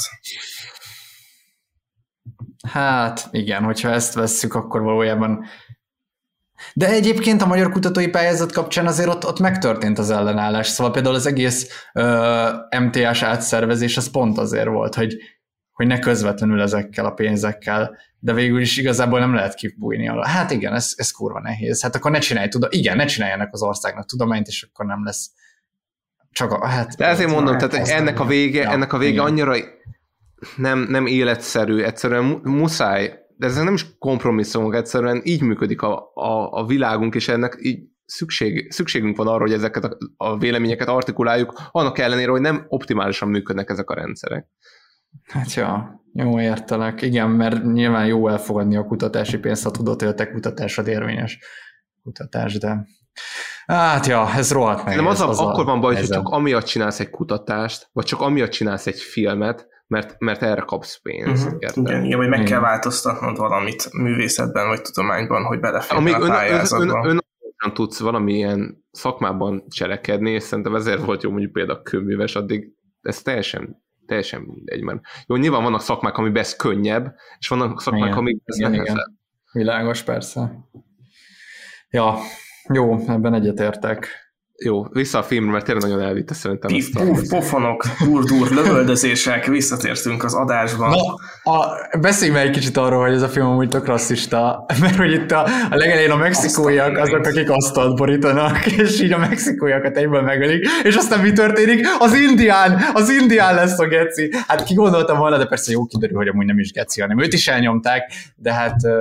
Hát igen, hogyha ezt vesszük, akkor valójában... De egyébként a magyar kutatói pályázat kapcsán azért ott megtörtént az ellenállás, szóval például az egész MTA-s átszervezés az pont azért volt, hogy ne közvetlenül ezekkel a pénzekkel, de végül is igazából nem lehet kibújni alá. Hát igen, ez kurva nehéz. Hát akkor ne csináljanak az országnak tudományt, és akkor nem lesz csak de ezért mondom, tehát ennek a vége annyira nem életszerű, egyszerűen muszáj, de ez nem is kompromisszumok, egyszerűen így működik a világunk, és ennek így szükségünk van arra, hogy ezeket a véleményeket artikuláljuk, annak ellenére, hogy nem optimálisan működnek ezek a rendszerek. Hát ja, jó, értelek. Igen, mert nyilván jó elfogadni a kutatási pénzt, ha tudod, hogy a te kutatásod érvényes kutatás, de hát ja, ez rohadt meg. Nem akkor van baj, hogy csak amiatt csinálsz egy kutatást, vagy csak amiatt csinálsz egy filmet, mert erre kapsz pénzt. Igen, vagy meg kell változtatnod valamit művészetben, vagy tudományban, hogy beleférjen a pályázatban. Ön tudsz valamilyen szakmában cselekedni, és szerintem ezért volt jó mondjuk például kőműves, addig ez teljesen mindegy, mert jó, nyilván vannak szakmák, amiben ez könnyebb, és vannak szakmák, amiben ez nehezebb. Világos, persze. Ja, jó, ebben egyetértek. Jó, vissza a filmre, mert tényleg nagyon elvitte szerintem. Pofonok, dur, lövöldözések, visszatértünk az adásban. Beszéljünk egy kicsit arról, hogy ez a film amúgy tök rasszista, mert hogy itt a legelején a mexikóiak azok, akik asztalt borítanak, és így a mexikóiakat egyből megölik, és aztán mi történik? Az indián lesz a geci. Hát ki gondoltam volna, de persze jó kiderül, hogy amúgy nem is geci, hanem őt is elnyomták, de hát...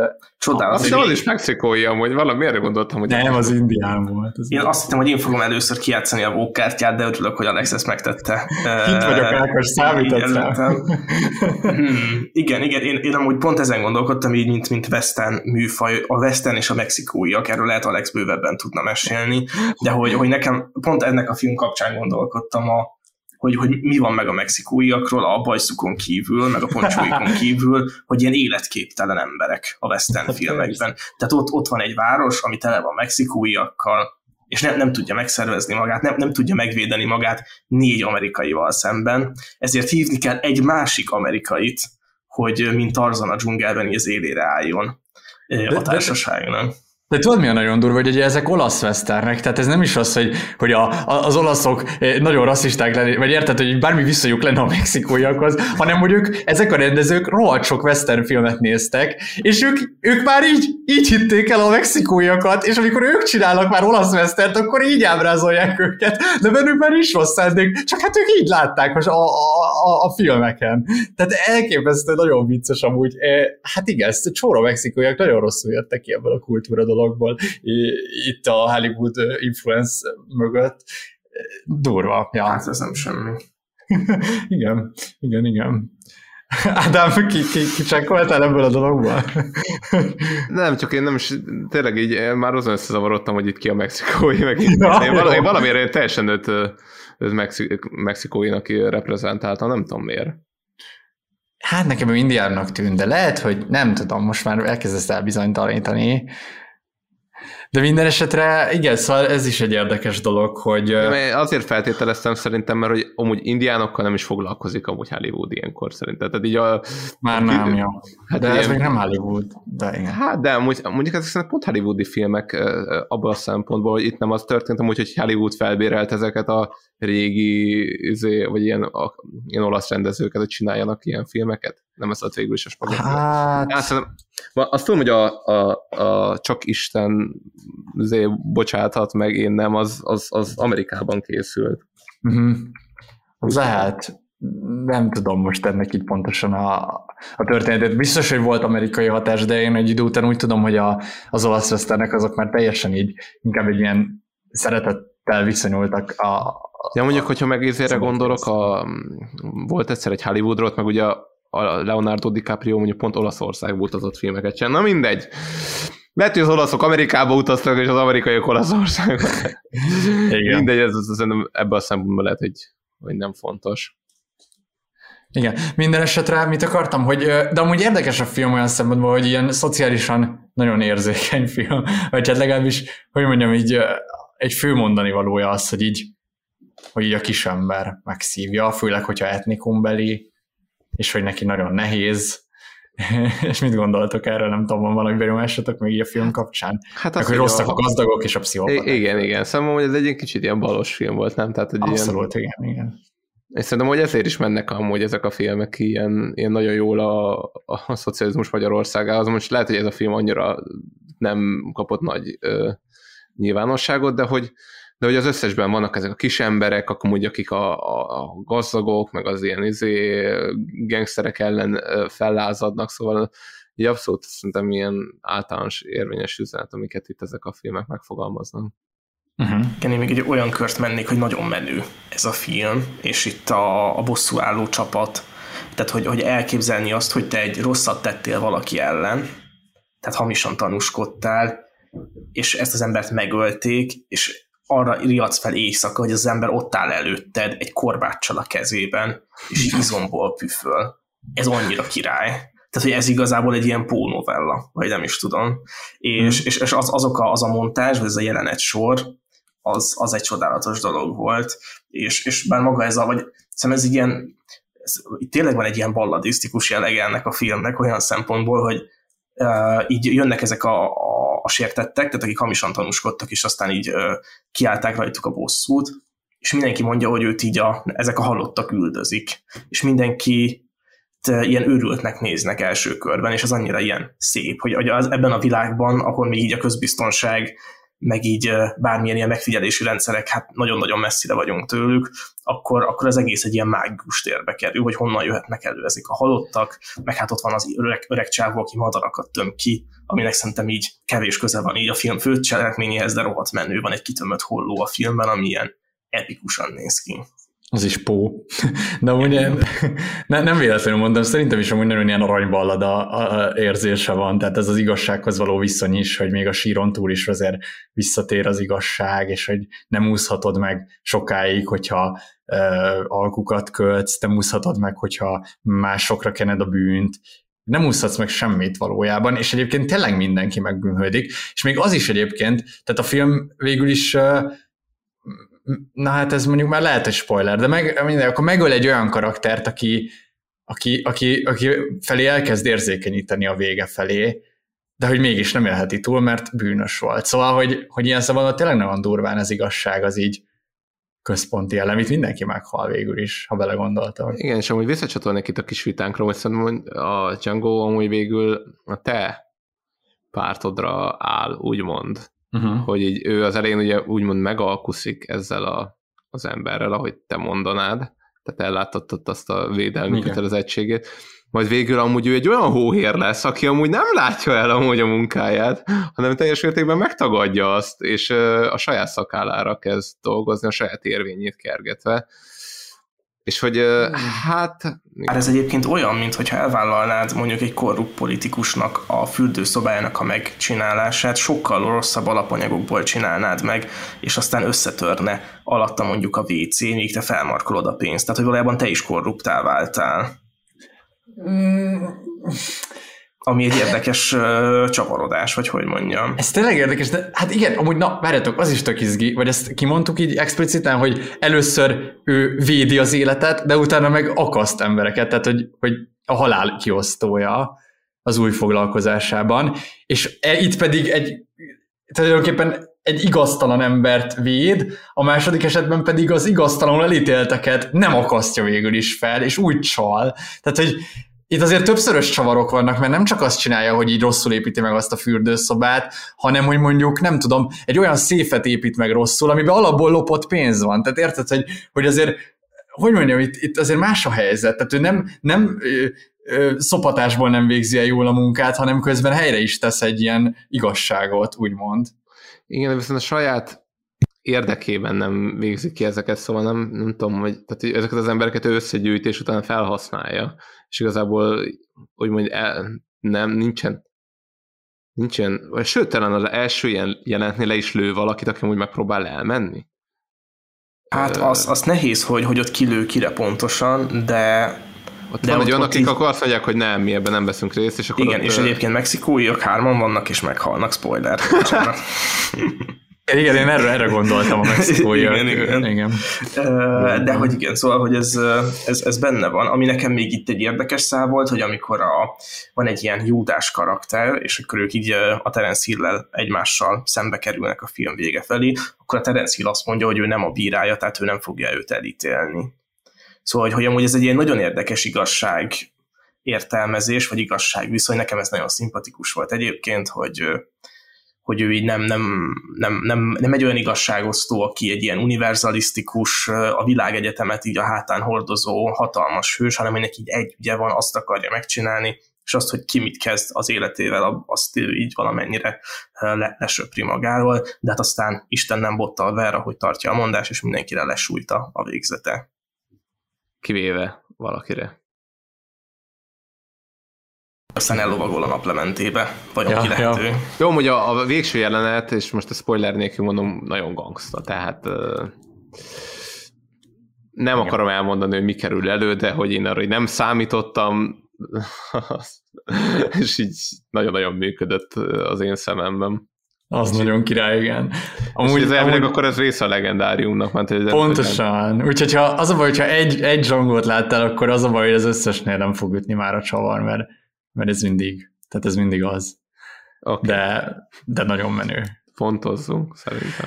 Csodálatos. Az is mexikói amúgy, valamiért gondoltam, hogy... Nem, az indián volt. Én azt hittem, hogy én fogom először kijátszani a vókkártyát, de örülök, hogy Alex ezt megtette. Itt vagyok, Ákos, számított rá. Igen, én amúgy pont ezen gondolkodtam, így mint western műfaj, a western és a mexikóiak, erről lehet Alex bővebben tudna mesélni, de hogy nekem pont ennek a film kapcsán gondolkodtam hogy mi van meg a mexikóiakról, a bajszukon kívül, meg a poncsóikon kívül, hogy ilyen életképtelen emberek a western filmekben. Tehát ott van egy város, ami tele van mexikóiakkal, és nem tudja megszervezni magát, nem tudja megvédeni magát 4 amerikaival szemben, ezért hívni kell egy másik amerikait, hogy mint Tarzan a dzsungelben az élére álljon a társaságnak. De tudod, mi a nagyon durva, hogy ugye ezek olasz westernek, tehát ez nem is az, hogy az olaszok nagyon rasszisták lenni, vagy érted, hogy bármi viszonyuk lenne a mexikóiakhoz, hanem hogy ezek a rendezők rohadt sok western filmet néztek, és ők már így hitték el a mexikóiakat, és amikor ők csinálnak már olasz westernt, akkor így ábrázolják őket, de bennük már is rossz szándék, csak hát ők így látták most a filmeken. Tehát elképesztő, nagyon vicces amúgy. Hát igen, ezt a csóra mexikóiak nagyon rosszul jöttek ki ebből a kultúra dologból, itt a Hollywood influence mögött. Durva. Ja. Hát ez nem semmi. Igen. Ádám, kicsekkoltál ebből a dologból? Nem, csak én nem is, tényleg így már azon összezavarodtam, hogy itt ki a mexikói, meg én valamiért teljesen őt mexikóinak reprezentáltam, nem tudom miért. Hát nekem ő indiánnak tűnt, de lehet, hogy nem tudom, most már elkezdesz elbizonytalanítani. De minden esetre, igen, szóval ez is egy érdekes dolog, hogy... Azért feltételeztem szerintem, mert hogy amúgy indiánokkal nem is foglalkozik amúgy Hollywood ilyenkor szerintem. Tehát így már nem, jó. Hát de ez még nem Hollywood, de igen. Hát de mondjuk ezek pont hollywoodi filmek abban a szempontból, hogy itt nem az történt amúgy, hogy Hollywood felbérelt ezeket a régi, vagy ilyen olasz rendezőket, hogy csináljanak ilyen filmeket. Nem ez az végül is a spagetti. Hát... Azt tudom, hogy a Csak Isten bocsáthat meg, én nem, az Amerikában készült. Lehet. Nem tudom most ennek így pontosan a történetet. Biztos, hogy volt amerikai hatás, de én egy idő után úgy tudom, hogy az olasz westernek azok már teljesen így inkább egy ilyen szeretettel viszonyultak Ja, mondjuk, hogyha meg ezért gondolok, volt egyszer egy Hollywoodról, meg ugye a Leonardo DiCaprio mondjuk pont Olaszországba utazott filmeket csinál. Na mindegy. Lehet, hogy az olaszok Amerikába utaztak, és az amerikaiak Olaszországba. Mindegy, ez ebben a szempontból lehet, hogy nem fontos. Igen, minden esetre mit akartam, de amúgy érdekes a film olyan szempontból, hogy ilyen szociálisan nagyon érzékeny film, vagy hát legalábbis, hogy mondjam, így egy fő mondani valója az, hogy így a kisember megszívja, főleg, hogyha etnikumbeli, és hogy neki nagyon nehéz. És mit gondoltok erről? Nem tudom, van valami benyomásatok még így a film kapcsán? Hát meg, hogy rosszak a gazdagok és a pszichopaták. Igen. Számomra, hogy ez egy kicsit ilyen balos film volt, nem? Tehát, hogy abszolút, igen. És szerintem, hogy ezért is mennek amúgy ezek a filmek ilyen nagyon jól a szocializmus Magyarországához. Most lehet, hogy ez a film annyira nem kapott nagy nyilvánosságot, de hogy az összesben vannak ezek a kis emberek, akik a gazdagok, meg az ilyen gangsterek ellen fellázadnak, szóval így abszolút szerintem ilyen általános érvényes üzenet, amiket itt ezek a filmek megfogalmaznak. Igen, én még egy olyan kört mennék, hogy nagyon menő ez a film, és itt a bosszúálló csapat, tehát hogy elképzelni azt, hogy te egy rosszat tettél valaki ellen, tehát hamisan tanúskodtál, és ezt az embert megölték, és arra riadsz fel éjszaka, hogy az ember ott áll előtted egy korbáccsal a kezében, és izomból püföl. Ez annyira király. Tehát, hogy ez igazából egy ilyen pónovella, vagy nem is tudom. És az a montázs, vagy ez a jelenet sor, az egy csodálatos dolog volt. És bár maga vagy szerintem ez ilyen, tényleg van egy ilyen balladisztikus jellege ennek a filmnek, olyan szempontból, hogy így jönnek ezek a sértettek, tehát akik hamisan tanúskodtak, és aztán így kiállták rajtuk a bosszút, és mindenki mondja, hogy őt így ezek a halottak üldözik, és mindenki ilyen őrültnek néznek első körben, és az annyira ilyen szép, hogy ebben a világban, ahol még így a közbiztonság meg így bármilyen ilyen megfigyelési rendszerek, hát nagyon-nagyon messzire vagyunk tőlük, akkor az egész egy ilyen mágikus térbe kerül, hogy honnan jöhetnek elő ezek a halottak, meg hát ott van az öreg csávó, aki madarakat töm ki, aminek szerintem így kevés köze van így a film fő cselekményéhez, de rohadt menő, van egy kitömött holló a filmben, ami ilyen epikusan néz ki. Az is pó. De amúgy nem véletlenül mondom, szerintem is amúgy nagyon ilyen aranyballada érzése van, tehát ez az igazsághoz való viszony is, hogy még a síron túl is azért visszatér az igazság, és hogy nem úszhatod meg sokáig, hogyha alkukat költsz, nem úszhatod meg, hogyha másokra kened a bűnt, nem úszhatsz meg semmit valójában, és egyébként tényleg mindenki megbűnhődik, és még az is egyébként, tehát a film végül is na hát ez mondjuk már lehet egy spoiler, de akkor megöl egy olyan karaktert, aki felé elkezd érzékenyíteni a vége felé, de hogy mégis nem élheti túl, mert bűnös volt. Szóval, hogy ilyen szabadon tényleg nem van durván az igazság, az így központi elem, itt mindenki meghal végül is, ha belegondoltam. Igen, és amúgy visszacsatolnék itt a kis vitánkról, hogy szerintem a Django amúgy végül a te pártodra áll, úgymond. Hogy így ő az elején ugye úgymond megalkuszik ezzel az emberrel, ahogy te mondanád, tehát elláttattad azt a védelmi kötelezettségét, majd végül amúgy ő egy olyan hóhér lesz, aki amúgy nem látja el amúgy a munkáját, hanem teljes mértékben megtagadja azt, és a saját szakállára kezd dolgozni, a saját érvényét kergetve. És hogy hát... Hát ez egyébként olyan, mintha elvállalnád mondjuk egy korrupt politikusnak a fürdőszobájának a megcsinálását, sokkal rosszabb alapanyagokból csinálnád meg, és aztán összetörne alatta mondjuk a WC, míg te felmarkolod a pénzt. Tehát, hogy valójában te is korruptá váltál. Ami egy érdekes csavarodás, vagy hogy mondjam. Ez tényleg érdekes, de hát igen, amúgy várjatok, az is tök izgi, vagy ezt kimondtuk így explicitán, hogy először ő védi az életet, de utána meg akaszt embereket, tehát hogy a halál kiosztója az új foglalkozásában, és itt pedig tulajdonképpen egy igaztalan embert véd, a második esetben pedig az igaztalanul elítélteket nem akasztja végül is fel, és úgy csal. Tehát, hogy itt azért többszörös csavarok vannak, mert nem csak azt csinálja, hogy így rosszul építi meg azt a fürdőszobát, hanem hogy mondjuk, nem tudom, egy olyan széfet épít meg rosszul, amiben alapból lopott pénz van. Tehát érted, hogy azért, hogy mondjam, itt azért más a helyzet. Tehát ő nem szopatásból nem végzi el jól a munkát, hanem közben helyre is tesz egy ilyen igazságot, úgymond. Igen, viszont a saját érdekében nem végzi ki ezeket, szóval nem tudom, hogy tehát ezeket az embereket összegyűjt, és utána felhasználja. És igazából úgymond nincsen, vagy sőt, talán az első ilyen jelentnél le is lő valakit, aki úgy megpróbál elmenni. Hát az nehéz, hogy ott kilő kire pontosan, de... Ott van egy olyan, akik akkor azt mondják, hogy nem, mi ebben nem veszünk részt, és akkor... Igen, és egyébként mexikóiak 3-an vannak, és meghalnak, spoiler. Igen, én erre gondoltam a mexikóiak. Igen. De hogy igen, szóval, hogy ez benne van. Ami nekem még itt egy érdekes szál volt, hogy amikor van egy ilyen Júdás karakter, és akkor ők így a Terence Hill-lel egymással szembe kerülnek a film vége felé, akkor a Terence Hill azt mondja, hogy ő nem a bírája, tehát ő nem fogja őt elítélni. Szóval, hogy amúgy ez egy ilyen nagyon érdekes igazság értelmezés, vagy igazságviszony, nekem ez nagyon szimpatikus volt egyébként, hogy ő így nem egy olyan igazságosztó, aki egy ilyen univerzalisztikus, a világegyetemet így a hátán hordozó hatalmas hős, hanem ennek így egy ügye van, azt akarja megcsinálni, és azt, hogy ki mit kezd az életével, azt ő így valamennyire lesöpri magáról, de hát aztán Isten nem bottal ver, ahogy tartja a mondás, és mindenkire lesújta a végzete. Kivéve valakire. Aztán ellovagol a naplementébe, vajon ki lehető. Ja. Jó, hogy a végső jelenet, és most a spoiler nélkül mondom, nagyon gangsta, tehát nem akarom elmondani, hogy mi kerül elő, de hogy én arra nem számítottam, és így nagyon-nagyon működött az én szememben. Az és nagyon király, igen. Amúgy ez elvileg akkor ez része a legendáriumnak. Pontosan. Úgyhogy az a baj, hogyha egy Django-t láttál, akkor az a baj, hogy az összesnél nem fog ütni már a csavar, mert ez mindig az. Okay. De nagyon menő. Fontozzunk, szerintem.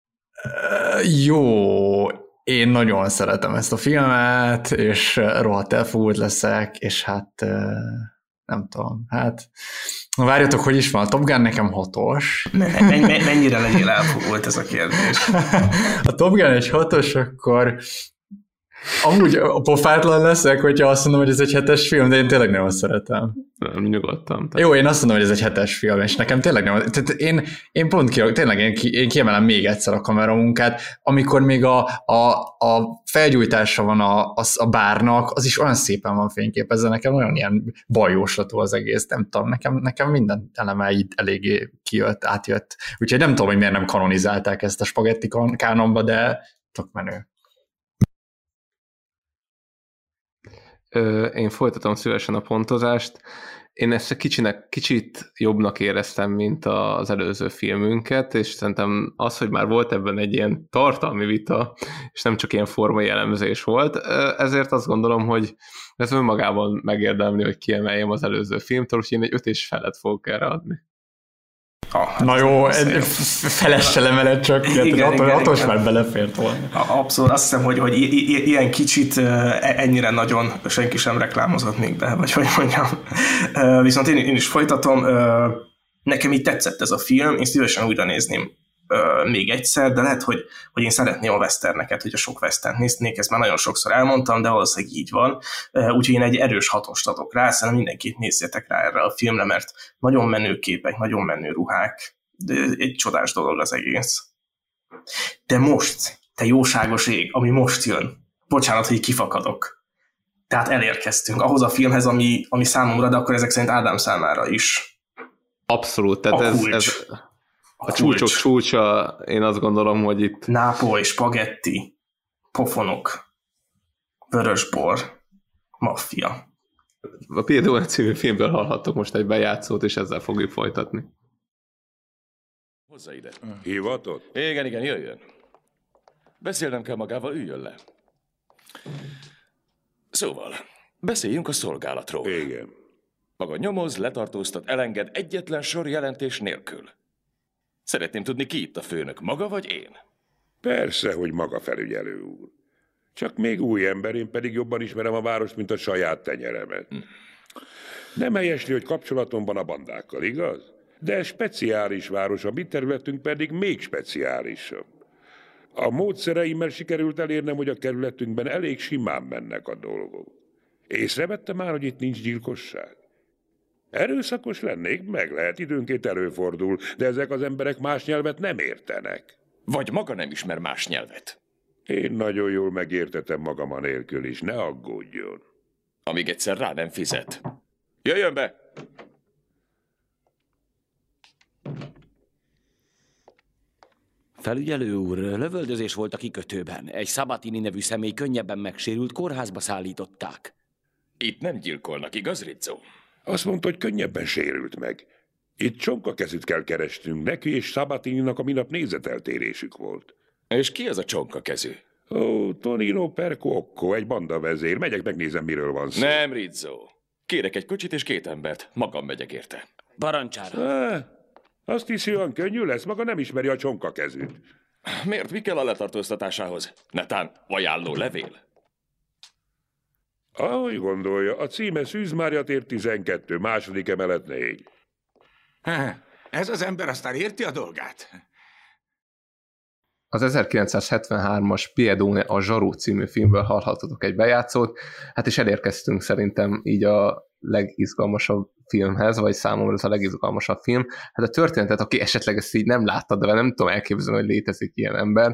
Jó, én nagyon szeretem ezt a filmet, és rohadt elfogult leszek, és hát nem tudom, hát várjatok, hogy is van, a Top Gun nekem 6-os. Mennyire legyél elfogult ez a kérdés? A Top Gun egy 6-os, akkor amúgy pofátlan leszek, hogyha azt mondom, hogy ez egy 7-es film, de én tényleg nem azt szeretem. Nem, nyugodtan. Jó, én azt mondom, hogy ez egy 7-es film, és nekem tényleg nem. Tehát én pont én kiemelem még egyszer a kameramunkát, amikor még a felgyújtása van a bárnak, az is olyan szépen van fényképezve, nekem olyan ilyen bajjóslatú az egész, nem tudom, nekem minden eleme így eléggé átjött. Úgyhogy nem tudom, hogy miért nem kanonizálták ezt a spagetti kánonba, de tök menő. Én folytatom szívesen a pontozást. Én ezt kicsit jobbnak éreztem, mint az előző filmünket, és szerintem az, hogy már volt ebben egy ilyen tartalmi vita, és nem csak ilyen formai elemzés volt, ezért azt gondolom, hogy ez önmagában megérdemli, hogy kiemeljem az előző filmtől, úgyhogy én egy 5,5 fogok erre adni. Na jó, felessel emeled csak, hatos már belefért volna. Abszolút, azt hiszem, hogy ilyen kicsit ennyire nagyon senki sem reklámozott még be, vagy hogy mondjam. Viszont én is folytatom, nekem így tetszett ez a film, én szívesen újra nézném még egyszer, de lehet, hogy én szeretném a westerneket, hogy a sok westernt néznék, ezt már nagyon sokszor elmondtam, de valószínűleg így van. Úgyhogy én egy erős 6-ost adok rá, szerintem mindenkit nézzétek rá erre a filmre, mert nagyon menő képek, nagyon menő ruhák, de egy csodás dolog az egész. De most, te jóságos ég, ami most jön, bocsánat, hogy kifakadok. Tehát elérkeztünk ahhoz a filmhez, ami számomra, de akkor ezek szerint Ádám számára is. Abszolút, tehát ez a csúcsok csúcsa, én azt gondolom, hogy itt... Nápoly, spagetti, pofonok, vörösbor, maffia. A Piedone című filmből hallhattok most egy bejátszót, és ezzel fogjuk folytatni. Hozzá ide. Hivatott? Igen, jöjjön. Beszélnem kell magával, üljön le. Szóval, beszéljünk a szolgálatról. Igen. Maga nyomoz, letartóztat, elenged egyetlen sor jelentés nélkül. Szeretném tudni, ki itt a főnök, maga vagy én? Persze, hogy maga, felügyelő úr. Csak még új ember, én pedig jobban ismerem a várost, mint a saját tenyeremet. Nem helyesli, hogy kapcsolatom van a bandákkal, igaz? De speciális város, a mi területünk pedig még speciálisabb. A módszereimmel sikerült elérnem, hogy a kerületünkben elég simán mennek a dolgok. Észrevette már, hogy itt nincs gyilkosság? Erőszakos lennék, meg lehet, időnként előfordul, de ezek az emberek más nyelvet nem értenek. Vagy maga nem ismer más nyelvet? Én nagyon jól megértetem magam anélkül is, ne aggódjon. Amíg egyszer rá nem fizet. Jöjjön be! Felügyelő úr, lövöldözés volt a kikötőben. Egy Sabatini nevű személy könnyebben megsérült, kórházba szállították. Itt nem gyilkolnak, igaz, Rizzo? Azt mondta, hogy könnyebben sérült meg. Itt csonkakezűt kell keresnünk neki, és Sabatininak a minap nézeteltérésük volt. És ki az a csonkakezű? Ó, Tonino Percocco, egy bandavezér. Megyek, megnézem, miről van szó. Nem, Rizzo. Kérek egy kocsit és 2 embert. Magam megyek érte. Parancsára. Azt hiszi, olyan könnyű lesz, maga nem ismeri a csonkakezűt. Miért? Mi kell a letartóztatásához? Netán ajánló levél? Ahogy gondolja, a címe Szűz Mária tér 12, második emelet 4. Ez az ember aztán érti a dolgát? Az 1973-as Piedone a zsarú című filmből hallhattatok egy bejátszót, hát is elérkeztünk szerintem így a legizgalmasabb filmhez, vagy számomra ez a legizgalmasabb film. Hát a történetet, aki esetleg ezt így nem látta, de nem tudom elképzelni, hogy létezik ilyen ember.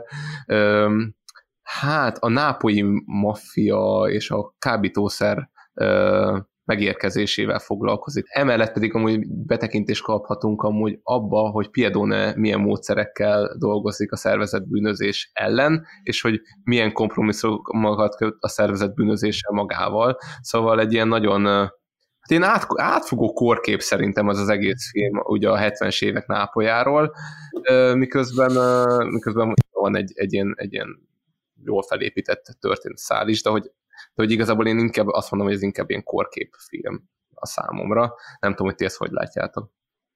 Hát a nápolyi maffia és a kábítószer megérkezésével foglalkozik. Emellett pedig amúgy betekintést kaphatunk amúgy abba, hogy Piedone milyen módszerekkel dolgozik a szervezett bűnözés ellen, és hogy milyen kompromisszumokat köt a szervezett bűnözéssel magával. Szóval egy ilyen nagyon hát én átfogó korkép szerintem az egész film ugye a 70-es évek Nápolyáról, miközben van egy ilyen jól felépített történetszál is, de hogy igazából én inkább azt mondom, hogy ez inkább ilyen korképfilm a számomra. Nem tudom, hogy ti ezt hogy látjátok.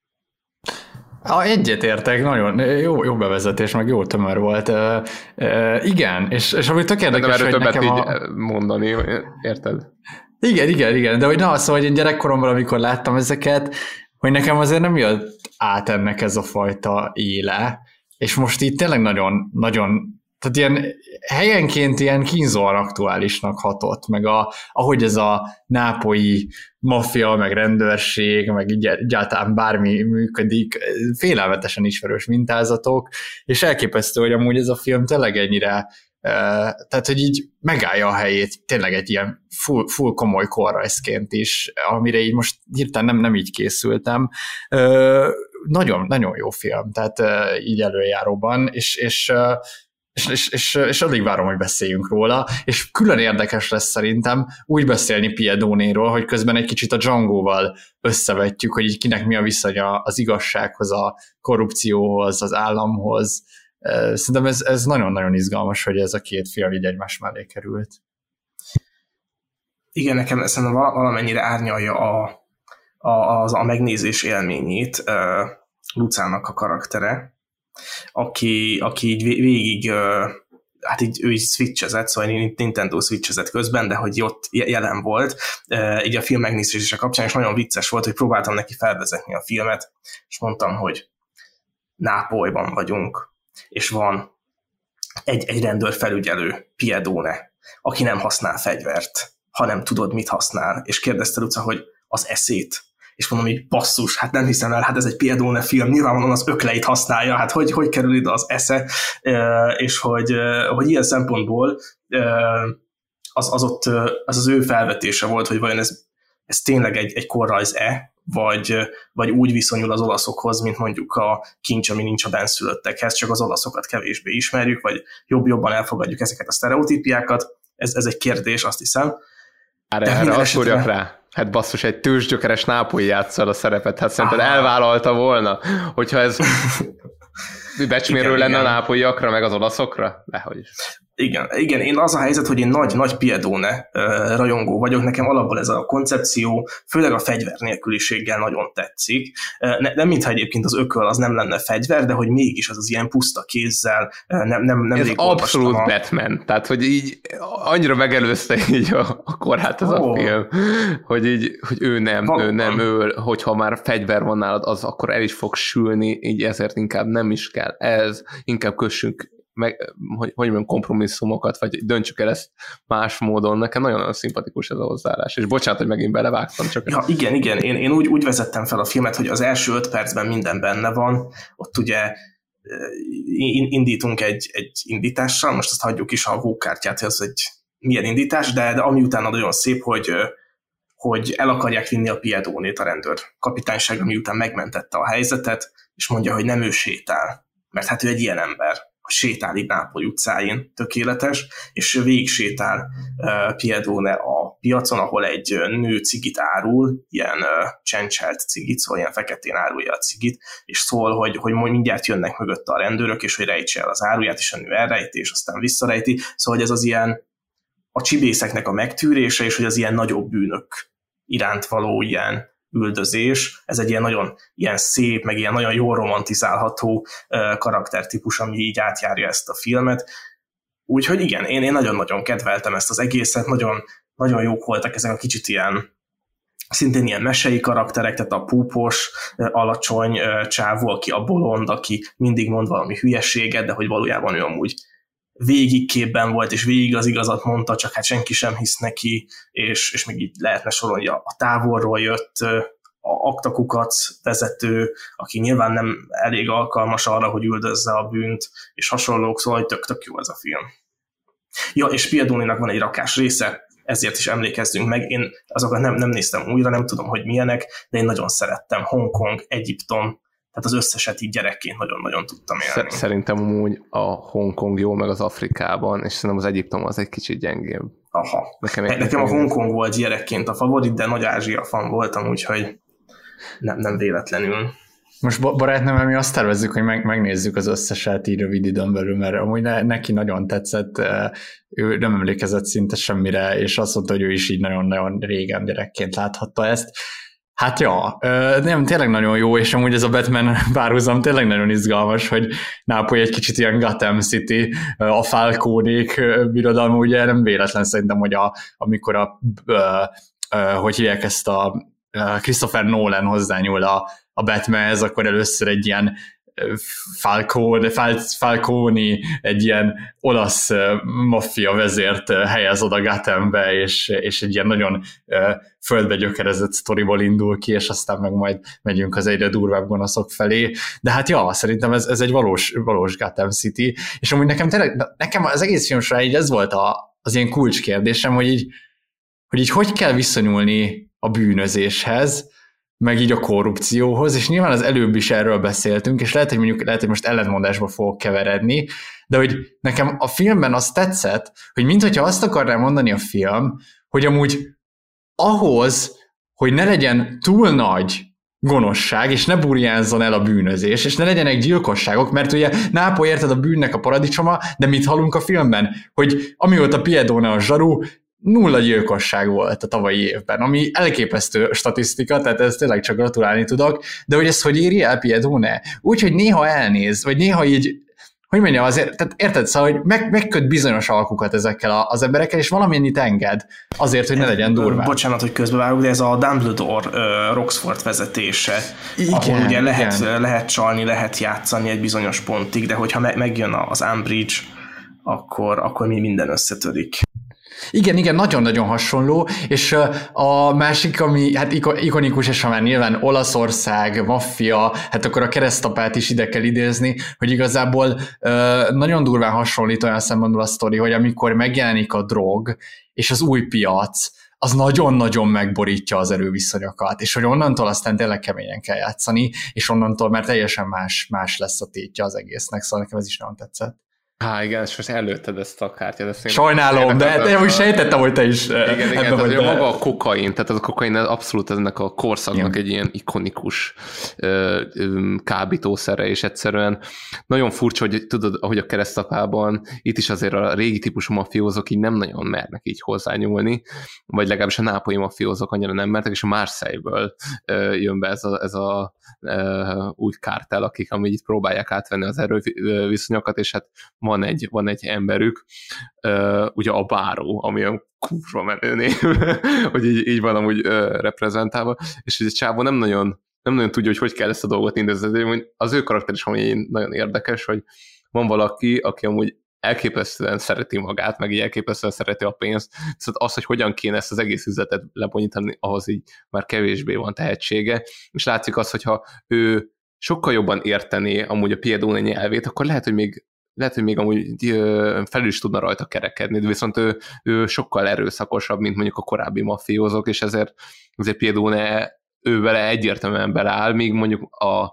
Egyetértek, nagyon jó bevezetés, meg jó tömör volt. Igen, és ami tök érdekes, hogy nekem így mondani, érted? Igen, de hogy szóval, hogy én gyerekkoromban, amikor láttam ezeket, hogy nekem azért nem jött át ennek ez a fajta éle, és most itt tényleg nagyon, tehát ilyen helyenként ilyen kínzóan aktuálisnak hatott, meg ahogy ez a nápolyi maffia, meg rendőrség, meg egyáltalán bármi működik, félelmetesen ismerős mintázatok, és elképesztő, hogy amúgy ez a film tényleg ennyire, tehát hogy így megállja a helyét tényleg egy ilyen full komoly korrajzként is, amire így most hirtelen nem így készültem. Nagyon, nagyon jó film, tehát így előjáróban, és alig várom, hogy beszéljünk róla, és külön érdekes lesz szerintem úgy beszélni Piedónéról, hogy közben egy kicsit a Django-val összevetjük, hogy így kinek mi a viszonya az igazsághoz, a korrupcióhoz, az államhoz. Szerintem ez nagyon-nagyon izgalmas, hogy ez a két film így egymás mellé került. Igen, nekem szerintem valamennyire árnyalja a megnézés élményét Lucának a karaktere, aki így végig, hát így ő is switchezett, szóval Nintendo switchezett közben, de hogy ott jelen volt, így a film megnézése kapcsán, és nagyon vicces volt, hogy próbáltam neki felvezetni a filmet, és mondtam, hogy Nápolyban vagyunk, és van egy rendőrfelügyelő, Piedone, aki nem használ fegyvert, hanem tudod, mit használ, és kérdezte Luca, hogy az eszét. És mondom, hogy basszus, hát nem hiszem el, hát ez egy Piedone film, nyilvánvalóan az ökleit használja, hát hogy kerül ide az esze, és hogy ilyen szempontból az ő felvetése volt, hogy vajon ez tényleg egy korrajz-e, vagy úgy viszonyul az olaszokhoz, mint mondjuk a Kincs, ami nincs a benszülöttekhez, csak az olaszokat kevésbé ismerjük, vagy jobban elfogadjuk ezeket a sztereotípiákat. Ez egy kérdés, azt hiszem. Erre azt mondjak rá. Hát basszus, egy tőzsgyökeres nápolyi játsszal a szerepet, hát szerinted elvállalta volna, hogyha ez becsmérő lenne a nápolyiakra, meg az olaszokra? Dehogy is. Igen, én az a helyzet, hogy én nagy Piedone rajongó vagyok, nekem alapból ez a koncepció, főleg a fegyver nélküliséggel nagyon tetszik. Nem mintha egyébként az ököl az nem lenne fegyver, de hogy mégis az ilyen puszta kézzel, nem ez abszolút Batman, tehát hogy így annyira megelőzte így a korát ez a film, hogy ő nem öl, hogyha már fegyver van nálad, az akkor el is fog sülni, így ezért inkább nem is kell ez, inkább kössünk meg, hogy mondjam, kompromisszumokat, vagy döntsük el ezt más módon. Nekem nagyon szimpatikus ez a hozzáállás. És bocsánat, hogy megint belevágtam. Csak ja, igen. Én úgy vezettem fel a filmet, hogy az első 5 percben minden benne van. Ott ugye indítunk egy indítással, most azt hagyjuk is a gókártyát, hogy az egy milyen indítás, de ami utána nagyon szép, hogy el akarják vinni a Piedonét a rendőr kapitányságra, miután megmentette a helyzetet, és mondja, hogy nem ő sétál, mert hát ő egy ilyen ember. Sétál így Nápoly utcáin, tökéletes, és végig sétál Piedone a piacon, ahol egy nő cigit árul, ilyen csencselt cigit, szóval ilyen feketén árulja a cigit, és szól, hogy mindjárt jönnek mögötte a rendőrök, és hogy rejtse el az áruját, és a nő elrejti, és aztán visszarejti. Szóval, hogy ez az ilyen a csibészeknek a megtűrése, és hogy az ilyen nagyobb bűnök iránt való ilyen üldözés, ez egy ilyen nagyon ilyen szép, meg ilyen nagyon jól romantizálható karaktertípus, ami így átjárja ezt a filmet. Úgyhogy igen, én nagyon-nagyon kedveltem ezt az egészet, nagyon, nagyon jók voltak ezek a kicsit ilyen, szintén ilyen mesei karakterek, tehát a púpos, alacsony csávó, aki a bolond, aki mindig mond valami hülyeséget, de hogy valójában ő amúgy végig képben volt, és végig az igazat mondta, csak hát senki sem hisz neki, és még így lehetne sorolni, a távolról jött a aktakukac vezető, aki nyilván nem elég alkalmas arra, hogy üldözze a bűnt, és hasonlók, szóval tök jó ez a film. Ja, és Piedoninak van egy rakás része, ezért is emlékezzünk meg. Én azokat nem néztem újra, nem tudom, hogy milyenek, de én nagyon szerettem. Hongkong, Egyiptom, tehát az összeset így gyerekként nagyon-nagyon tudtam élni. Szerintem amúgy a Hongkong jó, meg az Afrikában, és szerintem az Egyiptom az egy kicsit gyengébb. Aha. Nekem a Hongkong volt gyerekként a favorit, de nagy Ázsia fan voltam, úgyhogy nem véletlenül. Most barátnőmmel mi azt tervezzük, hogy megnézzük az összeset így rövid időn belül, mert amúgy neki nagyon tetszett, ő nem emlékezett szinte semmire, és azt mondta, hogy ő is így nagyon-nagyon régen gyerekként láthatta ezt. Hát ja, nem, tényleg nagyon jó, és amúgy ez a Batman párhuzam tényleg nagyon izgalmas, hogy Nápoly egy kicsit ilyen Gotham City, a Falcónék birodalma, ugye nem véletlen szerintem, hogy amikor a hogy hívják ezt a Christopher Nolan hozzányúl a Batmanhez, akkor először egy ilyen Falcone, egy ilyen olasz maffia vezért helyez oda Gothambe, és egy ilyen nagyon földbe gyökerezett sztoriból indul ki, és aztán meg majd megyünk az egyre durvább gonoszok felé. De hát ja, szerintem ez egy valós Gotham City, és amúgy nekem az egész film során így ez volt az ilyen kulcskérdésem, hogy hogy kell viszonyulni a bűnözéshez, meg így a korrupcióhoz, és nyilván az előbb is erről beszéltünk, és lehet, hogy most ellentmondásba fogok keveredni, de hogy nekem a filmben az tetszett, hogy minthogyha azt akarná mondani a film, hogy amúgy ahhoz, hogy ne legyen túl nagy gonoszság, és ne burjánzzon el a bűnözés, és ne legyenek gyilkosságok, mert ugye Nápoly, érted, a bűnnek a paradicsoma, de mit hallunk a filmben? Hogy amióta Piedone a zsaru, 0 gyilkosság volt a tavalyi évben, ami elképesztő statisztika, tehát ezt tényleg csak gratulálni tudok, de hogy ezt hogy éri el Piedone? Úgy, hogy néha elnéz, vagy néha így, hogy mondjam, azért, tehát érted, szóval, hogy megköt bizonyos alkukat ezekkel az emberekkel, és valamennyit enged azért, hogy ne legyen durván. Bocsánat, hogy közbevágok, de ez a Dumbledore Roxford vezetése, igen, ahol ugye lehet csalni, lehet játszani egy bizonyos pontig, de hogyha megjön az Umbridge, akkor minden összetörik. Igen, nagyon-nagyon hasonló, és a másik, ami hát ikonikus, és ha már nyilván Olaszország, maffia, hát akkor a keresztapát is ide kell idézni, hogy igazából nagyon durván hasonlít olyan szempontból a sztori, hogy amikor megjelenik a drog, és az új piac, az nagyon-nagyon megborítja az erőviszonyokat, és hogy onnantól aztán tényleg keményen kell játszani, és onnantól már teljesen más lesz a tétje az egésznek, szóval nekem ez is nagyon tetszett. Igen, és most előtted ezt a kártyát. Sajnálom, de úgy sejtettem, hogy te is ebben vagy. Igen, maga a kokain, tehát az a kokain abszolút ennek a korszaknak egy ilyen ikonikus kábítószere, és egyszerűen nagyon furcsa, hogy tudod, ahogy a keresztapában, itt is azért a régi típusú mafiózók így nem nagyon mernek így hozzányúlni, vagy legalábbis a nápolyi mafiózók annyira nem mertek, és a Marseille-ből jön be ez a új kártel, akik amúgy itt próbálják átvenni az erőviszonyokat, és hát van egy emberük, ugye a báró, ami olyan kurva menő név, hogy így van amúgy reprezentálva, és hogy a csávó nem nagyon tudja, hogy kell ezt a dolgot intézni. Az ő karakter is amúgy nagyon érdekes, hogy van valaki, aki amúgy elképesztően szereti magát, meg így elképesztően szereti a pénzt, viszont az, hogy hogyan kéne ezt az egész üzletet lebonyítani, ahhoz így már kevésbé van tehetsége, és látszik az, hogyha ő sokkal jobban értené amúgy a Piedone nyelvét, akkor lehet, hogy még amúgy felül is tudna rajta kerekedni, de viszont ő sokkal erőszakosabb, mint mondjuk a korábbi mafiózók, és ezért Piedone ő vele egyértelműen beleáll, míg mondjuk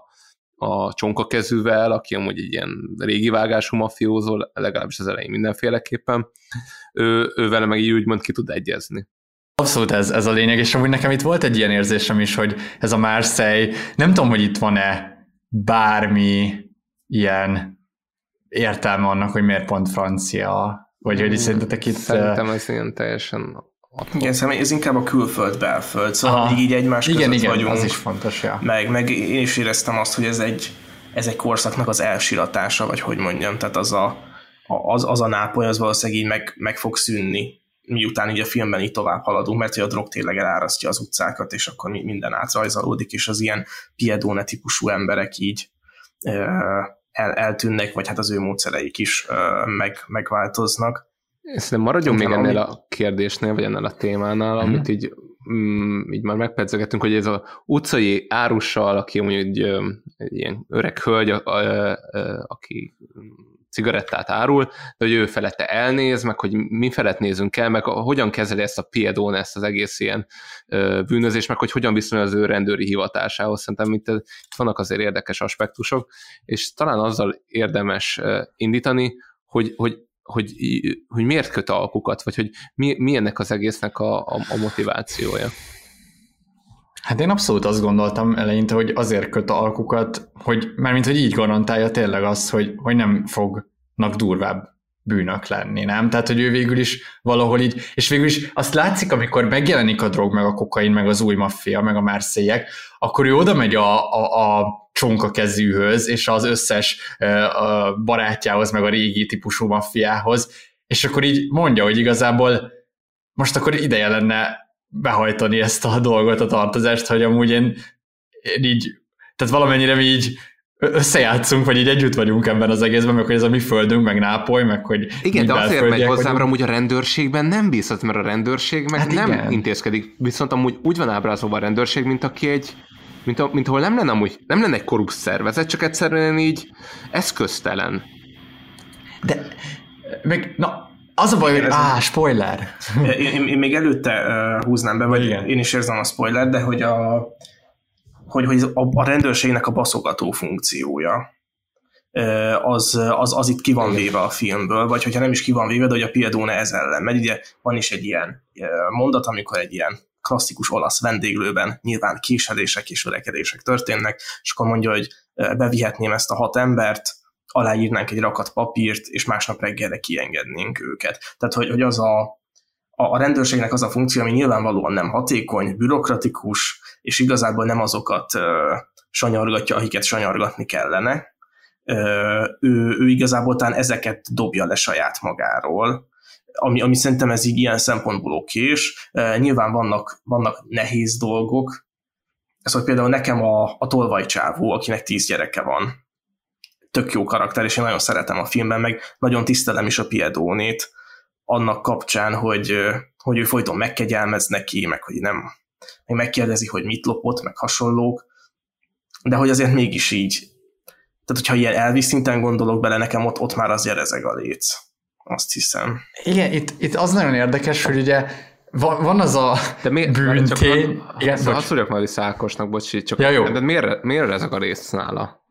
a csonkakezűvel, aki amúgy egy ilyen régi vágású mafiózó, legalábbis az elején mindenféleképpen, ő vele meg így úgymond ki tud egyezni. Abszolút ez a lényeg, és amúgy nekem itt volt egy ilyen érzésem is, hogy ez a Marseille, nem tudom, hogy itt van-e bármi ilyen értelme annak, hogy miért pont francia, vagy hogy szerintetek itt... Szerintem ez ilyen teljesen... Igen, szerintem ez inkább a külföld-belföld, szóval így egymás között vagyunk. Az is fontos, ja. Meg én is éreztem azt, hogy ez egy korszaknak az elsiratása, vagy hogy mondjam, tehát az a Nápoly, az valószínűleg így meg fog szűnni, miután így a filmben így tovább haladunk, mert hogy a drog tényleg elárasztja az utcákat, és akkor minden átrajzolódik, és az ilyen Piedone típusú emberek így eltűnnek, vagy hát az ő módszereik is megváltoznak. Szerintem maradjunk még ennél a kérdésnél, vagy ennél a témánál, amit így már megpedzegetünk, hogy ez az utcai árussal, aki mondjuk egy ilyen öreg hölgy, aki cigarettát árul, de hogy ő felette elnéz, meg hogy mi felett nézünk el, meg hogyan kezeli ezt a Piedone, ezt az egész ilyen bűnözés, meg hogy hogyan viszonyul az ő rendőri hivatásához. Szerintem itt vannak azért érdekes aspektusok, és talán azzal érdemes indítani, hogy miért köt alkukat, vagy hogy mi ennek az egésznek a motivációja. Hát én abszolút azt gondoltam eleinte, hogy azért köt alkukat, hogy mármint, hogy így garantálja tényleg azt, hogy nem fognak durvább bűnök lenni, nem? Tehát, hogy ő végül is valahol így, és végül is azt látszik, amikor megjelenik a drog, meg a kokain, meg az új maffia, meg a Marseille-ek, akkor ő oda megy a csonkakezűhöz, és az összes barátjához, meg a régi típusú maffiához, és akkor így mondja, hogy igazából most akkor ideje lenne behajtani ezt a dolgot, a tartozást, hogy amúgy én így, tehát valamennyire mi így összejátszunk, vagy így együtt vagyunk ebben az egészben, meg hogy ez a mi földünk, meg Nápoly, meg hogy igen, de azért megy hozzám, vagyunk. amúgy a rendőrségben nem bízhat, mert a rendőrség meg nem igen. intézkedik. Viszont amúgy úgy van ábrázolva a rendőrség, mint aki mint ahol nem lenne egy korrupt szervezet, csak egyszerűen így eszköztelen. De meg, az a baj, hogy spoiler. Én még előtte húznám be, vagy igen. Én is érzem a spoiler, de hogy a rendőrségnek a baszogató funkciója az itt ki van véve a filmből, vagy hogyha nem is ki van véve, de hogy a Piedone ez ellen megy. Ugye van is egy ilyen mondat, amikor egy ilyen klasszikus olasz vendéglőben nyilván késedések és verekedések történnek, és akkor mondja, hogy bevihetném ezt a 6 embert, aláírnánk egy rakat papírt, és másnap reggelre kiengednénk őket. Tehát, hogy az a rendőrségnek az a funkció, ami nyilvánvalóan nem hatékony, bürokratikus, és igazából nem azokat sanyargatja, akiket sanyargatni kellene. Ő igazából talán ezeket dobja le saját magáról, ami szerintem ez így ilyen szempontból okés. Nyilván vannak nehéz dolgok. Ez, hogy például nekem a tolvajcsávó, akinek 10 gyereke van, tök jó karakter, és én nagyon szeretem a filmben, meg nagyon tisztelem is a Piedonét annak kapcsán, hogy ő folyton megkegyelmez neki, meg hogy nem, meg megkérdezi, hogy mit lopott, meg hasonlók, de hogy azért mégis így. Tehát, hogyha ilyen Elvis szinten gondolok bele, nekem ott már azért rezeg a léc. Azt hiszem. Igen, itt az nagyon érdekes, hogy ugye van az a bűntény... Azt szóljak már vissza Ákosnak, bocsi, csak ja, jó. De miért ezek a rész nála?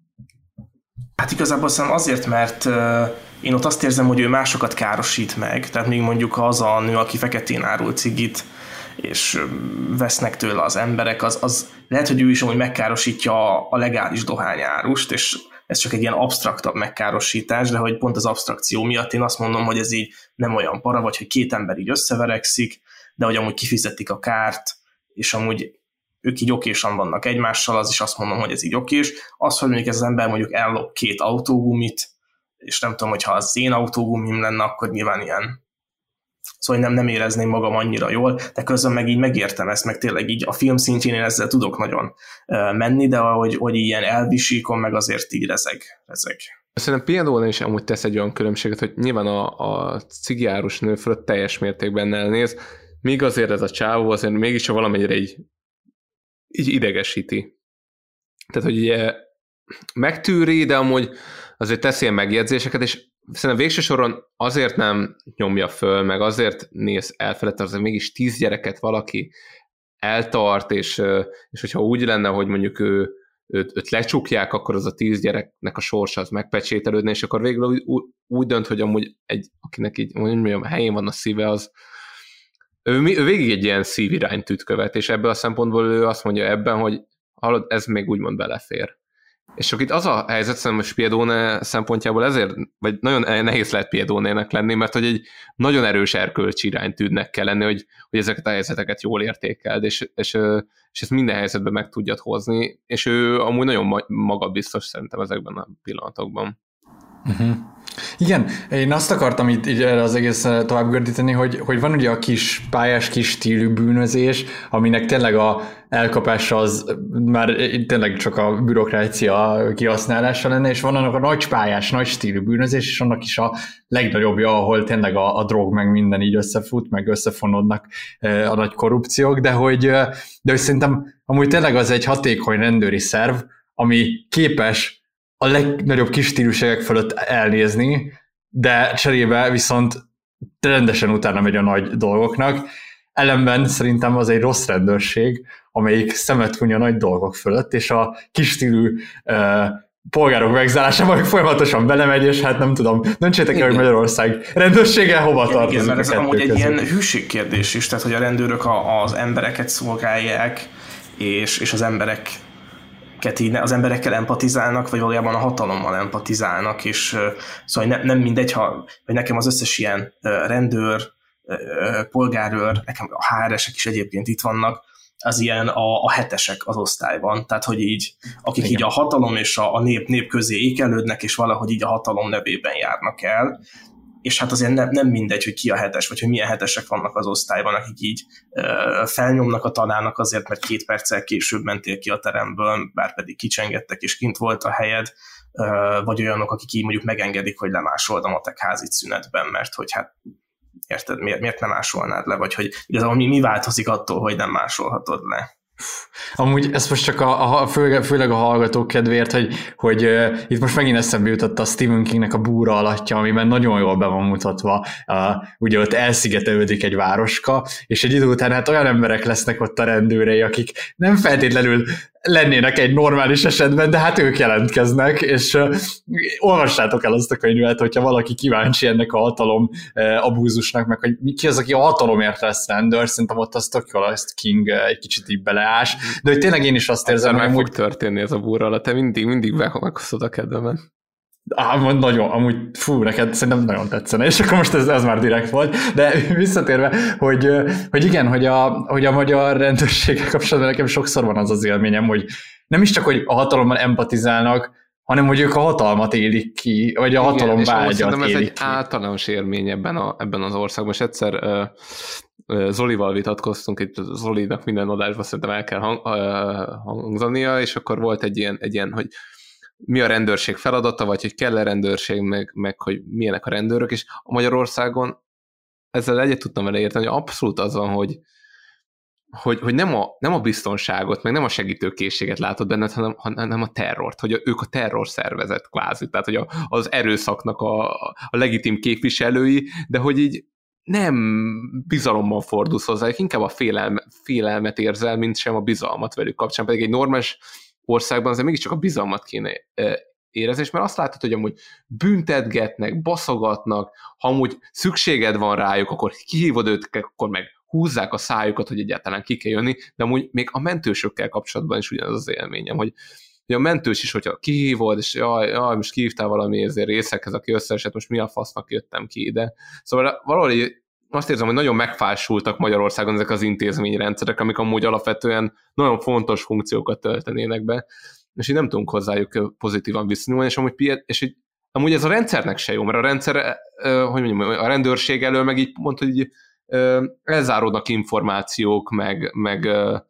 Hát igazából szerintem azért, mert én ott azt érzem, hogy ő másokat károsít meg, tehát még mondjuk az a nő, aki feketén árul cigit, és vesznek tőle az emberek, az lehet, hogy ő is amúgy megkárosítja a legális dohányárust, és ez csak egy ilyen absztraktabb megkárosítás, de hogy pont az absztrakció miatt én azt mondom, hogy ez így nem olyan para, vagy hogy 2 ember így összeverekszik, de hogy amúgy kifizetik a kárt, és amúgy ők így okésan vannak egymással, az is azt mondom, hogy ez így okés. Az, hogy mondjuk ez az ember mondjuk ellop 2 autógumit, és nem tudom, hogyha az én autógumim lenne, akkor nyilván ilyen. Szóval nem érezném magam annyira jól, de közben meg így megértem ezt, meg tényleg így a film szintjén én ezzel tudok nagyon menni, de hogy ilyen elvisíkon meg azért így rezeg. Szerintem Piedone is amúgy tesz egy olyan különbséget, hogy nyilván a cigiárus nő fölött teljes mértékben elnéz, míg azért ez a csávó azért mégis valamennyire így idegesíti. Tehát, hogy ugye megtűri, de amúgy azért tesz ilyen megjegyzéseket, és szerintem végső soron azért nem nyomja föl, meg azért néz elfelett, azért mégis 10 gyereket valaki eltart, és hogyha úgy lenne, hogy mondjuk őt lecsukják, akkor az a 10 gyereknek a sorsa az megpecsételődne, és akkor végül úgy dönt, hogy amúgy akinek így mondjam, helyén van a szíve, az ő végig egy ilyen szíviránytűt követ, és ebből a szempontból ő azt mondja ebben, hogy hallod, ez még úgymond belefér. És csak itt az a helyzet, szerintem Piedone szempontjából ezért, vagy nagyon nehéz lehet Piedonének lenni, mert hogy egy nagyon erős erkölcsi iránytűnek kell lenni, hogy ezeket a helyzeteket jól értékeld, és ezt minden helyzetben meg tudjad hozni, és ő amúgy nagyon magabiztos szerintem ezekben a pillanatokban. Uh-huh. Igen, én azt akartam itt így erre az egész tovább gördíteni, hogy van ugye a kis pályás, kis stílű bűnözés, aminek tényleg a elkapása az már tényleg csak a bürokrácia kihasználása lenne, és van annak a nagy pályás, nagy stílű bűnözés, és annak is a legnagyobbja, ahol tényleg a drog meg minden így összefut, meg összefonódnak a nagy korrupciók, de hogy szerintem amúgy tényleg az egy hatékony rendőri szerv, ami képes a legnagyobb kis stílűségek fölött elnézni, de cserébe viszont rendesen utána megy a nagy dolgoknak. Ellenben szerintem az egy rossz rendőrség, amelyik szemet huny a nagy dolgok fölött, és a kis stílű polgárok megzállásában folyamatosan belemegy, és hát nem tudom, döntsétek el, hogy Magyarország rendőrsége hova tartozik. Igen, mert ez amúgy egy ilyen hűségkérdés is, tehát hogy a rendőrök az embereket szolgálják, és az az emberekkel empatizálnak, vagy valójában a hatalommal empatizálnak, és szóval nem mindegy, hogy nekem az összes ilyen rendőr, polgárőr, nekem a HR-esek is egyébként itt vannak, az ilyen a hetesek az osztályban, tehát hogy így, akik így a hatalom és a nép közé ékelődnek, és valahogy így a hatalom nevében járnak el, és hát azért nem mindegy, hogy ki a hetes, vagy hogy milyen hetesek vannak az osztályban, akik így felnyomnak a tanának azért, mert 2 perccel később mentél ki a teremből, bár pedig kicsengettek, és kint volt a helyed, vagy olyanok, akik így mondjuk megengedik, hogy lemásold a matek házit szünetben, mert hogy hát érted, miért nem másolnád le, vagy hogy igazából mi változik attól, hogy nem másolhatod le. Amúgy ez most csak főleg a hallgatók kedvéért, hogy itt most megint eszembe jutott a Stephen Kingnek a Búra alattja, amiben nagyon jól be van mutatva, ugye ott elszigetelődik egy városka, és egy idő után hát olyan emberek lesznek ott a rendőrei, akik nem feltétlenül lennének egy normális esetben, de hát ők jelentkeznek, és olvassátok el azt a könyvet, hogyha valaki kíváncsi ennek a hatalom abúzusnak, meg hogy ki az, aki a hatalomért lesz rendőr, szerintem ott az tök jól, ezt King egy kicsit így beleás, de hogy tényleg én is azt érzem, hogy fog történni ez a Búra alatt, te mindig meghozod a kedvemet. Nagyon, amúgy neked szerintem nagyon tetszene, és akkor most ez már direkt volt, de visszatérve, hogy igen, hogy a magyar rendőrséggel kapcsolatban nekem sokszor van az élményem, hogy nem is csak, hogy a hatalommal empatizálnak, hanem hogy ők a hatalmat élik ki, vagy a hatalom vágyat élik ez egy ki. általános élmény ebben az országban, és egyszer Zolival vitatkoztunk, itt Zolinak minden adásban szerintem el kell hangzania, és akkor volt egy ilyen, hogy mi a rendőrség feladata, vagy hogy kell-e rendőrség, meg hogy milyenek a rendőrök, és a Magyarországon ezzel egyet tudtam vele érteni, hogy abszolút az van, hogy nem a biztonságot, meg nem a segítőkészséget látod benned, hanem a terrort, hogy ők a terrorszervezet kvázi, tehát hogy az erőszaknak a legitim képviselői, de hogy így nem bizalommal fordulsz hozzá, inkább a félelmet érzel, mint sem a bizalmat velük kapcsán, pedig egy normális országban azért mégiscsak a bizalmat kéne érezni, mert azt látod, hogy amúgy büntetgetnek, baszogatnak, ha amúgy szükséged van rájuk, akkor kihívod őket, akkor meg húzzák a szájukat, hogy egyáltalán ki kell jönni, de amúgy még a mentősökkel kapcsolatban is ugyanaz az élményem, hogy a mentős is, hogyha kihívod, és jaj, most kihívtál valami ezért részekhez, aki összeesett, most mi a fasznak jöttem ki ide. Szóval valahogy azt érzem, hogy nagyon megfásultak Magyarországon ezek az intézményrendszerek, amik amúgy alapvetően nagyon fontos funkciókat töltenének be, és így nem tudunk hozzájuk pozitívan viszonyulni, és amúgy ez a rendszernek se jó, mert a rendszer, hogy mondjam, a rendőrség elől meg így mondta, hogy elzáródnak információk, meg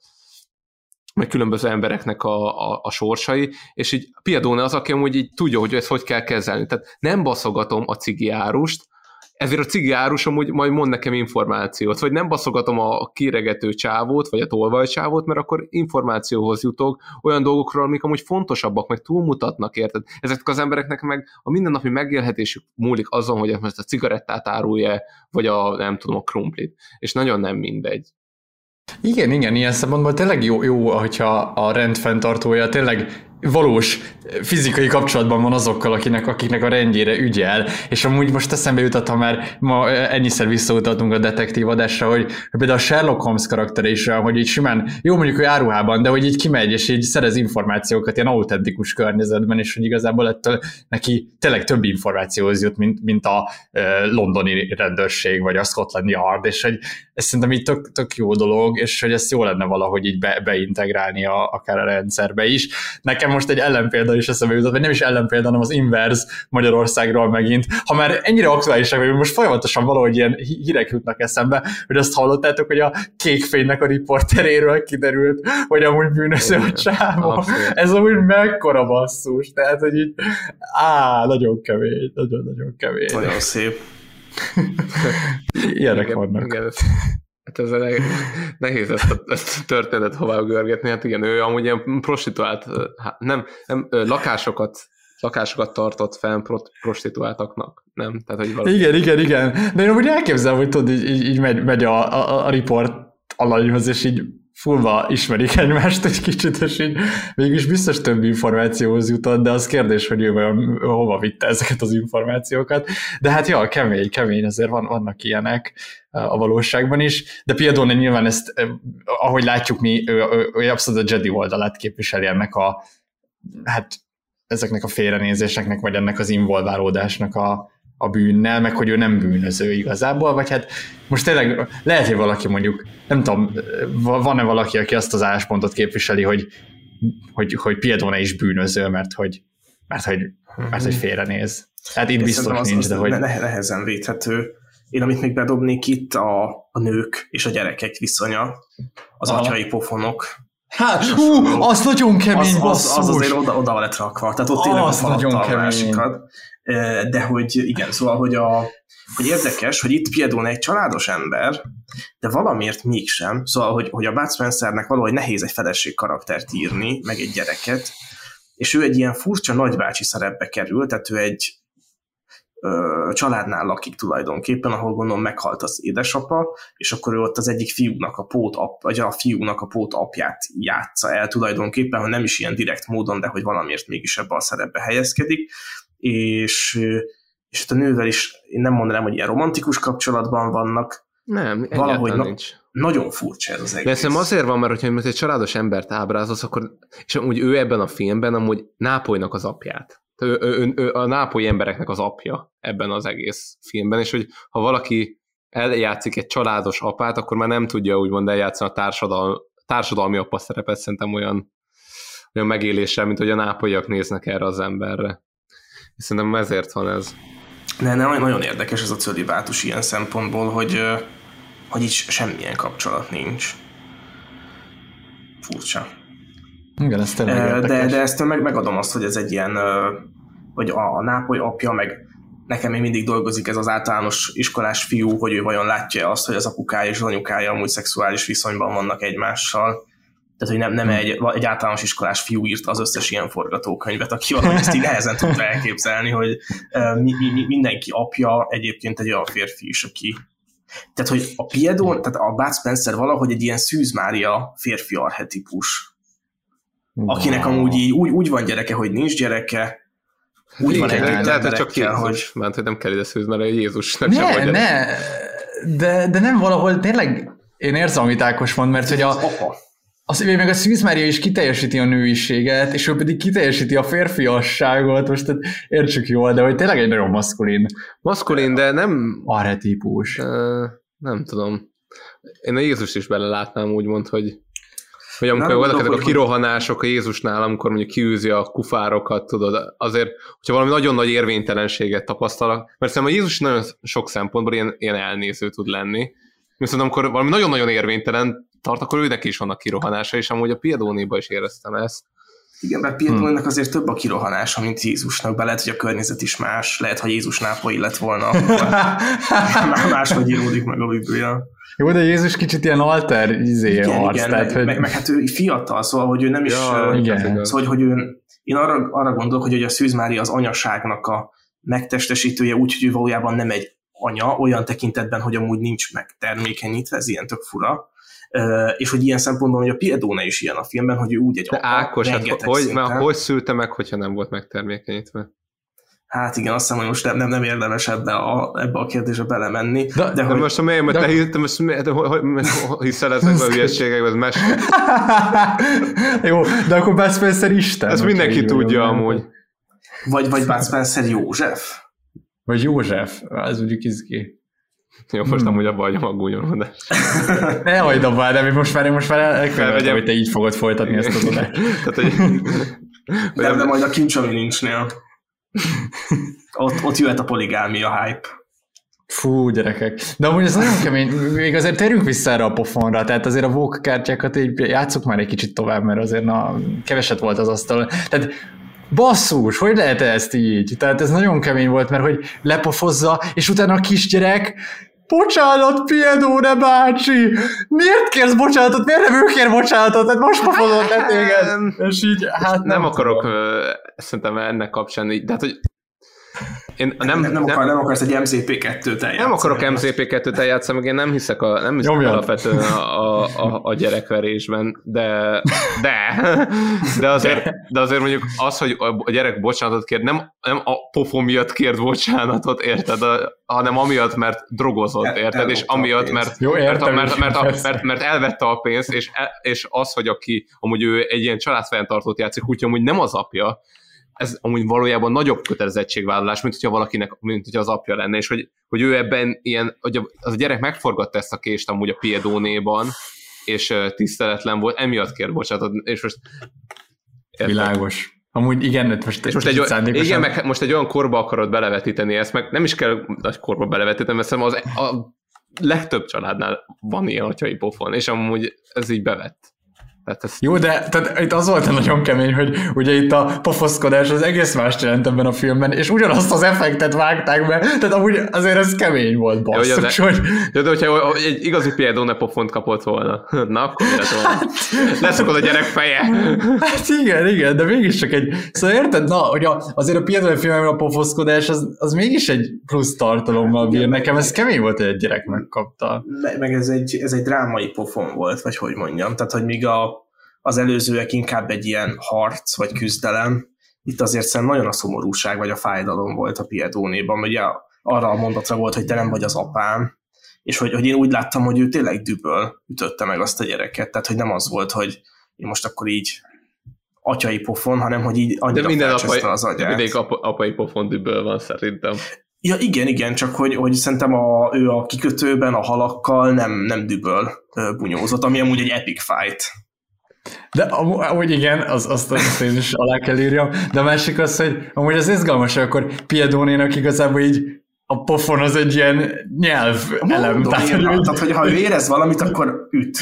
különböző embereknek a sorsai, és így Piedone az, aki amúgy így tudja, hogy ezt hogy kell kezelni. Tehát nem baszogatom a cigi árust, ezért a cigi árus amúgy majd mond nekem információt, vagy nem baszogatom a kiregető csávót, vagy a tolvajcsávót, mert akkor információhoz jutok olyan dolgokról, amik amúgy fontosabbak, meg túlmutatnak, érted? Ezeknek az embereknek meg a mindennapi megélhetésük múlik azon, hogy ezt a cigarettát árulja, vagy nem tudom, a krumplit. És nagyon nem mindegy. Igen, ilyen szempontból tényleg jó, hogyha a rendfenntartója tényleg valós fizikai kapcsolatban van azokkal, akiknek a rendjére ügyel, és amúgy most eszembe jutott, ha már ma ennyiszer visszautaltunk a detektív adásra, hogy például a Sherlock Holmes karaktere is olyan, hogy így simán, jó mondjuk, hogy áruhában, de hogy így kimegy, és így szerez információkat ilyen autentikus környezetben, és hogy igazából ettől neki tényleg több információhoz jut, mint a londoni rendőrség, vagy a Scotland Yard, és hogy ez szerintem így tök jó dolog, és hogy ezt jó lenne valahogy így beintegrálni akár a rendszerbe is. Nekem most egy ellenpélda is eszembe jutott, vagy nem is ellenpélda, hanem az inverse Magyarországról megint. Ha már ennyire aktuálisak, hogy most folyamatosan valahogy ilyen hírek jutnak eszembe, hogy azt hallottátok, hogy a Kékfénynek a riporteréről kiderült, hogy amúgy bűnöző a csávó. Ez amúgy mekkora basszus. Tehát, hogy így, nagyon kemény, nagyon kemény. Nagyon szép. Ilyenek vannak. Igen, hát ez nehéz ezt a történetet hová görgetni. Hát igen, ő amúgy ilyen prostituált, nem lakásokat tartott fenn prostituáltaknak, nem? Tehát, hogy valami... Igen. De én amúgy elképzelem, hogy tudod, így megy a riport alanyhoz, és így fullba ismerik egymást egy kicsit, és így mégis biztos több információhoz jutott, de az kérdés, hogy ő hova vitte ezeket az információkat. De hát kemény, azért vannak ilyenek a valóságban is, de Piedone nyilván ezt, ahogy látjuk mi, ő abszolút a Jedi oldalát képviseli ennek ezeknek a félrenézéseknek, vagy ennek az involválódásnak a bűnnel, meg hogy ő nem bűnöző igazából, vagy hát most tényleg lehet, hogy valaki mondjuk, nem tudom, van-e valaki, aki azt az álláspontot képviseli, hogy Piedone is bűnöző, mert hogy félrenéz. Hát itt biztos nincs, de hogy... Nehezen védhető. Én amit még bedobnék itt, a nők és a gyerekek viszonya, az atyai pofonok. Hát, az nagyon kemény, basszus! Az azért oda lett rakva, tehát ott tényleg a faladta a másikat. De hogy igen, szóval, hogy érdekes, hogy itt Piedone egy családos ember, de valamiért mégsem, szóval, hogy a Bud Spencernek valahogy nehéz egy feleség karaktert írni, meg egy gyereket, és ő egy ilyen furcsa nagybácsi szerepbe kerül, tehát ő egy családnál lakik tulajdonképpen, ahol gondolom meghalt az édesapa, és akkor ő ott az egyik fiúnak a pót apját játsza el tulajdonképpen, hogy nem is ilyen direkt módon, de hogy valamiért mégis ebbe a szerepbe helyezkedik, és a nővel is, én nem mondanám, hogy ilyen romantikus kapcsolatban vannak. Nem, valahogy nincs. Nagyon furcsa ez az egész. De szerintem azért van, mert hogyha egy családos embert ábrázolsz, akkor, és amúgy ő ebben a filmben amúgy Nápolynak az apját. Ő a nápolyi embereknek az apja ebben az egész filmben, és hogy ha valaki eljátszik egy családos apát, akkor már nem tudja úgymond eljátszani a társadalmi apa szerepet, szerintem olyan megéléssel, mint hogy a nápolyiak néznek erre az emberre. És szerintem ezért van ez. Nagyon érdekes ez a cölibátus ilyen szempontból, hogy így semmilyen kapcsolat nincs. Furcsa. Igen, ez tényleg de ezt megadom azt, hogy ez egy ilyen, hogy a Nápoly apja, meg nekem még mindig dolgozik ez az általános iskolás fiú, hogy ő vajon látja azt, hogy az apukája és az anyukája amúgy szexuális viszonyban vannak egymással. Tehát, hogy nem egy általános iskolás fiú írt az összes ilyen forgatókönyvet, aki valahogy ezt így nehezen tudta elképzelni, hogy mindenki apja egyébként egy olyan férfi is, aki... Tehát, hogy a Piedone, tehát a Bud Spencer valahogy egy ilyen Szűz Mária férfi archetipus, akinek amúgy így úgy van gyereke, hogy nincs gyereke, úgy van együtt emberekkel, hogy... Mert hogy nem kell ide Szűz Mária, Jézusnak sem vagy gyereke. De nem valahol, tényleg én érzem, amit Ákos mond, mert hogy meg a Szűz Mária is kiteljesíti a nőiséget, és ő pedig kiteljesíti a férfiasságot, most értsük jól, de hogy tényleg egy nagyon maszkulin. Maszkulin, de nem... archetípus. Nem tudom. Én a Jézus is belelátnám úgymond, hogy amikor vannak ezek a kirohanások a Jézusnál, amikor mondjuk kiűzi a kufárokat, tudod, azért, hogyha valami nagyon nagy érvénytelenséget tapasztalak, mert szerintem a Jézus nagyon sok szempontból ilyen elnéző tud lenni. Viszont amikor valami nagyon-nagyon érvénytelen tart, akkor őnek is vannak kirohanása, és amúgy a Piedone-ban is éreztem ezt. Igen, mert Piedone-nek azért több a kirohanása, mint Jézusnak, be lehet, hogy a környezet is más, lehet, ha Jézus nápolyi lett volna, máshogy íródik meg a Biblia. Jó, de Jézus kicsit ilyen alter arc. Igen, tehát, hogy... meg hát ő fiatal, szóval, hogy ő nem is... Szóval, hogy én arra gondolok, hogy a Szűz Mária az anyaságnak a megtestesítője, úgyhogy ő valójában nem egy anya, olyan tekintetben, hogy amúgy nincs megtermékenyítve, ez ilyen tök fura. És hogy ilyen szempontból, hogy a Piedone is ilyen a filmben, hogy ő úgy egy apa, Ákos, hogy szülte meg, hogyha nem volt megtermékenyítve? Hát igen, azt hiszem, hogy most nem érdemes ebbe a kérdésbe belemenni. De hogy... most miért, mert te hiszel ezekben a hülyeségekben, ez mese. Jó, de akkor Bud Spencer Isten. Ezt mindenki tudja amúgy. Vagy Bud Spencer József. Vagy József, az úgy izgi. Jó, most nem úgy abba hagyom aggódjon, de... Ne hagyd abba, de most már elkövettem, hogy te így fogod folytatni ezt az adást. De majd a kincs, ami nincsnél. Ott jöhet a poligámia hype. Fú, gyerekek. De amúgy ez nagyon kemény. Még azért térjünk vissza erre a pofonra. Tehát azért a Vogue kártyákat így játsszuk már egy kicsit tovább, mert azért keveset volt az asztal. Tehát basszus, hogy lehet ezt így? Tehát ez nagyon kemény volt, mert hogy lepofozza, és utána a kisgyerek, bocsánat, Piedone bácsi! Miért kérsz bocsánatot? Miért nem ő kér bocsánatot? Tehát most pofozott le téged. És így, hát nem akarok szerintem ennek kapcsán így, de hát, hogy én nem akarsz egy MZP2-t eljátszani. Nem akarok MZP2-t eljátszani, meg én nem hiszek alapvetően a gyerekverésben, de azért mondjuk az, hogy a gyerek bocsánatot kér, nem a pofon miatt kért bocsánatot, érted, hanem amiatt, mert drogozott, érted, és amiatt, mert elvette a pénzt, és az, hogy aki amúgy ő egy ilyen családfenntartót játszik, úgyhogy amúgy nem az apja, ez amúgy valójában nagyobb kötelezettségvállalás, mint hogyha valakinek, mint hogyha az apja lenne, és hogy ő ebben ilyen, hogy az a gyerek megforgatta ezt a kést amúgy a Piedone-ban, és tiszteletlen volt, emiatt kér bocsánatot, és most... Világos. Amúgy igen, most egy olyan korba akarod belevetíteni ezt, meg nem is kell nagy korba belevetíteni, mert szerintem a legtöbb családnál van ilyen atyai pofon, és amúgy ez így bevett. Jó, de tehát itt az volt nagyon kemény, hogy ugye itt a pofoszkodás az egész mást jelent ebben a filmben, és ugyanazt az effektet vágták be, tehát amúgy azért ez kemény volt, basszus, hogy... Jó, de hogyha egy igazi Piedone pofont kapott volna, na akkor lett volna. Leszokod a gyerek feje. Hát igen, de mégiscsak egy... Szóval érted? Na, hogy azért a Piedone filmben a pofoszkodás az mégis egy plusz tartalommal bír. Nekem ez kemény volt, hogy egy gyerek megkapta. Meg ez egy drámai pofon volt, vagy hogy mondjam. Tehát, hogy míg az előzőek inkább egy ilyen harc, vagy küzdelem, itt azért szerintem nagyon a szomorúság, vagy a fájdalom volt a Piedónéban, ugye arra a mondatra volt, hogy te nem vagy az apám, és hogy én úgy láttam, hogy ő tényleg düböl ütötte meg azt a gyereket, tehát hogy nem az volt, hogy én most akkor így atyai pofon, hanem hogy így annyira felcseszte az agyát. De mindig apai pofon düböl van szerintem. Ja, igen, csak hogy szerintem ő a kikötőben a halakkal nem düböl bunyózott, ami amúgy egy epic fight. De amúgy igen, azt én is alá kell írjam, de a másik az, hogy amúgy az izgalmas, hogy akkor Piedónénak igazából így a pofon az egy ilyen nyelv elem. Tehát, hogy ha ő érez valamit, akkor üt.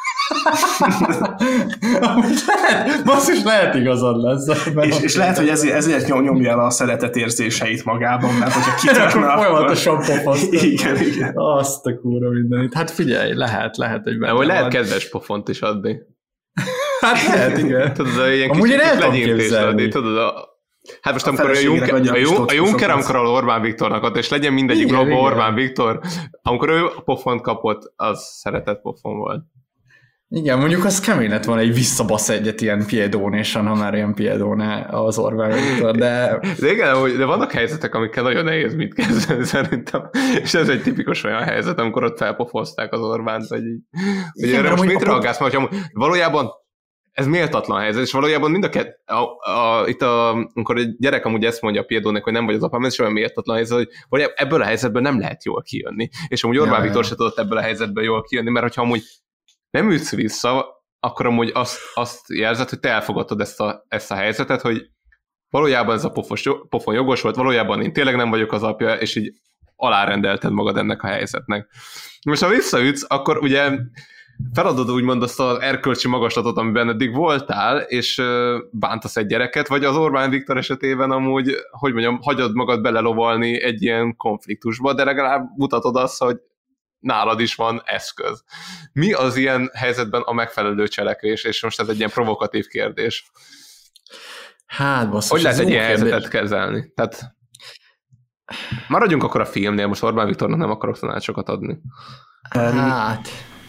Basszus, lehet igazad lesz. És lehet, hogy ezért nyomja el a szeretet érzéseit magában, mert hogyha kitörne, akkor folyamatosan pofozta. Igen. Azt a kúra mindenit. Hát figyelj, lehet, hogy benne vagy lehet kedves pofont is adni. Hát lehet, igen. Tudod, ilyen amúgy én el tudom képzelni. Tudod, hát most amikor a Juncker, amikor Orbán Viktornak ad, és legyen mindegyik blogban Orbán Viktor, amikor ő a pofont kapott, az szeretett pofon volt. Igen, mondjuk az kemény lett volna egy visszabasz egyet ilyen Piedónésan, ha már ilyen Piedóne az Orbán Viktor, de igen, de vannak helyzetek, amikkel nagyon nehéz mit kezdeni szerintem, és ez egy tipikus olyan helyzet, amikor ott felpofozták az Orbánt, vagy így. Hogy erre most mit reagálsz, mert valójában ez méltatlan helyzet, és valójában mind amikor egy gyerek amúgy ezt mondja a Piedónek, hogy nem vagy az apám, ez is olyan méltatlan helyzet, hogy ebből a helyzetből nem lehet jól kijönni. És amúgy Orbán Viktor se tudott ebből a helyzetből jól kijönni, mert hogyha amúgy nem ütsz vissza, akkor amúgy azt jelzed, hogy te elfogadtad ezt a helyzetet, hogy valójában ez a pofon jogos volt, valójában én tényleg nem vagyok az apja, és így alárendelted magad ennek a helyzetnek. Most ha visszaütsz, akkor ugye feladod úgymond azt az erkölcsi magaslatot, amiben eddig voltál, és bántasz egy gyereket, vagy az Orbán Viktor esetében amúgy, hogy mondjam, hagyod magad belelovalni egy ilyen konfliktusba, de legalább mutatod azt, hogy nálad is van eszköz. Mi az ilyen helyzetben a megfelelő cselekvés, és most ez egy ilyen provokatív kérdés. Hát, basszus, hogy lehet egy ilyen helyzetet kezelni? Tehát maradjunk akkor a filmnél, most Orbán Viktornak nem akarok tanácsokat adni. Hát...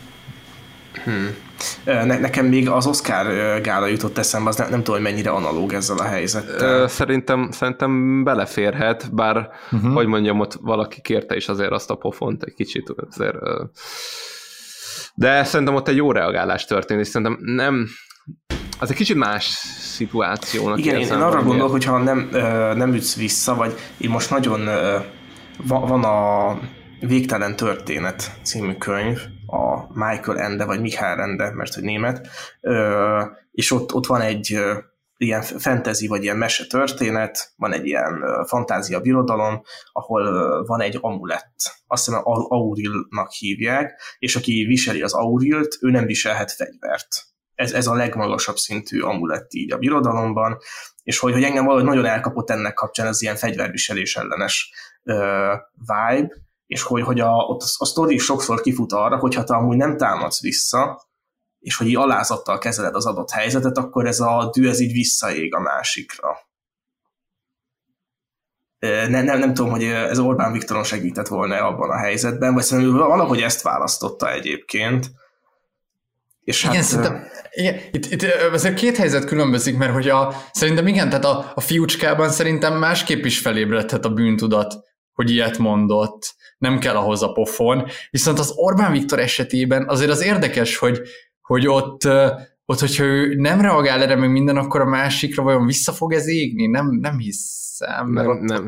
Nekem még az Oscar gála jutott eszembe, az nem tudom, hogy mennyire analóg ezzel a helyzettel. Szerintem beleférhet, bár hogy mondjam, ott valaki kérte is azért azt a pofont egy kicsit azért. De szerintem ott egy jó reagálás történt, és szerintem nem, az egy kicsit más szituációnak. Igen, én arra gondolok, hogyha nem ütsz vissza, vagy én most nagyon van a Végtelen történet című könyv, a Michael Ende, vagy Michael Ende, mert hogy német, és ott van egy ilyen fantasy, vagy ilyen mese történet, van egy ilyen fantázia birodalom, ahol van egy amulett, azt hiszem Aurilnak hívják, és aki viseli az Aurilt, ő nem viselhet fegyvert. Ez a legmagasabb szintű amulett így a birodalomban, és hogy engem valahogy nagyon elkapott ennek kapcsán az ilyen fegyverviselés ellenes vibe, és hogy ott a sztori sokszor kifut arra, hogy ha te amúgy nem támadsz vissza, és hogy így alázattal kezeled az adott helyzetet, akkor ez a dű, ez így visszaég a másikra. Nem tudom, hogy ez Orbán Viktoron segített volna abban a helyzetben, vagy szerintem valahogy ezt választotta egyébként. És igen, szerintem, itt azért két helyzet különbözik, mert hogy szerintem igen, tehát a fiúcskában szerintem másképp is felébredhet a bűntudat, hogy ilyet mondott, nem kell ahhoz a pofon. Viszont az Orbán Viktor esetében azért az érdekes, hogy ott, hogyha ő nem reagál erre meg minden, akkor a másikra vajon vissza fog ez égni? Nem hiszem. Nem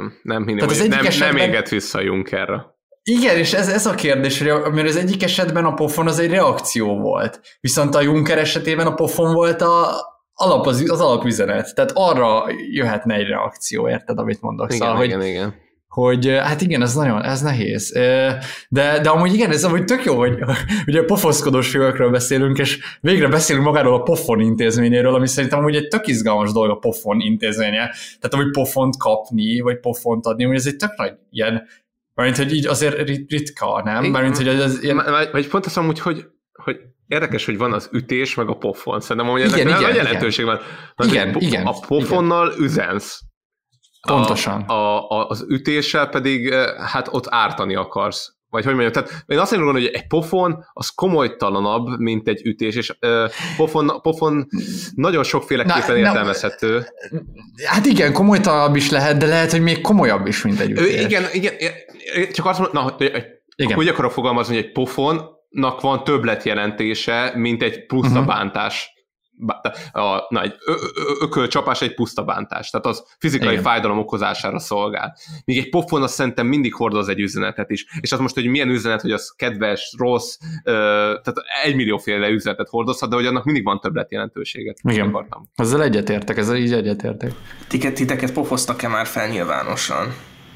éget vissza a Junckerra. Igen, és ez a kérdés, mert az egyik esetben a pofon az egy reakció volt. Viszont a Juncker esetében a pofon volt az alapüzenet. Tehát arra jöhetne egy reakció, érted, amit mondok? Igen, szóval, igen. Hogy hát igen, ez nehéz. De amúgy igen, ez amúgy tök jó, hogy ugye pofoszkodós filmekről beszélünk, és végre beszélünk magáról a pofon intézményéről, ami szerintem amúgy egy tök izgalmas dolog a pofon intézménye. Tehát amúgy pofont kapni, vagy pofont adni, hogy ez egy tök nagy ilyen, mármint, hogy így azért ritka, nem? Mármint, hogy ez ilyen... Vagy pont azt amúgy, hogy érdekes, hogy van az ütés, meg a pofon. Szerintem amúgy ennek nagy jelentőség van. Igen. A pofonnal üzensz. Pontosan. Az ütéssel pedig hát ott ártani akarsz. Vagy hogy mondjam, tehát én azt mondom, hogy egy pofon az komolytalanabb, mint egy ütés, és pofon nagyon sokféleképpen értelmezhető. Hát igen, komolytalanabb is lehet, de lehet, hogy még komolyabb is, mint egy ütés. Igen, csak azt mondom, úgy akarok fogalmazni, hogy egy pofonnak van többletjelentése, mint egy puszta bántás. Egy ökölcsapás egy puszta bántás, tehát az fizikai fájdalom okozására szolgál. Míg egy pofon azt szerintem mindig hordoz egy üzenetet is, és az most, hogy milyen üzenet, hogy az kedves, rossz, tehát 1 millióféle üzenetet hordozhat, de hogy annak mindig van többlet jelentőséget. Igen, ezzel egyetértek, ezzel így egyetértek. Titeket pofoztak-e már fel nyilvánosan?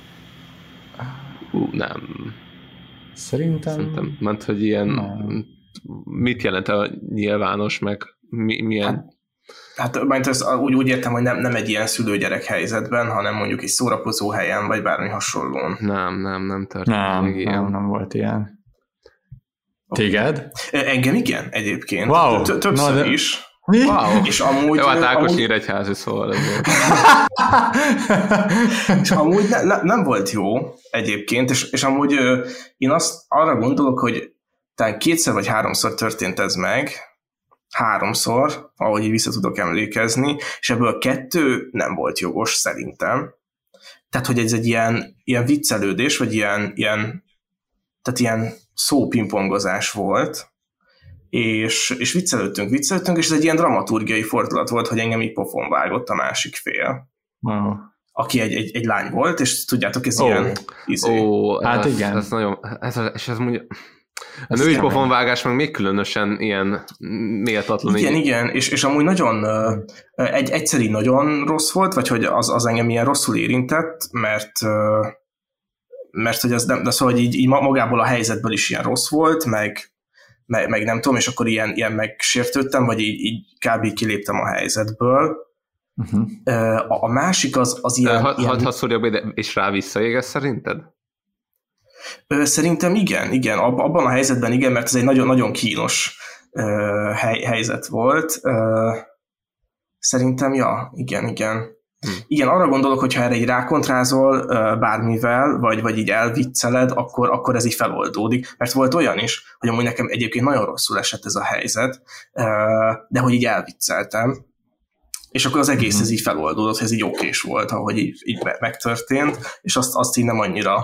Nem. Szerintem mert hogy ilyen mit jelent a nyilvános, meg milyen? Hát majd úgy értem, hogy nem egy ilyen szülő-gyerek helyzetben, hanem mondjuk egy szórakozó helyen, vagy bármi hasonlón. Nem történt még ilyen. Nem volt ilyen. Téged? Engem igen, egyébként. Wow. Többször is. Mi? Wow. És amúgy... Jó, hát Ákos Nyíregyházi, szóval ezért. És amúgy nem volt jó egyébként, és amúgy én arra gondolok, hogy talán 2 vagy 3-szor történt ez meg, 3-szor, ahogy így vissza tudok emlékezni, és ebből 2 nem volt jogos szerintem. Tehát, hogy ez egy ilyen viccelődés, vagy ilyen szópingpongozás volt, és viccelődtünk, és ez egy ilyen dramaturgiai fordulat volt, hogy engem így pofon vágott a másik fél. Wow. Aki egy lány volt, és tudjátok, ez ilyen... Hát igen. Ez nagyon... És ez mondja... A női pofonvágás meg még különösen ilyen méltatlan. Igen, és amúgy nagyon egyszer így nagyon rossz volt, vagy hogy az engem ilyen rosszul érintett, mert hogy ez nem, de szóval hogy így magából a helyzetből is ilyen rossz volt, meg nem tudom, és akkor ilyen megsértődtem, vagy így kb. Kiléptem a helyzetből. A másik az ilyen... Ha szórjak be, és rá visszaégesz szerinted? Szerintem igen, abban a helyzetben igen, mert ez egy nagyon-nagyon kínos helyzet volt. Szerintem, igen. Igen, arra gondolok, hogyha erre így rákontrázol bármivel, vagy így elvicceled, akkor ez így feloldódik. Mert volt olyan is, hogy amúgy nekem egyébként nagyon rosszul esett ez a helyzet, de hogy így elvicceltem. És akkor az egész ez így feloldódott, hogy ez így okés volt, ahogy így megtörtént, és azt így nem annyira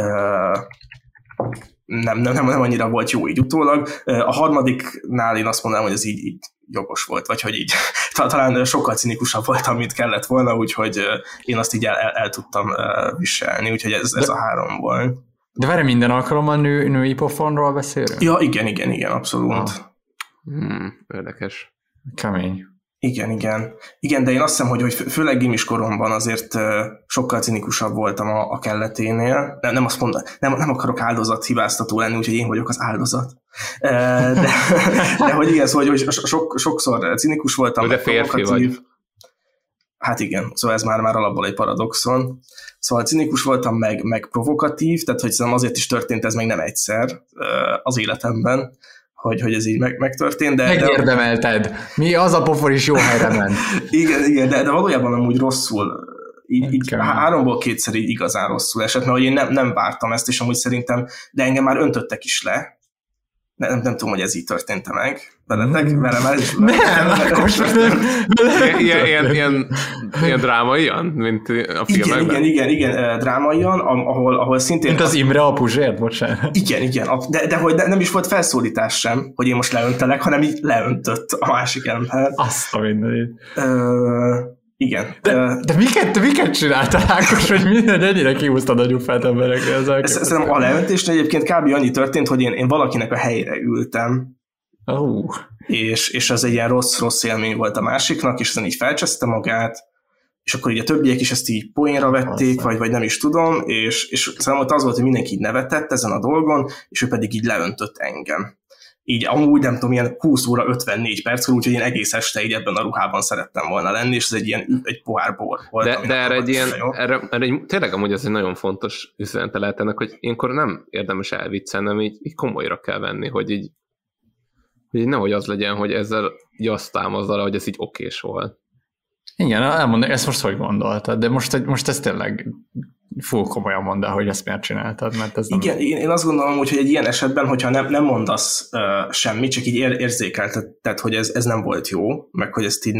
nem annyira volt jó így utólag. A harmadiknál én azt mondanám, hogy ez így jogos volt, vagy hogy így talán sokkal cinikusabb voltam, mint kellett volna, úgyhogy én azt így el tudtam viselni, úgyhogy ez a 3 volt. De várj, minden alkalommal női pofonról beszélünk? Ja, igen, abszolút. Érdekes. Kemény. Igen, de én azt hiszem, hogy főleg gimis koromban azért sokkal cinikusabb voltam a kelleténél. Nem azt mondom, nem akarok áldozathibáztató lenni, úgyhogy én vagyok az áldozat. De hogy igen, szóval, hogy sokszor cinikus voltam. De férfi vagy. Hát igen, szóval ez már alapból egy paradoxon. Szóval cinikus voltam, meg provokatív, tehát hogy szerintem azért is történt ez meg nem egyszer az életemben, hogy ez így megtörtént. Megérdemelted. Mi az a pofon is jó helyre ment. igen, de valójában amúgy rosszul, így 3-ból 2-szer így igazán rosszul esett, mert én nem vártam ezt, és amúgy szerintem, de engem már öntöttek is le. Nem tudom, hogy ez így történt meg veletek, velem ez is. Ilyen drámaian, mint a filmekben? Igen, drámaian, ahol szintén... Mint az Imre a Puzsért, bocsánat. Igen, de hogy nem is volt felszólítás sem, hogy én most leöntelek, hanem így leöntött a másik ember. Azt a mindenit. Igen. De miket csináltál, Ákos, hogy minden ennyire kihúztad a gyufát emberekre? Szerintem a leöntésnél egyébként kb. Annyi történt, hogy én valakinek a helyére ültem. és ez egy ilyen rossz élmény volt a másiknak, és ezen így felcseszte magát, és akkor így a többiek is ezt így poénra vették, vagy nem is tudom, és számomra az volt, hogy mindenki így nevetett ezen a dolgon, és ő pedig így leöntött engem. Így amúgy nem tudom, ilyen 20 óra 54 perckor, úgyhogy én egész este így ebben a ruhában szerettem volna lenni, és ez egy pohár bor volt. De erre tényleg amúgy ez egy nagyon fontos üzenete lehet ennek, hogy ilyenkor nem érdemes elviccelni, hanem így komolyra kell venni, hogy így nehogy az legyen, hogy ezzel így azt támazd alá, hogy ez így okés volt. Igen, elmondom, ezt most hogy gondoltad, de most ez tényleg full komolyan mondd el, hogy ezt miért csináltad, mert ez nem... Igen, én azt gondolom, hogy egy ilyen esetben, hogyha nem mondasz semmit, csak így érzékelteted, hogy ez nem volt jó, meg hogy ezt így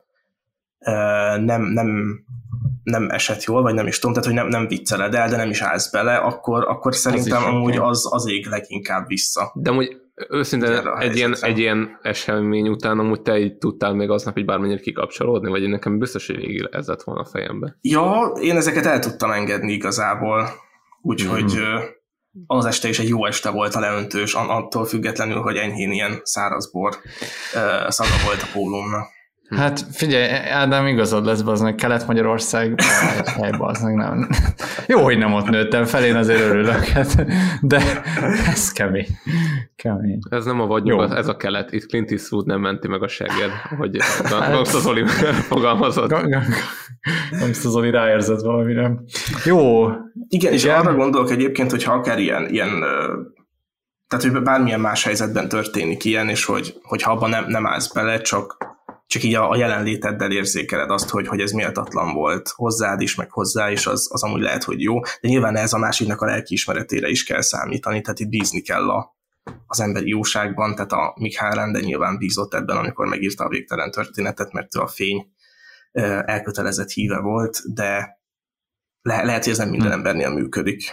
nem esett jól, vagy nem is tudom, tehát hogy nem vicceled el, de nem is állsz bele, akkor szerintem amúgy az ég leginkább vissza. De amúgy őszintén egy ilyen esemény után amúgy te így tudtál még aznap így bármennyire kikapcsolódni, vagy nekem biztos, hogy végig ez lett volna a fejembe. Ja, én ezeket el tudtam engedni igazából, úgyhogy az este is egy jó este volt a leöntős, attól függetlenül, hogy enyhén ilyen szárazbor szaga volt a pólómnak. Hát figyelj, Ádám, igazad lesz, baznak, Kelet-Magyarország, baznak, nem. Jó, hogy nem ott nőttem fel, én azért örülök, de ez kemény. Ez nem a vadnyugat, ez a kelet. Itt Clint Eastwood nem menti meg a segged, hogy Gangsta Zoli fogalmazott. Gangsta Zoli ráérzett valamire. Jó. Igen, és arra gondolok egyébként, hogyha akár ilyen tehát, hogy bármilyen más helyzetben történik ilyen, és hogyha abban nem állsz bele, csak így a jelenléteddel érzékeled azt, hogy ez méltatlan volt hozzád is, meg hozzá is, az amúgy lehet, hogy jó, de nyilván ez a másiknak a lelkiismeretére is kell számítani, tehát itt bízni kell az emberi jóságban, tehát a Michael Ende nyilván bízott ebben, amikor megírta a Végtelen történetet, mert ő a fény elkötelezett híve volt, de lehet, hogy ez nem minden embernél működik.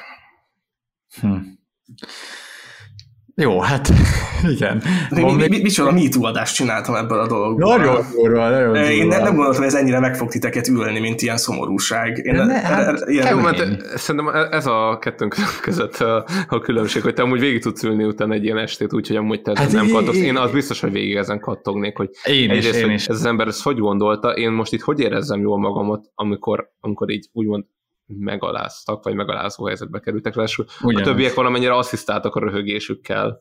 Jó, hát igen. Micsoda MeToo adást csináltam ebből a dologból. Nagyon durva. Én nem gondoltam, hogy ez ennyire meg fog titeket ülni, mint ilyen szomorúság. Szerintem ez a kettőnk között a különbség, hogy te amúgy végig tudsz ülni utána egy ilyen estét, úgyhogy amúgy te nem kattogsz. Én az biztos, hogy végig ezen kattognék, hogy én is. Ez az ember ezt hogy gondolta, én most itt hogy érezzem jól magamat, amikor így úgymond megaláztak, vagy megalázó helyzetbe kerültek. Ráadásul a többiek valamennyire asszisztáltak a röhögésükkel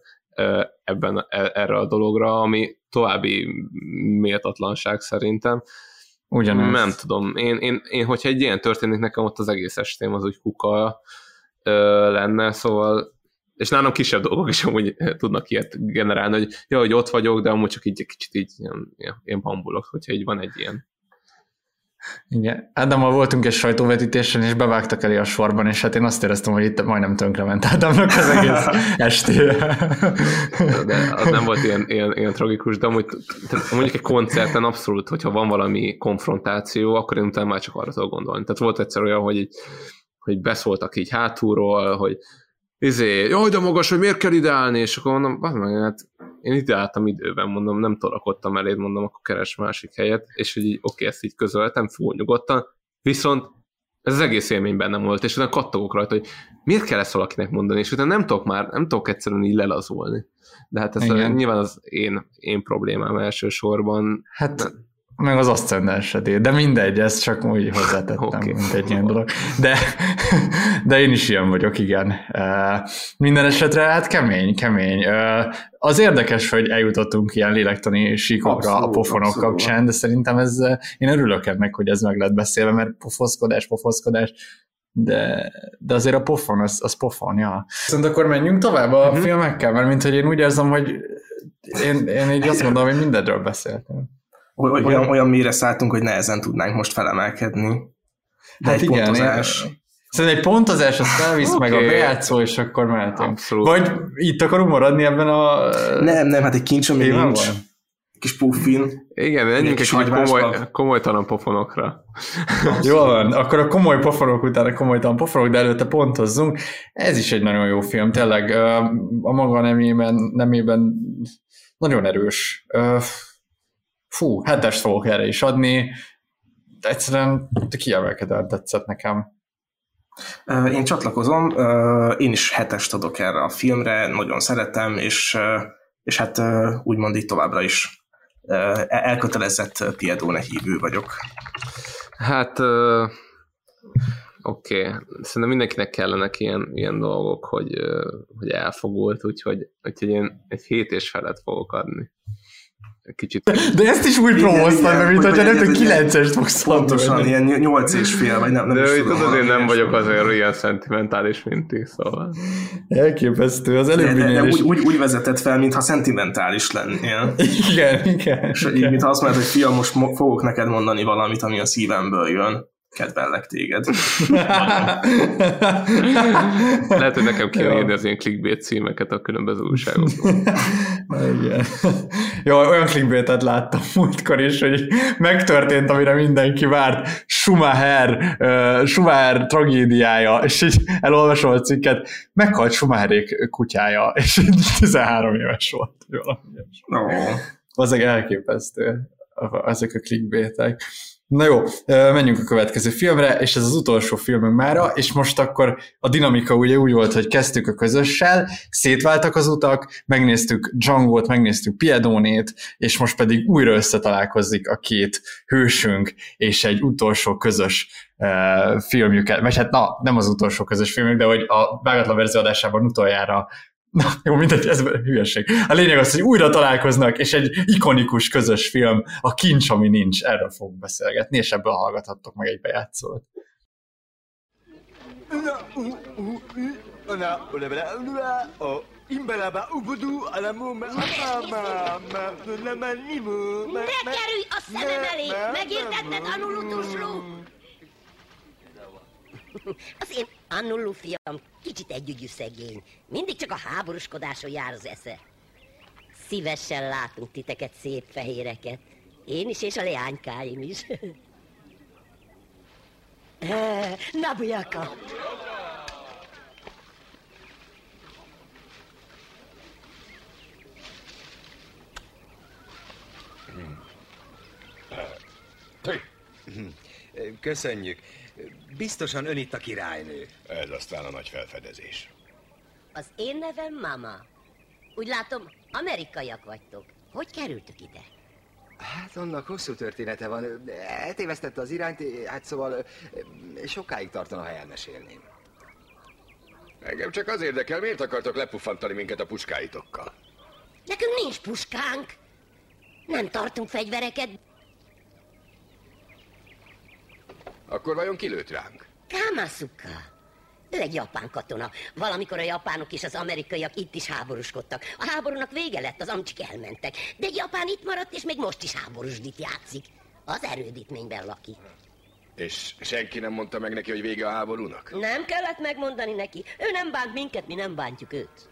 erre a dologra, ami további méltatlanság szerintem. Ugyanez. Nem tudom. Én, hogyha egy ilyen történik, nekem ott az egész estém az úgy kuka lenne, szóval és nálam kisebb dolgok is amúgy tudnak ilyet generálni, hogy ott vagyok, de amúgy csak így egy kicsit így ilyen bambulok, hogyha így van egy ilyen. Igen. Ádámmal voltunk egy sajtóvetítésen, és bevágtak elé a sorban, és hát én azt éreztem, hogy itt majdnem tönkrement Ádámnak az egész estére. De az nem volt ilyen tragikus, de amúgy, mondjuk egy koncerten abszolút, hogyha van valami konfrontáció, akkor én utána már csak arra tudok gondolni. Tehát volt egyszer olyan, hogy beszóltak így hátulról, hogy jaj, de magas, hogy miért kell ideálni, és akkor mondom, hát én ideáltam időben, mondom, nem tolakodtam eléd, mondom, akkor keres másik helyet, és hogy így oké, ezt így közöltem, full nyugodtan, viszont ez az egész élmény bennem volt, és utána kattogok rajta, hogy miért kell ezt valakinek mondani, és utána nem tudok egyszerűen így lelazulni. De hát ez nyilván az én problémám elsősorban. Hát meg az aszcendensedé, de mindegy, ezt csak úgy hozzátettem, mint egy ilyen dolog. De én is ilyen vagyok, igen. Minden esetre hát kemény. Az érdekes, hogy eljutottunk ilyen lélektani síkokra a pofonok kapcsán, de szerintem én örülök ennek, hogy ez meg lett beszélve, mert pofoszkodás, de azért a pofon, az pofon, ja. Viszont akkor menjünk tovább a filmekkel, mert mint hogy én úgy érzem, hogy én így azt gondolom, hogy mindenről beszéltem. Olyan mélyre szálltunk, hogy nehezen tudnánk most felemelkedni. De hát egy igen, pontozás. Szerintem egy pontozás, azt felvisz meg a bejátszó, és akkor mehetünk. Abszolút. Vagy itt akarunk maradni ebben a... Nem, hát egy kincs, ami nincs. Kis puffin. Igen, menjünk egy komolytalan pofonokra. Jól van, akkor a komoly pofonok után a komolytalan pofonok, de előtte pontozzunk. Ez is egy nagyon jó film, tényleg a maga nemében nagyon erős. 7-est fogok erre is adni, de egyszerűen kiemelkedően tetszett nekem. Én csatlakozom, én is 7-est adok erre a filmre, nagyon szeretem, és és hát úgymond így továbbra is elkötelezett Piedone hívő vagyok. Hát oké. Szerintem mindenkinek kellenek ilyen dolgok, hogy elfogult, úgyhogy én egy 7,5 fogok adni. Kicsit. De ezt is úgy promóztad, mint hogyha nem tudom, 9-est fogsz pontosan, ilyen 8,5, vagy nem de is tudom. Tudod, én nem vagyok azért ilyen szentimentális, mint ti, szóval. Elképesztő, az előbbinél is. Úgy vezetett fel, mintha szentimentális lennél. Igen. És így, mintha azt mondod, hogy fiam, most fogok neked mondani valamit, ami a szívemből jön. Kedvellek téged. Lehet, hogy nekem kéne írni az ilyen clickbait címeket a különböző újságokban. Igen. Jó, olyan clickbaitet láttam múltkor is, hogy megtörtént, amire mindenki várt. Schumacher tragédiája, és így elolvasom a cikket, meghalt Schumacherék kutyája, és 13 éves volt. Azok elképesztő, ezek a clickbaitek. Na jó, menjünk a következő filmre, és ez az utolsó filmünk mára, és most akkor a dinamika ugye úgy volt, hogy kezdtük a közössel, szétváltak az utak, megnéztük Django-t, megnéztük Piedonét, és most pedig újra összetalálkozik a két hősünk, és egy utolsó közös filmjüket, vagy hát nem az utolsó közös filmjük, de hogy a vágatlan verzió adásában utoljára. Na, jó, mindegy, ez hülyeség. A lényeg az, hogy újra találkoznak, és egy ikonikus közös film, a Kincs, ami nincs, erről fogunk beszélgetni, és ebből hallgathattok meg egy bejátszót. Ne kerülj a szemem elé! Megértetted, Anulutusló? Az én Annullu fiam kicsit együgyű szegény. Mindig csak a háborúskodáson jár az esze. Szívesen látunk titeket, szép fehéreket. Én is, és a leánykáim is. Nabujaka! Köszönjük. Biztosan ön itt a királynő. Ez aztán a nagy felfedezés. Az én nevem Mama. Úgy látom, amerikaiak vagytok. Hogy kerültök ide? Hát annak hosszú története van. Eltévesztette az irányt, hát szóval sokáig tartana, ha elmesélném. Engem csak az érdekel, miért akartok lepuffantani minket a puskáitokkal? Nekünk nincs puskánk. Nem tartunk fegyvereket. Akkor vajon kilőtt ránk? Kamasuka. Ő egy japán katona. Valamikor a japánok és az amerikaiak itt is háborúskodtak. A háborúnak vége lett, az amcsik elmentek. De egy japán itt maradt, és még most is háborúsdit játszik. Az erődítményben lakik. És senki nem mondta meg neki, hogy vége a háborúnak? Nem kellett megmondani neki. Ő nem bánt minket, mi nem bántjuk őt.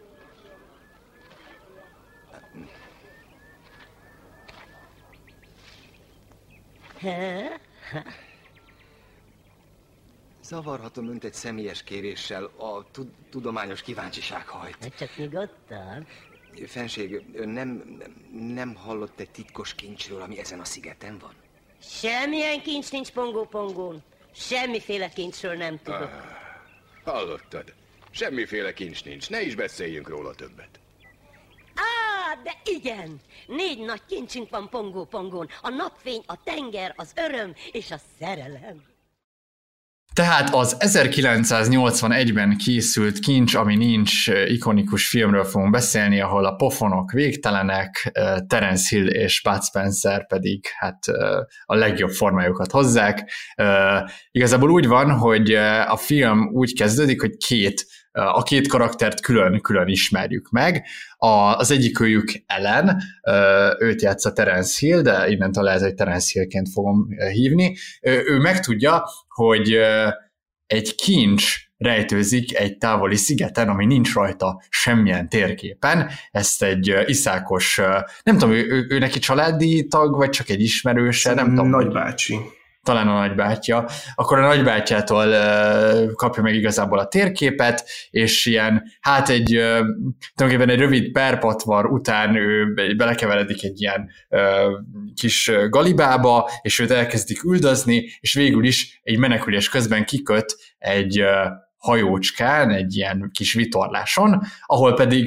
Zavarhatom önt egy személyes kéréssel, a tudományos kíváncsiság hajt. Csak nyugodtan. Fenség, ön nem hallott egy titkos kincsről, ami ezen a szigeten van? Semmilyen kincs nincs Pongó-Pongón. Semmiféle kincsről nem tudok. Hallottad? Semmiféle kincs nincs, ne is beszéljünk róla többet. De igen! 4 nagy kincsünk van Pongó-Pongón. A napfény, a tenger, az öröm és a szerelem. Tehát az 1981-ben készült Kincs, ami nincs ikonikus filmről fogunk beszélni, ahol a pofonok végtelenek, Terence Hill és Bud Spencer pedig hát a legjobb formájukat hozzák. Igazából úgy van, hogy a film úgy kezdődik, hogy a két karaktert külön ismerjük meg. Az egyikőjük Ellen, őt játsza Terence Hill, de innentől lehet, hogy Terence Hillként fogom hívni. Ő megtudja, hogy egy kincs rejtőzik egy távoli szigeten, ami nincs rajta semmilyen térképen. Ezt egy iszákos, nem tudom, ő neki családi tag, vagy csak egy ismerőse, nem tudom. Nagybácsi. Talán a nagybátyja, akkor a nagybátyjától kapja meg igazából a térképet, és ilyen, hát tulajdonképpen egy rövid perpatvar után ő belekeveredik egy ilyen kis galibába, és őt elkezdik üldözni, és végül is egy menekülés közben kiköt egy hajócskán, egy ilyen kis vitorláson, ahol pedig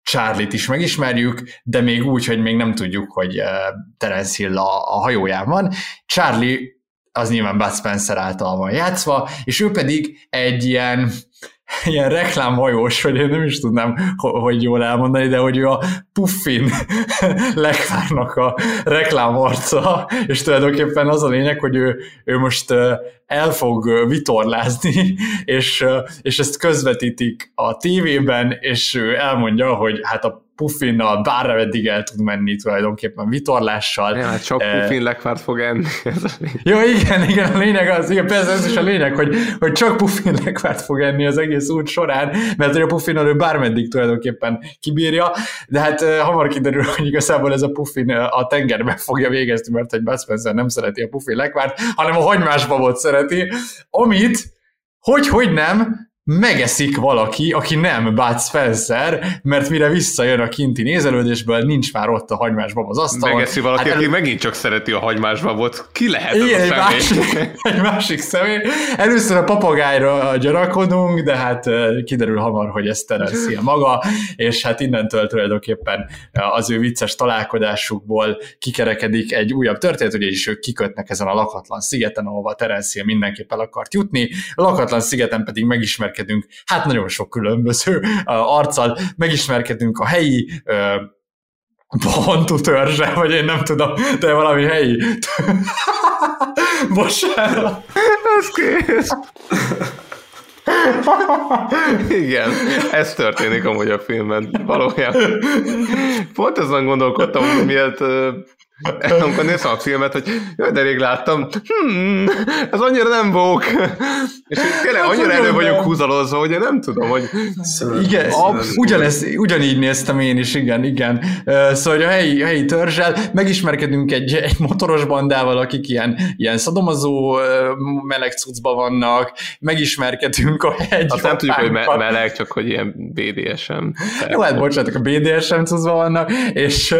Charlie-t is megismerjük, de még úgy, hogy még nem tudjuk, hogy Terence Hill a hajóján van. Charlie az nyilván Bud Spencer által van játszva, és ő pedig egy ilyen reklámhajós, vagy én nem is tudnám, hogy jól elmondani, de hogy ő a Puffin lekvárnak a reklámarca, és tulajdonképpen az a lényeg, hogy ő most el fog vitorlázni, és ezt közvetítik a tévében, és ő elmondja, hogy hát a Puffinnal bárra eddig el tud menni tulajdonképpen vitorlással. Ja, hát csak Puffin lekvárt fog enni. Jó, igen, a lényeg az, igen, persze ez is a lényeg, hogy csak Puffin lekvárt fog enni az egész út során, mert hogy a Puffinnal ő bármeddig tulajdonképpen kibírja, de hát hamar kiderül, hogy igazából ez a Puffin a tengerben fogja végezni, mert hogy Bud Spencer nem szereti a Puffin lekvárt, hanem a hagymás babot szereti, amit, hogy nem, megeszik valaki, aki nem Bud Spencer, mert mire visszajön a kinti nézelődésből, nincs már ott a hagymásbab az asztalon. Megeszi valaki, aki megint csak szereti a hagymásbabot. Ki lehet ez a személy? Egy másik személy. Először a papagájra gyanakodunk, de hát kiderül hamar, hogy ez Terence Hill maga, és hát innentől tulajdonképpen az ő vicces találkozásukból kikerekedik egy újabb történet, ugyanis ők kikötnek ezen a lakatlan szigeten, ahova Terence Hill mindenképp el akart jutni. A lakatlan szigeten pedig megismerkedünk, hát nagyon sok különböző arccal, megismerkedünk a helyi Bantu törzse, vagy én nem tudom, de valami helyi. Bocsánat. Ez kész. Igen, ez történik amúgy a filmben, valójában. Pont ezen gondolkodtam, hogy miért amikor néztem a filmet, hogy jaj, de rég láttam, ez annyira nem bók. És tényleg annyira elő vagyunk húzalozva, hogy én nem tudom, hogy... Igen, ugyanígy néztem én is, igen. Szóval a helyi törzsel megismerkedünk egy motoros bandával, akik ilyen szadomazó meleg cuccban vannak, megismerkedünk a egy... Azt nem tudjuk, hogy meleg, csak hogy ilyen BDSM. Jó, hát bocsánat, a BDSM cuccban vannak, és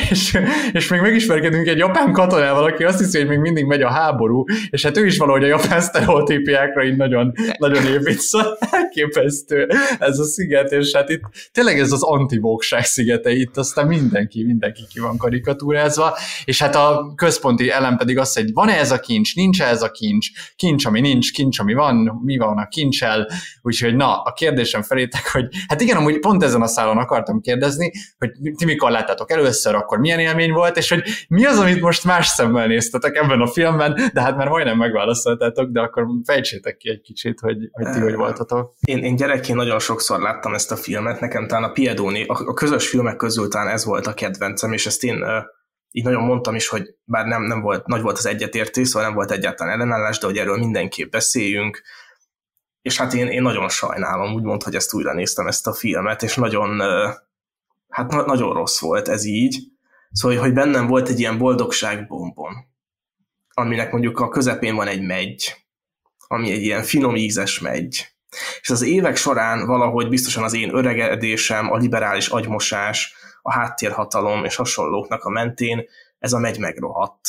még megismerkedünk egy japán katonával, aki azt hiszi, hogy még mindig megy a háború, és hát ő is valahogy a japán sztereotípiákra így nagyon, nagyon épít, szóval elképesztő ez a sziget, és hát itt tényleg ez az antivókság szigete, itt aztán mindenki ki van karikatúrázva, és hát a központi elem pedig az, hogy van-e ez a kincs, nincs-e ez a kincs, ami nincs, kincs, ami van, mi van a kincsel, úgyhogy na, a kérdésem felétek, hogy hát igen, amúgy pont ezen a szálon akartam kérdezni, hogy ti mikor láttátok először, akkor milyen élmény volt, és hogy mi az, amit most más szemmel néztetek ebben a filmben, de hát már majdnem megválaszoltátok, de akkor fejtsétek ki egy kicsit, hogy ti hogy voltatok. Én gyerekként nagyon sokszor láttam ezt a filmet, nekem talán a Piedoni, a közös filmek közül talán ez volt a kedvencem, és ezt én így nagyon mondtam is, hogy bár nem volt, nagy volt az egyetértés, szóval nem volt egyáltalán ellenállás, de hogy erről mindenképp beszéljünk, és hát én nagyon sajnálom, úgymond, hogy ezt újra néztem ezt a filmet, és nagyon, hát nagyon rossz volt ez így. Szóval, hogy bennem volt egy ilyen boldogságbombon, aminek mondjuk a közepén van egy megy, ami egy ilyen finom ízes megy. És az évek során valahogy biztosan az én öregedésem, a liberális agymosás, a háttérhatalom és hasonlóknak a mentén ez a megy megrohadt.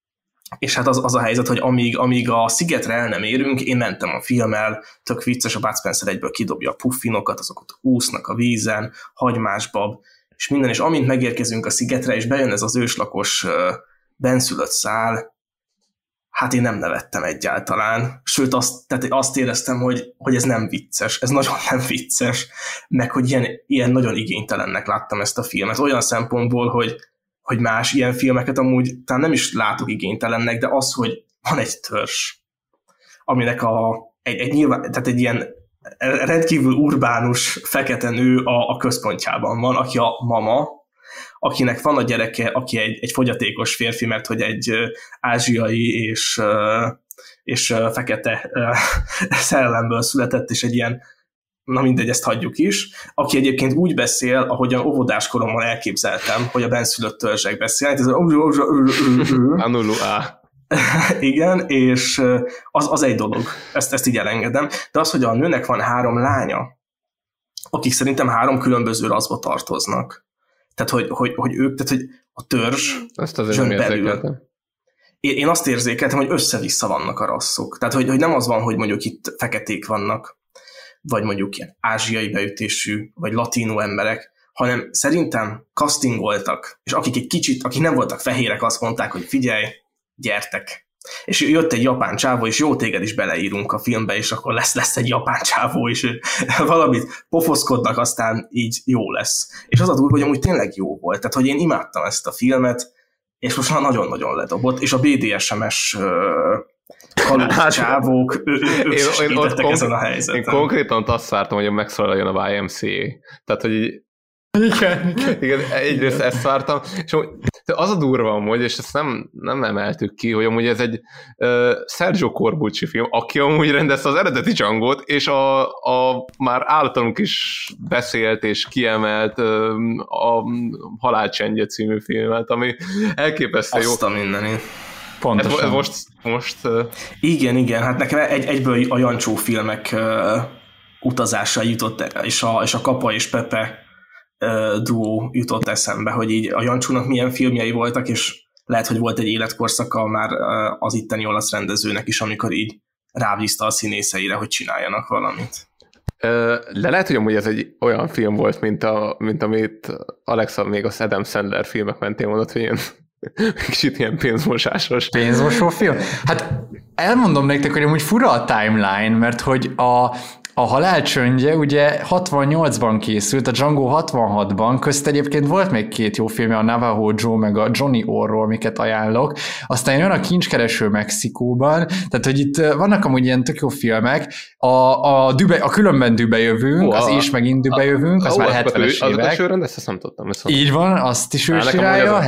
És hát az a helyzet, hogy amíg a szigetre el nem érünk, én mentem a filmmel, tök vicces, a Bud Spencer egyből kidobja a puffinokat, azok ott úsznak a vízen, hagymásbab, és minden, és amint megérkezünk a szigetre, és bejön ez az őslakos benszülött szál, hát én nem nevettem egyáltalán. Sőt, azt éreztem, hogy ez nem vicces, ez nagyon nem vicces, meg hogy ilyen nagyon igénytelennek láttam ezt a filmet. Olyan szempontból, hogy más ilyen filmeket amúgy talán nem is látok igénytelennek, de az, hogy van egy törzs, aminek egy ilyen rendkívül urbánus fekete nő a központjában van, aki a mama, akinek van a gyereke, aki egy fogyatékos férfi, mert hogy egy ázsiai és fekete szellemből született, és egy ilyen, na mindegy, ezt hagyjuk is, aki egyébként úgy beszél, ahogyan óvodás koromban elképzeltem, hogy a benszülött törzsek beszélnek, ez igen, és az egy dolog, ezt így elengedem, de az, hogy a nőnek van 3 lánya, akik szerintem 3 különböző rasszba tartoznak. Tehát, hogy ők, tehát, hogy a törzs belül. Én azt érzékeltem, hogy össze-vissza vannak a rasszok. Tehát, hogy nem az van, hogy mondjuk itt feketék vannak, vagy mondjuk ilyen ázsiai beütésű, vagy latino emberek, hanem szerintem castingoltak, és akik nem voltak fehérek, azt mondták, hogy figyelj, gyertek. És jött egy japán csávó, és jó, téged is beleírunk a filmbe, és akkor lesz egy japán csávó, és valamit pofoszkodnak, aztán így jó lesz. És az a durva, hogy amúgy tényleg jó volt. Tehát, hogy én imádtam ezt a filmet, és most már nagyon-nagyon ledobott, és a BDSM-es kalóz csávók, ők segítettek ezen a helyzeten. Én konkrétan azt vártam, hogy megszólaljon a YMCA. Tehát, hogy így igen, egyrészt ezt vártam, és az a durva amúgy, és ezt nem emeltük ki, hogy amúgy ez egy Sergio Corbucci film, aki amúgy rendezte az eredeti Django-t, és a már általunk is beszélt és kiemelt a Halálcsendje című filmet, ami elképesztő jó. Azt a mindenit. Pontosan. Most Igen, hát nekem egyből a Jancsó filmek utazásra jutott, és a Kapa és Pepe duó jutott eszembe, hogy így a Jancsónak milyen filmjei voltak, és lehet, hogy volt egy életkorszaka már az itteni olasz rendezőnek is, amikor így rábízta a színészeire, hogy csináljanak valamit. De lehet, hogy amúgy ez egy olyan film volt, mint amit Alexa még az Adam Sandler filmek mentén mondott, hogy ilyen kicsit ilyen pénzmosásos. Pénzmosó film? Hát elmondom nektek, hogy amúgy fura a timeline, mert hogy a Halálcsöndje ugye 68-ban készült, a Django 66-ban, közt egyébként volt még 2 jó filmje, a Navajo Joe meg a Johnny Orr-ról, amiket ajánlok, aztán jön a Kincskereső Mexikóban, tehát hogy itt vannak amúgy ilyen tök jó filmek, a Különben dübe jövünk, az És megint dübe jövünk, az már 70-es évek. Ezt nem tudtam. Így van, azt is ő csinálja.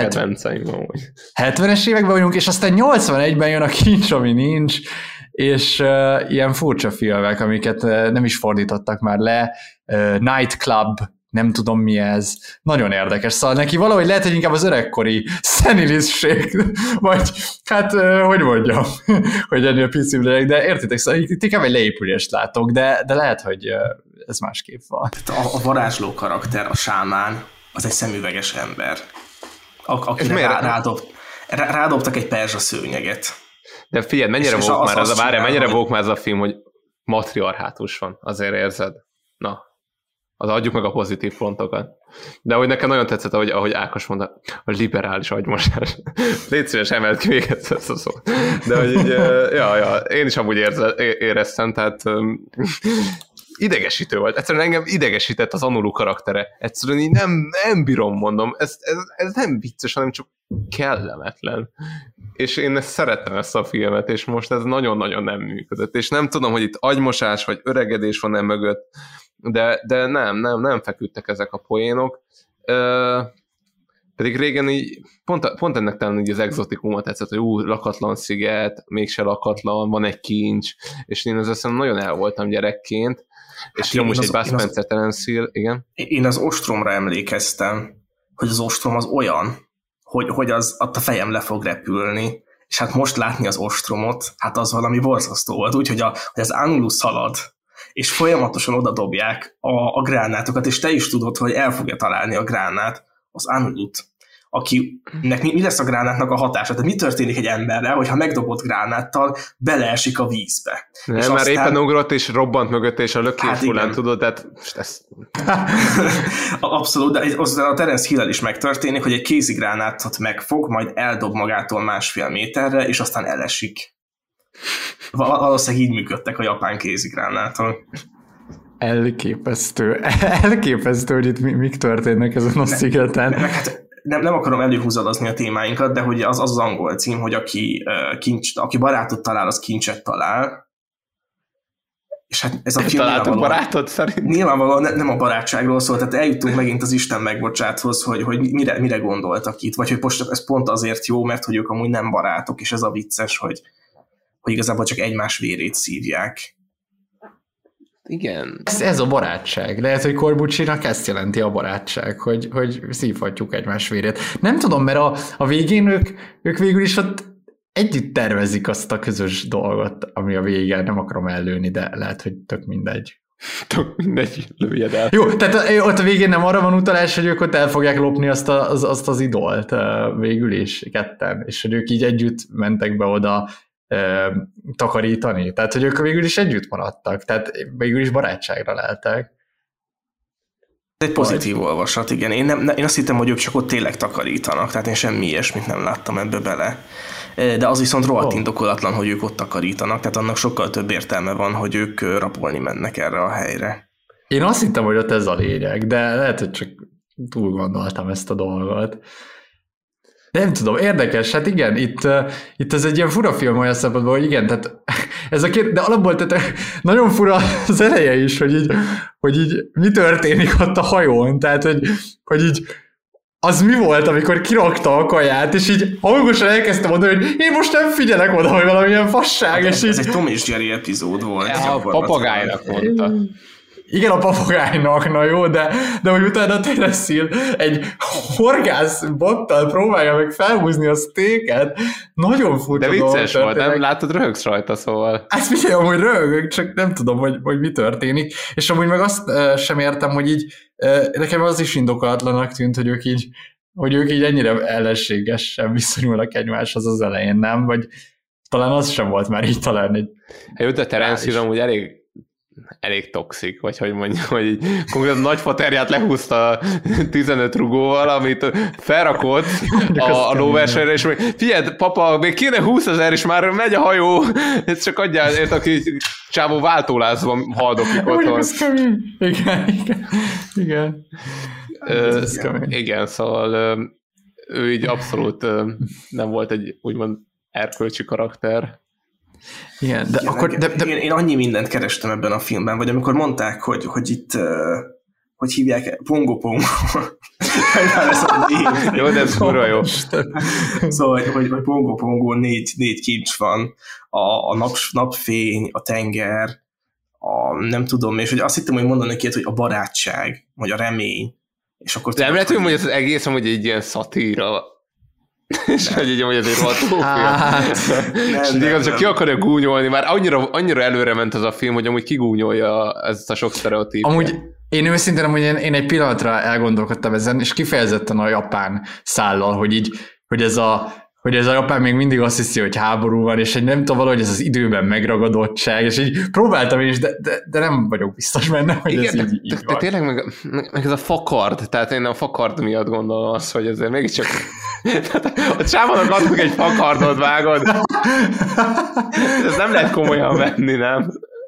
70-es években vagyunk, és aztán 81-ben jön a Kincs, ami nincs, és ilyen furcsa filmek, amiket nem is fordítottak már le, Night Club, nem tudom mi ez, nagyon érdekes, szóval neki valahogy lehet, hogy inkább az öregkori szenilisztség, vagy hát, hogy mondjam, hogy ennél picibb legyek, de értitek, szóval itt inkább egy leépülést látok, de lehet, hogy ez másképp van. A varázsló karakter, a sámán, az egy szemüveges ember, akire rádobtak egy perzsa szőnyeget. De figyelj, mennyire volt már ez a film, hogy matriarhátus van, azért érzed? Na, az adjuk meg a pozitív pontokat. De hogy nekem nagyon tetszett, ahogy Ákos mondta, a liberális agymosás. Légy szíves, emelt ki még ezt a szót. De hogy így, én is amúgy éreztem, tehát idegesítő volt. Egyszerűen engem idegesített az Anulu karaktere. Egyszerűen így nem bírom, mondom. Ez nem vicces, hanem csak kellemetlen. És én szerettem ezt a filmet, és most ez nagyon-nagyon nem működött. És nem tudom, hogy itt agymosás, vagy öregedés van mögött, de nem feküdtek ezek a poénok. Pedig régen így, pont ennek talán így az exotikumot tetszett, hogy lakatlan sziget, mégse lakatlan, van egy kincs, és én ezzel nagyon el voltam gyerekként, és jó, most egy Bud Spencer, Terence Hill, igen. Én az ostromra emlékeztem, hogy az ostrom az olyan, hogy az a fejem le fog repülni, és hát most látni az ostromot, hát az valami borzasztó volt, úgyhogy hogy az Anulus szalad, és folyamatosan odadobják a gránátokat, és te is tudod, hogy el fogja találni a gránát, az Anulut, akinek mi lesz a gránátnak a hatása? Tehát mi történik egy emberrel, hogyha megdobott gránáttal beleesik a vízbe? Nem, és már aztán... éppen ugrott, és robbant mögött, és a lökés fullán tudod, tehát... Abszolút, de aztán a Terence Hill-el is megtörténik, hogy egy kézigránátot megfog, majd eldob magától 1,5 méterre, és aztán elesik. Valószínűleg így működtek a japán kézigránátok. Elképesztő, hogy itt mik történnek ezen a szigeten. Nem akarom előhúzadozni a témáinkat, de hogy az angol cím, hogy aki barátot talál, az kincset talál. És hát ez a film nyilvánvalóan nem a barátságról szól, tehát eljutunk megint az Isten megbocsáthoz, hogy mire gondoltak itt, vagy hogy most ez pont azért jó, mert hogy ők amúgy nem barátok, és ez a vicces, hogy igazából csak egymás vérét szívják. Igen. Ez a barátság. Lehet, hogy Corbuccinak ezt jelenti a barátság, hogy szívhatjuk egymás vérét. Nem tudom, mert a végén ők végül is ott együtt tervezik azt a közös dolgot, ami a végén, nem akarom ellőni, de lehet, hogy tök mindegy. Tök mindegy, lőjed el. Jó, tehát ott a végén nem arra van utalás, hogy ők ott el fogják lopni azt az idolt végül is ketten, és hogy ők így együtt mentek be oda takarítani. Tehát, hogy ők végül is együtt maradtak. Tehát végül is barátságra leltek. Egy pozitív olvasat, igen. Én azt hittem, hogy ők csak ott tényleg takarítanak, tehát én semmi ilyesmit nem láttam ebbe bele. De az viszont rohadt indokolatlan, hogy ők ott takarítanak, tehát annak sokkal több értelme van, hogy ők rapolni mennek erre a helyre. Én azt hittem, hogy ott ez a lényeg, de lehet, hogy csak túl gondoltam ezt a dolgot. Nem tudom, érdekes, hát igen, itt ez egy ilyen fura film olyan szempontból, hogy igen, tehát ez a de alapból tehát nagyon fura az eleje is, hogy így mi történik ott a hajón, tehát hogy így az mi volt, amikor kirakta a kaját, és így hangosan elkezdtem mondani, hogy én most nem figyelek oda, hogy valamilyen fasság, hát és így... Ez egy Tom és Jerry epizód volt. A papagájnak mondta. Igen, a papagájnak, na jó, de hogy utána Terence Hill egy horgász bottal próbálja meg felhúzni a sztéket, nagyon furcsa. De vicces volt, nem látod, röhögsz rajta, szóval. Ezt figyelj, amúgy röhögök, csak nem tudom, hogy mi történik, és amúgy meg azt sem értem, hogy így, nekem az is indokolatlanak tűnt, hogy ők így ennyire ellenségesen viszonyulnak egymáshoz az elején, nem? Vagy talán az sem volt már így talán egy... Jó, de Terence Hill amúgy elég toxik, vagy hogy mondjam, hogy így konkrétan nagyfaterját lehúzta 15 rugóval, amit felrakott a lóversenyre, és még figyelj, papa, még kéne 20 000, és már megy a hajó, ez csak adjál, ért, aki csávó váltólázva haldoklik otthon. Igen. Igen, szóval ő így abszolút nem volt egy úgymond erkölcsi karakter. Igen, de igen, akkor... Én annyi mindent kerestem ebben a filmben, vagy amikor mondták, hogy itt, hogy hívják, Pongo. Jó, de ez kurva jó. Szóval, hogy Pongo 4 kincs van, a napfény, a tenger, nem tudom, és hogy azt hittem, hogy mondanak ilyet, hogy a barátság, vagy a remény, és akkor... De nem lehet, hogy ez az egész, hogy egy ilyen szatíra, és hogy így amúgy azért rohadtó film. És csak ki akarja gúnyolni, már annyira előre ment az a film, hogy amúgy kigúnyolja ezt a sok sztereotípiát. Amúgy én őszintén, hogy én egy pillanatra elgondolkodtam ezen, és kifejezetten a japán szállal, hogy ez a japán még mindig azt hiszi, hogy háború van, és nem tudom, valahogy ez az időben megragadottság, és így próbáltam is, de nem vagyok biztos benne, hogy igen, ez így van. De tényleg meg ez a fakard, tehát én a fakard miatt gondolom azt, hogy ezért mégiscsak a csávának adnak egy fakardot, vágod. Ez nem lehet komolyan venni, nem?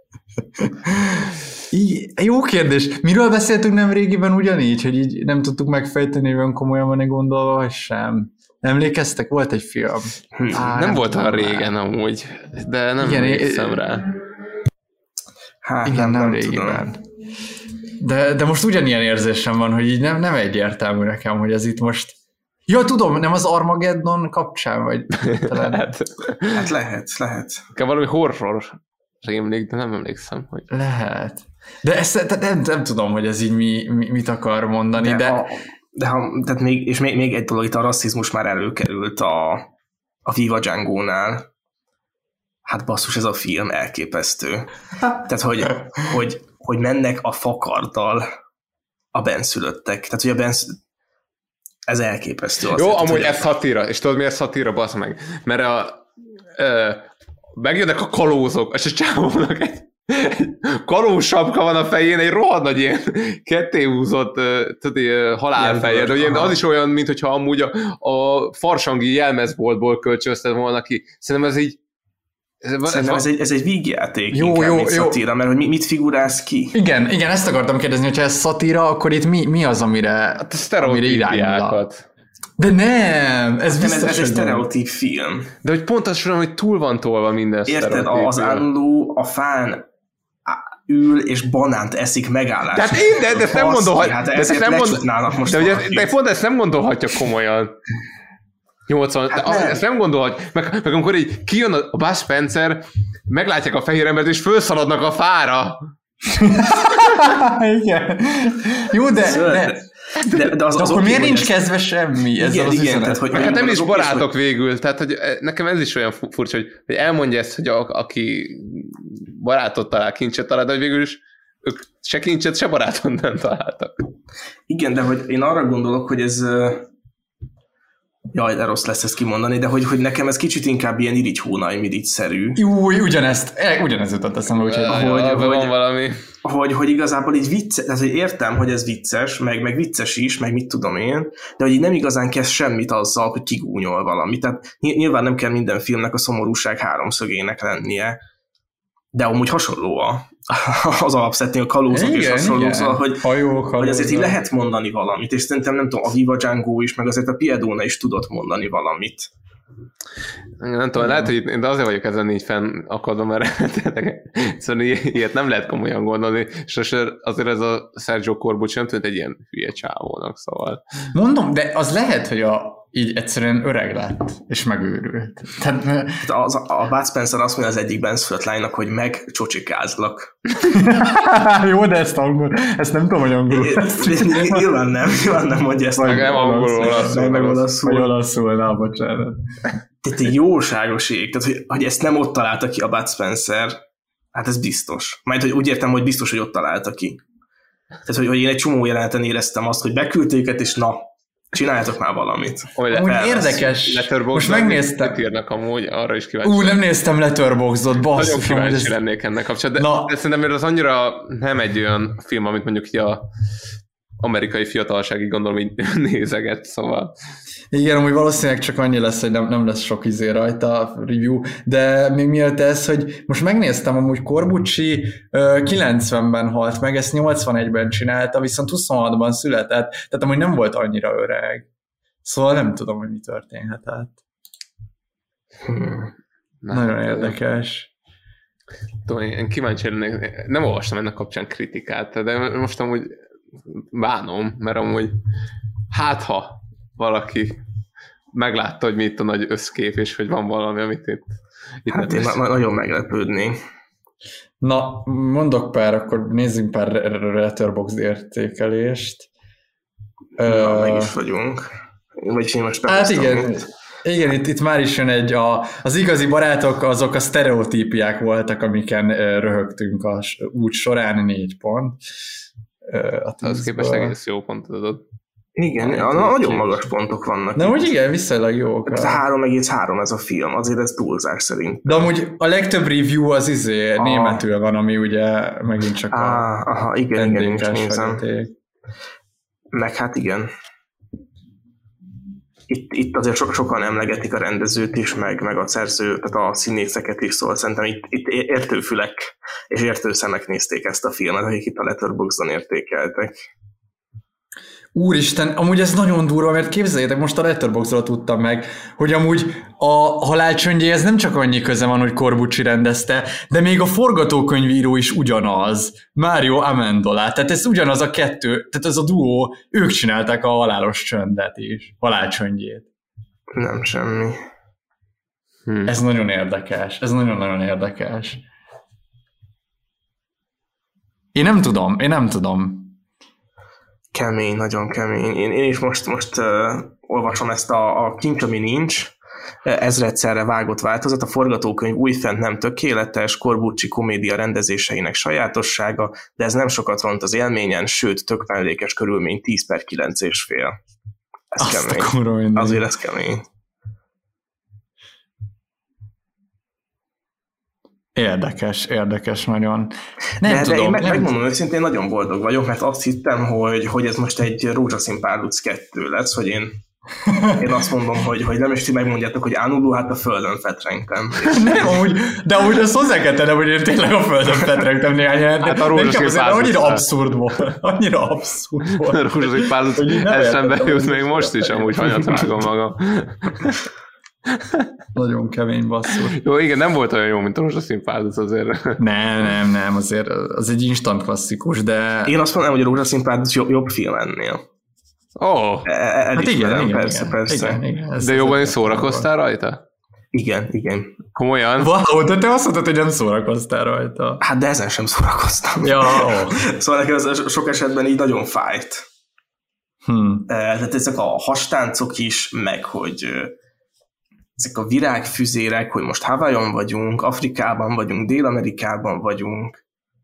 Jó kérdés. Miről beszéltünk nemrégiben ugyanígy, hogy így nem tudtuk megfejteni, hogy komolyan van-e gondolva, vagy sem? Emlékeztek? Volt egy film. Nem volt olyan régen amúgy, de nem emlékszem rá. Igen, nem régiben. De most ugyanilyen érzésem van, hogy így nem egyértelmű nekem, hogy ez itt most... Ja, tudom, nem az Armageddon kapcsán, vagy talán... Hát lehet. Valami horror rémlik, de nem emlékszem, hogy... Lehet. De ezt nem tudom, hogy ez így mit akar mondani, de tehát még egy dolog, itt a rasszizmus már előkerült a Viva Django-nál. Hát basszus, ez a film elképesztő. Tehát, hogy mennek a fakarddal a benszülöttek. Tehát, hogy ez elképesztő. Azért, jó, amúgy ez szatíra, és tudod miért szatíra, bassz meg? Mert megjönnek a kalózok, és a csávónak egy kalózsapka van a fején, egy rohadt nagy ilyen kettéhúzott halálfejjel, de az is olyan, mintha amúgy a farsangi jelmezboltból kölcsönözted volna ki. Szerintem ez így... Ez egy vígjáték inkább, mint szatíra, mert hogy mit figurálsz ki? Igen, ezt akartam kérdezni, hogyha ez szatíra, akkor itt mi az, amire irányul? De nem, ez egy sztereotíp film. De hogy pont az sem, hogy túl van tolva minden sztereotíp. Érted, az álló a fán ül és banánt eszik megállásra. Tehát de ezt nem gondolhatja. Hát ezért lecsutnának most de pont ezt nem gondolhatja komolyan. 80, ezt nem gondolhatja. Meg amikor így kijön a Bud Spencer, meglátják a fehér embert, és felszaladnak a fára. Igen. Jó, de az akkor miért nincs kezdve semmi? Igen, tehát, hogy hát nem is barátok végül, tehát hogy nekem ez is olyan furcsa, hogy elmondja ezt, hogy aki barátot talál, kincset talál, de végül is ők se kincset, se barátot nem találtak. Igen, de hogy én arra gondolok, hogy Jaj, de rossz lesz ezt kimondani, de hogy nekem ez kicsit inkább ilyen irigy-hónaj-mirigy-szerű. Új, ugyanezt jutott eszembe, úgyhogy van valami. Hogy igazából így vicces, tehát hogy értem, hogy ez vicces, meg vicces is, meg mit tudom én, de hogy így nem igazán kezd semmit azzal, hogy kigúnyol valamit. Tehát nyilván nem kell minden filmnek a szomorúság háromszögének lennie, de amúgy hasonló az alapszetnél, a kalózok és hasonló, szóval, hogy azért így lehet mondani valamit, és szerintem nem tudom, a Viva Django is, meg azért a Piedone is tudott mondani valamit. Nem tudom, lehet, hogy én azért vagyok ezen így fennakadva, mert szóval ilyet nem lehet komolyan gondolni, és azért ez a Sergio Corbucci nem tűnt egy ilyen hülye csávónak, szóval. Mondom, de az lehet, hogy így egyszerűen öreg lett, és megőrült. Tehát, a Bud Spencer azt mondja az egyik Ben Stiller-line-nak, hogy megcsocsikázlak. Jó, de ezt nem tudom, hogy angolul. Nyilván nem mondja ezt. Nem angolul, olaszul, na, bocsánat. Tehát jóságos ég, tehát hogy ezt nem ott találta ki a Bud Spencer, hát ez biztos. Majd hogy úgy értem, hogy biztos, hogy ott találta ki. Tehát, hogy én egy csomó jeleneten éreztem azt, hogy beküldte őket, és na, csináljátok már valamit. Amúgy érdekes. Most megnéztem. Írnak amúgy, arra is kíváncsi. Nem néztem Letterboxdot, basszus. Nagyon kíváncsi lennék ennek kapcsolatban. De szerintem az annyira nem egy olyan film, amit mondjuk így a amerikai fiatalságig gondolom így nézeget, szóval. Igen, amúgy valószínűleg csak annyi lesz, hogy nem lesz sok rajta a review, de még mielőtt ez, hogy most megnéztem, amúgy Corbucci 90-ben halt meg, ezt 81-ben csinálta, viszont 26-ban született, tehát amúgy nem volt annyira öreg. Szóval nem tudom, hogy mi történhetett. Nagyon érdekes. Tudom, én kíváncsi lennék, nem olvastam ennek kapcsán kritikát, de most amúgy bánom, mert amúgy ha valaki meglátta, hogy mi itt a nagy összkép, és hogy van valami, amit itt hát én nagyon meglepődnék. Na, mondok akkor nézzünk pár Letterboxd értékelést. Meg is vagyunk. Vagyis én most hát igen, itt már is jön az igazi barátok, azok a sztereotípiák voltak, amiken röhögtünk a út során, 4 pont. Az képest egész jó pontot adott. Igen, nagyon magas pontok vannak. De úgy igen, viszonylag jók. 3,3 ez a film, azért ez túlzás szerint. De amúgy a legtöbb review az németül van, ami ugye megint csak igen, én is nézem. Meg hát igen. Itt azért sokan emlegetik a rendezőt is, meg a szerző, tehát a színészeket is, szóval szerintem itt értőfülek és értőszemek nézték ezt a filmet, akik itt a Letterboxdon értékeltek. Úristen, amúgy ez nagyon durva, mert képzeljétek, most a Letterboxdról tudtam meg, hogy amúgy a Halál csöndjéhez nem csak annyi köze van, hogy Corbucci rendezte, de még a forgatókönyvíró is ugyanaz, Mario Amendola, tehát ez ugyanaz a kettő, tehát ez a duó, ők csinálták a Halálos csöndet is, Halál csöndjét. Nem semmi. Ez nagyon érdekes, ez nagyon-nagyon érdekes. Én nem tudom. Kemény, nagyon kemény. Én is most olvasom ezt a Kincs, ami nincs, ezredszerre vágott változat, a forgatókönyv újfent nem tökéletes, Corbucci komédia rendezéseinek sajátossága, de ez nem sokat ront az élményen, sőt, tök mellékes körülmény 10/9,5. Ez kemény. Azért ez kemény. Érdekes nagyon. Nem tudom. Én megmondom őszintén, nagyon boldog vagyok, mert azt hittem, hogy ez most egy Rózsaszín párduc 2 lesz, hogy én azt mondom, hogy nem is ti megmondjátok, hogy Ánuló, hát a földön fetrengtem. Nem, de amúgy azt hozzá kell tennem, hogy én tényleg a földön fetrengtem néhány helyet. Hát a Rózsaszín párduc. Annyira abszurd volt. A Rózsaszín párduc eszembe jut még most is, amúgy hanyat vágom magam. Nagyon kemény basszus. Jó, igen, nem volt olyan jó, mint a Rózsaszín párduc azért. Nem, azért az egy instant klasszikus, de... Én azt mondom, hogy a Rózsaszín párduc jobb film ennél. Hát igen, persze. Igen. De jobban is szórakoztál rajta? Igen. Komolyan? Wow, de te azt mondtad, hogy nem szórakoztál rajta. Hát de ezen sem szórakoztam. Ja. Szóval nekem ez sok esetben így nagyon fájt. Tehát ezek a hastáncok is, meg hogy ezek a virágfüzérek, hogy most Hawaiion vagyunk, Afrikában vagyunk, Dél-Amerikában vagyunk.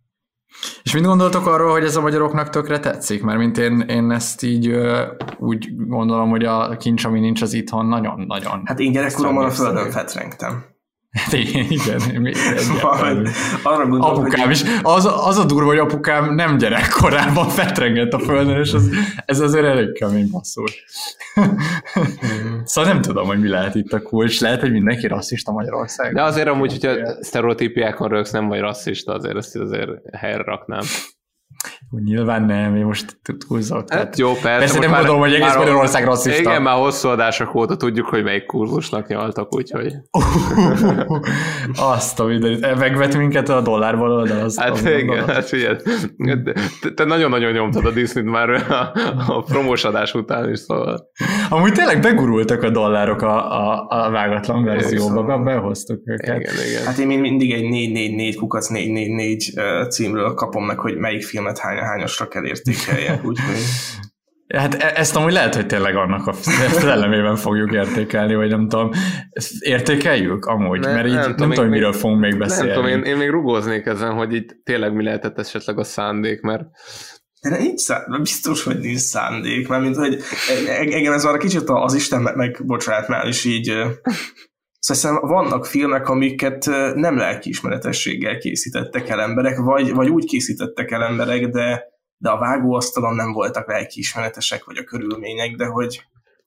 És mit gondoltok arról, hogy ez a magyaroknak tökre tetszik? Mert mint én ezt így úgy gondolom, hogy a kincs, ami nincs az itthon, nagyon-nagyon... Hát én gyerekkoromban a földön fetrengtem. Igen, arra gondolom, apukám hogy... is. Az a durva, hogy apukám nem gyerekkorában fetrengett a földön, és ez azért elég kemény basszus. Szóval nem tudom, hogy mi lehet itt a kulcs. Lehet, hogy mindenki rasszista Magyarországon. De azért amúgy, hogyha sztereotípiákon rögsz, nem vagy rasszista, ezt azért helyre raknám. Nyilván nem, én most túlzok. Hát jó, persze nem gondolom, hogy egész Magyarország rasszista. Igen, már hosszú adások óta tudjuk, hogy melyik kurzusnak nyaltak, úgyhogy... Azt a mindenit. Megvet minket a dollárból oldal. Hát igen, hát figyelj. Te nagyon-nagyon nyomtad a Disney-t már a promós adás után is, szóval... Amúgy tényleg begurultak a dollárok a vágatlan verzióba, behoztuk őket. Igen. Hát én mindig egy 444 kukac 444 címről kapom meg, hogy melyik filmet hányasra kell értékeljek, úgyhogy... Hát ezt amúgy lehet, hogy tényleg annak a szellemében fogjuk értékelni, vagy nem tudom. Ezt értékeljük amúgy? Mert így nem tudom, miről fogunk még beszélni. Nem tudom, én még rugóznék ezen, hogy itt tényleg mi lehetett esetleg a szándék, mert... De biztos, hogy nincs szándék, mert mint hogy engem ez már kicsit az Isten megbocsátnál is így... Szóval vannak filmek, amiket nem lelkiismeretességgel készítettek el emberek, vagy úgy készítettek el emberek, de a vágóasztalon nem voltak lelkiismeretesek, vagy a körülmények, de hogy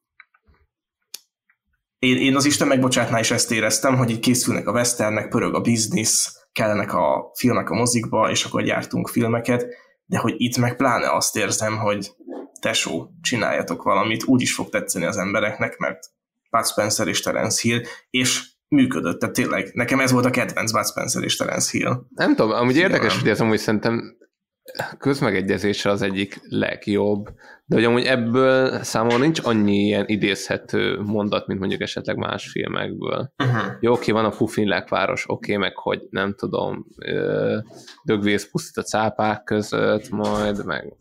én az Isten megbocsátnál is ezt éreztem, hogy így készülnek a westernek, pörög a biznisz, kellenek a filmek a mozikba, és akkor gyártunk filmeket, de hogy itt meg pláne azt érzem, hogy tesó, csináljatok valamit, úgy is fog tetszeni az embereknek, mert Bud Spencer és Terence Hill, és működött, tehát tényleg, nekem ez volt a kedvenc Bud Spencer és Terence Hill. Nem tudom, amúgy érdekes, hogy ez amúgy szerintem közmegegyezésre az egyik legjobb, de hogy amúgy ebből számomra nincs annyi ilyen idézhető mondat, mint mondjuk esetleg más filmekből. Jó, oké, van a Puffinlek-város, oké, meg hogy nem tudom, dögvész pusztít a cápák között, majd meg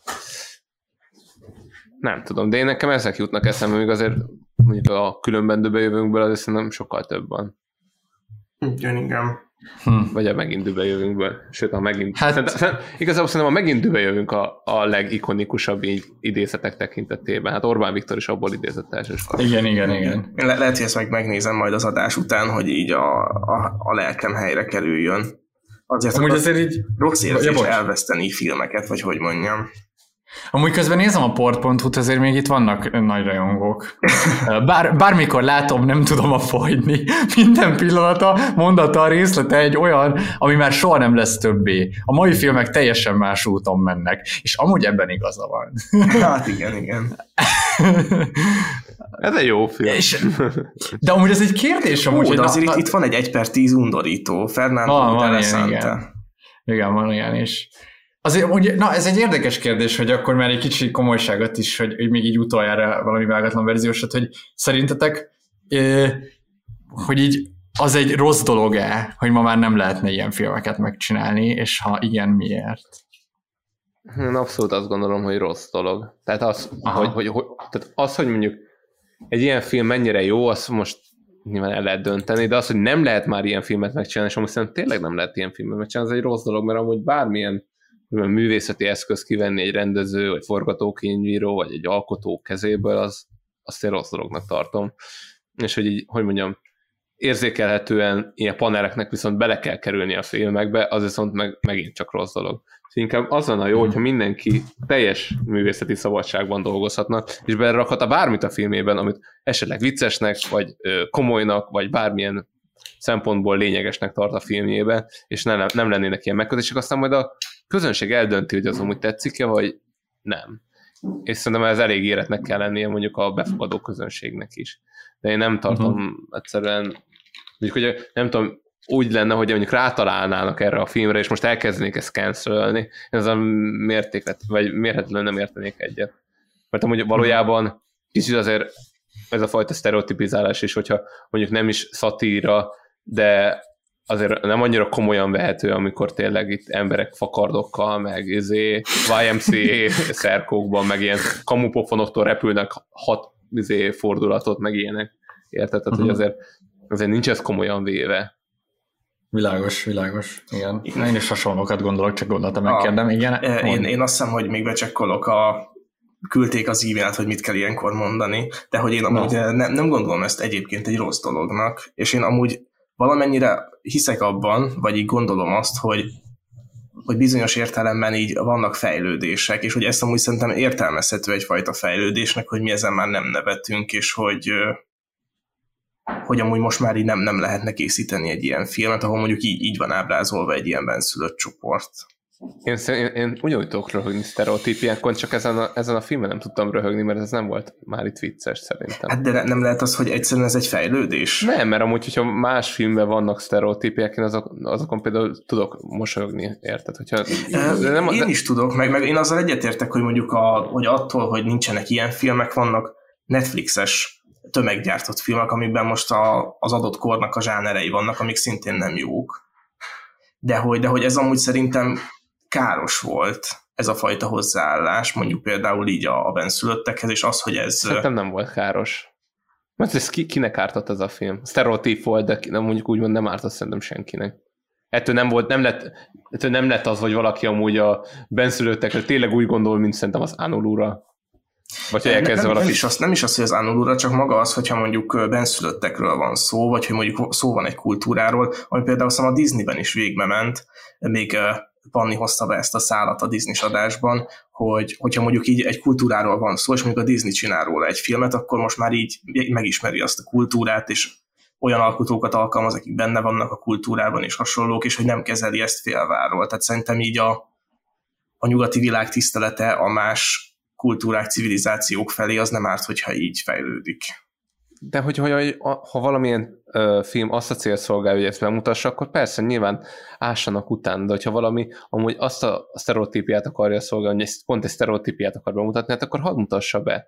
nem tudom, de én nekem ezek jutnak eszembe, még azért mondjuk a különben döbejövőnkből azért szerintem sokkal több van. Igen. Vagy a megint döbejövőnkből. Sőt, a megint... igazából szerintem a megint döbejövünk a legikonikusabb idézetek tekintetében. Hát Orbán Viktor is abból idézett elsősorban. Igen. Lehet, hogy ezt megnézem majd az adás után, hogy így a lelkem helyre kerüljön. Azért így rossz érzés elveszteni filmeket, vagy hogy mondjam. Amúgy közben nézem a port.hu-t, azért még itt vannak nagy rajongók. Bármikor látom, nem tudom fogyni. Minden pillanata, mondata, részlete egy olyan, ami már soha nem lesz többé. A mai filmek teljesen más úton mennek, és amúgy ebben igaza van. Hát igen. Ez egy jó film. De amúgy ez egy kérdés. Amúgy, de azért itt van egy 1/10 undorító. Fernando Interessante. Igen, van ilyen is. Azért, ugye, ez egy érdekes kérdés, hogy akkor már egy kicsi komolyságot is, hogy még így utoljára valami vágatlan verziósat, hogy szerintetek, hogy így az egy rossz dolog-e, hogy ma már nem lehetne ilyen filmeket megcsinálni, és ha igen, miért? Én abszolút azt gondolom, hogy rossz dolog. Tehát az, hogy mondjuk egy ilyen film mennyire jó, azt most nyilván el lehet dönteni, de az, hogy nem lehet már ilyen filmet megcsinálni, és amúgy szerintem tényleg nem lehet ilyen filmet megcsinálni, az egy rossz dolog, mert amúgy bármilyen művészeti eszköz kivenni egy rendező, vagy forgatókönyvíró, vagy egy alkotó kezéből, azt én rossz dolognak tartom. És hogy így, hogy mondjam, érzékelhetően ilyen paneleknek viszont bele kell kerülni a filmekbe, az viszont megint csak rossz dolog. Inkább az lenne jó, hogyha mindenki teljes művészeti szabadságban dolgozhatna, és belerakhatna bármit a filmében, amit esetleg viccesnek, vagy komolynak, vagy bármilyen szempontból lényegesnek tart a filmjében, és nem lennének ilyen megkötések, aztán majd a közönség eldönti, hogy az amúgy tetszik-e, vagy nem. És szerintem ez elég éretnek kell lennie mondjuk a befogadó közönségnek is. De én nem tartom egyszerűen, hogy nem tudom, úgy lenne, hogy mondjuk rátalálnának erre a filmre, és most elkezdenék ezt cancelölni, ez a mértéklet, vagy mérhetően nem értenék egyet. Mert amúgy valójában kicsit azért ez a fajta sztereotipizálás is, hogyha mondjuk nem is szatíra, de azért nem annyira komolyan vehető, amikor tényleg itt emberek fakardokkal, meg YMCA szerkókban, meg ilyen kamupofonoktól repülnek 6 fordulatot, meg ilyenek. Érted? Tehát, hogy azért nincs ez komolyan véve. Világos, igen. Én is hasonlókat gondolok, csak gondoltam megkérdem. Igen, én azt hiszem, hogy még becsekkolok küldték az e-mailt, hogy mit kell ilyenkor mondani, de hogy én amúgy nem gondolom ezt egyébként egy rossz dolognak, és én amúgy valamennyire hiszek abban, vagy így gondolom azt, hogy bizonyos értelemben így vannak fejlődések, és hogy ezt amúgy szerintem értelmezhető egyfajta fejlődésnek, hogy mi ezen már nem nevetünk, és hogy amúgy most már így nem lehetne készíteni egy ilyen filmet, ahol mondjuk így van ábrázolva egy ilyen benszülött csoport. Én ugyanúgy tudok röhögni sztereotípiákon, csak ezen a filmen nem tudtam röhögni, mert ez nem volt már itt vicces szerintem. Hát de nem lehet az, hogy egyszerűen ez egy fejlődés? Nem, mert amúgy, hogyha más filmben vannak sztereotípiák, én azokon például tudok mosolyogni, érted? Én is tudok, meg én azzal egyetértek, hogy mondjuk hogy attól, hogy nincsenek ilyen filmek, vannak Netflixes tömeggyártott filmek, amikben most az adott kornak a zsánerei vannak, amik szintén nem jók. De hogy ez amúgy szerintem káros volt, ez a fajta hozzáállás, mondjuk például így a benszülöttekhez, és az, hogy ez... Szerintem nem volt káros. Mert ez kinek ártott ez a film? Sztereotíp volt, de mondjuk úgymond nem ártott szerintem senkinek. Ettől nem lett az, hogy valaki amúgy a benszülöttekre tényleg úgy gondol, mint szerintem az Anulura. Vagy hogy elkezdve valaki... Nem is az, hogy az Anulura, csak maga az, hogyha mondjuk benszülöttekről van szó, vagy hogy mondjuk szó van egy kultúráról, ami például a Disneyben is végbe ment, még Panni hozta be ezt a szálat a Disney-s adásban, hogyha mondjuk így egy kultúráról van szó, és mondjuk a Disney csinál róla egy filmet, akkor most már így megismeri azt a kultúrát, és olyan alkotókat alkalmaz, akik benne vannak a kultúrában és hasonlók, és hogy nem kezeli ezt félváról. Tehát szerintem így a nyugati világ tisztelete a más kultúrák, civilizációk felé az nem árt, hogyha így fejlődik. De ha valamilyen film azt a célt szolgálja, hogy ezt bemutassa, akkor persze nyilván ássanak után, de hogyha valami amúgy azt a sztereotípiát akarja szolgálni, hogy pont egy sztereotípiát akar bemutatni, hát akkor hadd mutassa be.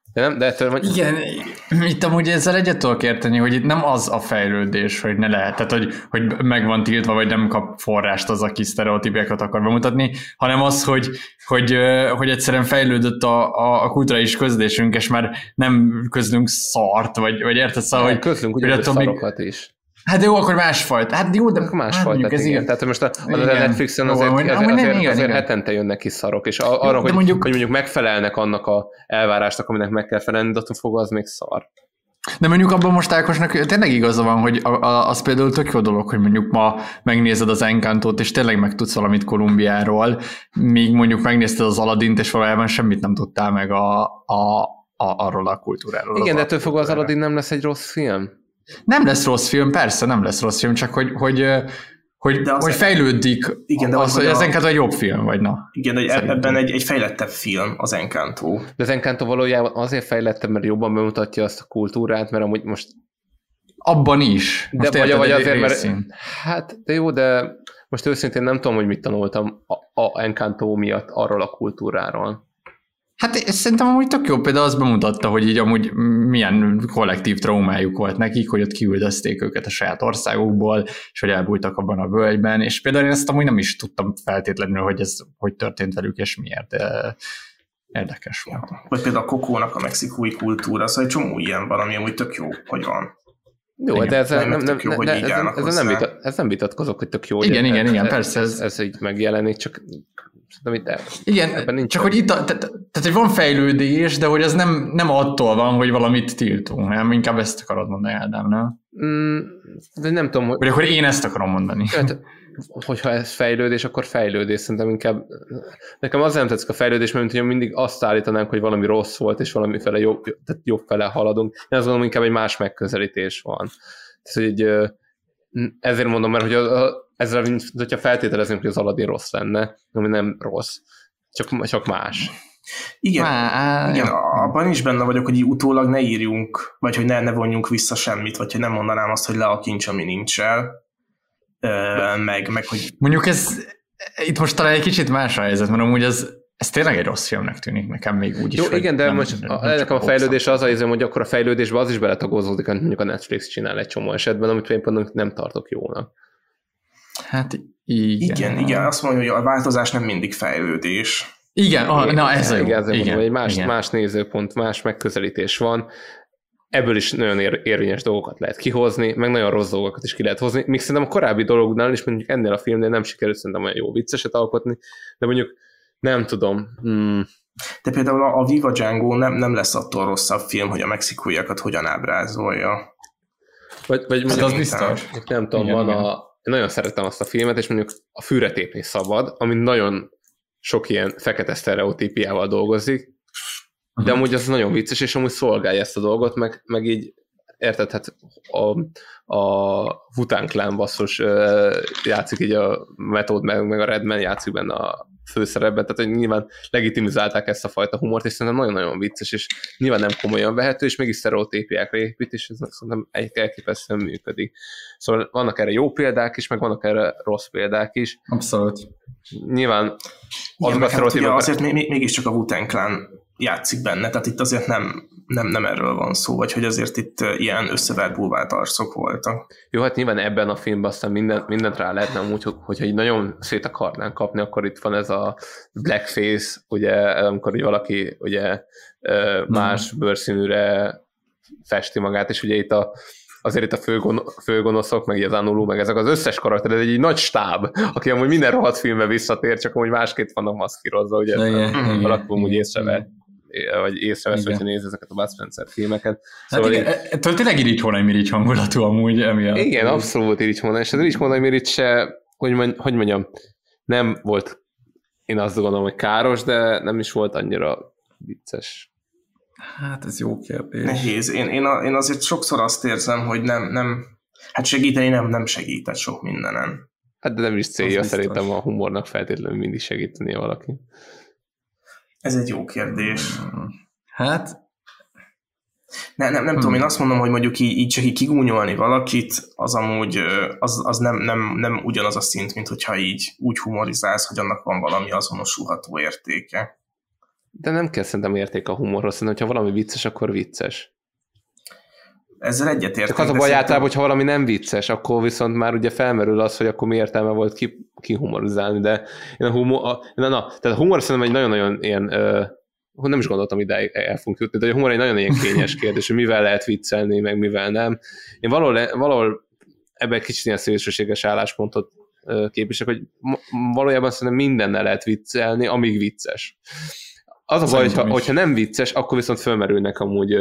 Igen, itt amúgy ezzel egyet tudok érteni, hogy itt nem az a fejlődés, hogy ne lehet, tehát hogy meg van tiltva, vagy nem kap forrást az, aki sztereotípiákat akar bemutatni, hanem az, hogy egyszerűen fejlődött a kulturális közlésünk, és már nem közlünk szart, vagy érted? Szóval, hogy közlünk ugyanúgy szarokat is. Hát jó, akkor másfajta. Hát jó, de másfajta, igen. Tehát most a Netflixen azért hetente jönnek ki szarok, és arra, hogy mondjuk megfelelnek annak a elvárásnak, aminek meg kell felelni, de attól fogva az még szar. De mondjuk abban most Ákosnak tényleg igaza van, hogy az például tök jó dolog, hogy mondjuk ma megnézed az Encantót, és tényleg megtudsz valamit Kolumbiáról, míg mondjuk megnézted az Aladdint, és valójában semmit nem tudtál meg arról a kultúráról. Igen, de ettől fogva az Aladdin nem lesz egy rossz film. Nem lesz rossz film, persze nem lesz rossz film, csak hogy fejlődik, igen, de az Encanto egy jobb film, vagy na. Igen, de ebben egy fejlettebb film az Encanto. De az Encanto valójában azért fejlettebb, mert jobban bemutatja azt a kultúrát, mert amúgy most... Abban is. Most de vagy azért, mert... Hát, de jó, de most őszintén nem tudom, hogy mit tanultam a Encanto miatt arról a kultúráról. Hát szerintem amúgy tök jó, például azt bemutatta, hogy így amúgy milyen kollektív traumájuk volt nekik, hogy ott kiüldözték őket a saját országukból, és hogy elbújtak abban a völgyben, és például én ezt amúgy nem is tudtam feltétlenül, hogy ez hogy történt velük, és miért érdekes volt. Vagy például a kokónak a mexikói kultúra, szóval egy csomó ilyen van, ami amúgy tök jó, hogy van. Jó, igen, de ez nem vitatkozok, hogy tök jó. Igen, persze. Ez így megjelenik, csak igen, csak hogy itt, tehát hogy van fejlődés, de hogy ez nem attól van, hogy valamit tiltunk, nem? Inkább ezt akarod mondani, Ádám, nem? De nem tudom, hogy... Vagy akkor én ezt akarom mondani. Hát, hogyha ez fejlődés, akkor fejlődés. Szerintem inkább... Nekem az nem tetszik a fejlődés, mert hogy mindig azt állítanánk, hogy valami rossz volt, és valamifele jobb fele haladunk. Én azt gondolom, inkább egy más megközelítés van. Tehát, hogy ezért mondom, mert hogy ezzel, hogyha feltételezünk, hogy az Aladdin rossz lenne, ami nem rossz, csak más. Igen, abban is benne vagyok, hogy így utólag ne írjunk, vagy hogy ne vonjunk vissza semmit, vagy hogy nem mondanám azt, hogy le a kincs, ami nincs el, meg hogy... Mondjuk itt most talán egy kicsit más a helyzet, mert amúgy ez tényleg egy rossz filmnek tűnik nekem még úgy is. Jó, igen, de most ennek a fejlődés az érzem, hogy akkor a fejlődésben az is beletagozódik, hogy mondjuk a Netflix csinál egy csomó esetben, amit én például nem tartok jónak. Hát igen. Azt mondja, hogy a változás nem mindig fejlődés. Igen, na ez jó. Igen, egy más nézőpont, más megközelítés van. ebből is nagyon érvényes dolgokat lehet kihozni, meg nagyon rossz dolgokat is ki lehet hozni. Még szerintem a korábbi dolognál is, mondjuk ennél a filmnél nem sikerült szerintem olyan jó vicceset alkotni, de mondjuk nem tudom. De például a Viva Django nem lesz attól rosszabb film, hogy a mexikóiakat hogyan ábrázolja. Vagy mondjuk, az biztos. Nem tudom, igen. Én nagyon szeretem azt a filmet, és mondjuk a Fűre tépni szabad, ami nagyon sok ilyen fekete sztereotípiával dolgozik, de amúgy az nagyon vicces, és amúgy szolgálja ezt a dolgot, meg így érted, hát a Wu-Tang Clan basszus játszik így a Method, meg a Redman játszik benne a főszerepben, tehát nyilván legitimizálták ezt a fajta humort, és szerintem nagyon-nagyon vicces, és nyilván nem komolyan vehető, és mégis sztereotípiákra épít, és ez szerintem elképesztően működik. Szóval vannak erre jó példák is, meg vannak erre rossz példák is. Abszolút. Nyilván azért mégiscsak a Wu-Tang Clan játszik benne, tehát itt azért nem erről van szó, vagy hogy azért itt ilyen összevert bulvárt arcok voltak. Jó, hát nyilván ebben a filmben aztán mindent rá lehetne úgy, hogyha így nagyon szét akarnánk kapni, akkor itt van ez a blackface, ugye, amikor így valaki ugye más bőrszínűre festi magát, és ugye itt azért itt a főgonoszok, meg az Anulu, meg ezek az összes karakter, ez egy nagy stáb, aki amúgy minden rohadt filmbe visszatér, csak amúgy másképp vannak maszkírozva, ugye valaki amúgy észrevesz, hogyha néz ezeket a Bud Spencer filmeket. Szóval hát igen, tényleg irigy hangulatú amúgy emiatt. Igen, abszolút irigy, és az irigy se, hogy mondjam, nem volt, én azt gondolom, hogy káros, de nem is volt annyira vicces. Hát ez jó kérdés. Nehéz. Én azért sokszor azt érzem, hogy nem hát segíteni nem segített sok mindenen. Hát de nem is célja szerintem a humornak feltétlenül mindig segíteni valaki. Ez egy jó kérdés. Hát nem tudom, én azt mondom, hogy mondjuk így csak így kigúnyolni valakit, az amúgy az nem ugyanaz a szint, mint hogyha így úgy humorizálsz, hogy annak van valami azonosulható értéke. De nem kell szerintem érték a humorhoz, szerintem, hogyha valami vicces, akkor vicces. Ezzel egyetértek. Csak az a baj általában, hogyha valami nem vicces, akkor viszont már ugye felmerül az, hogy akkor mi értelme volt kihumorizálni, de én tehát a humor szerintem egy nagyon-nagyon ilyen, nem is gondoltam ideig el fogunk jutni, de a humor egy nagyon ilyen kényes kérdés, hogy mivel lehet viccelni, meg mivel nem. Én valahol ebben egy kicsit ilyen szélsőséges álláspontot képviselek, hogy valójában szerintem mindennel lehet viccelni, amíg vicces. Az a baj, hogyha nem vicces, akkor viszont fölmerülnek amúgy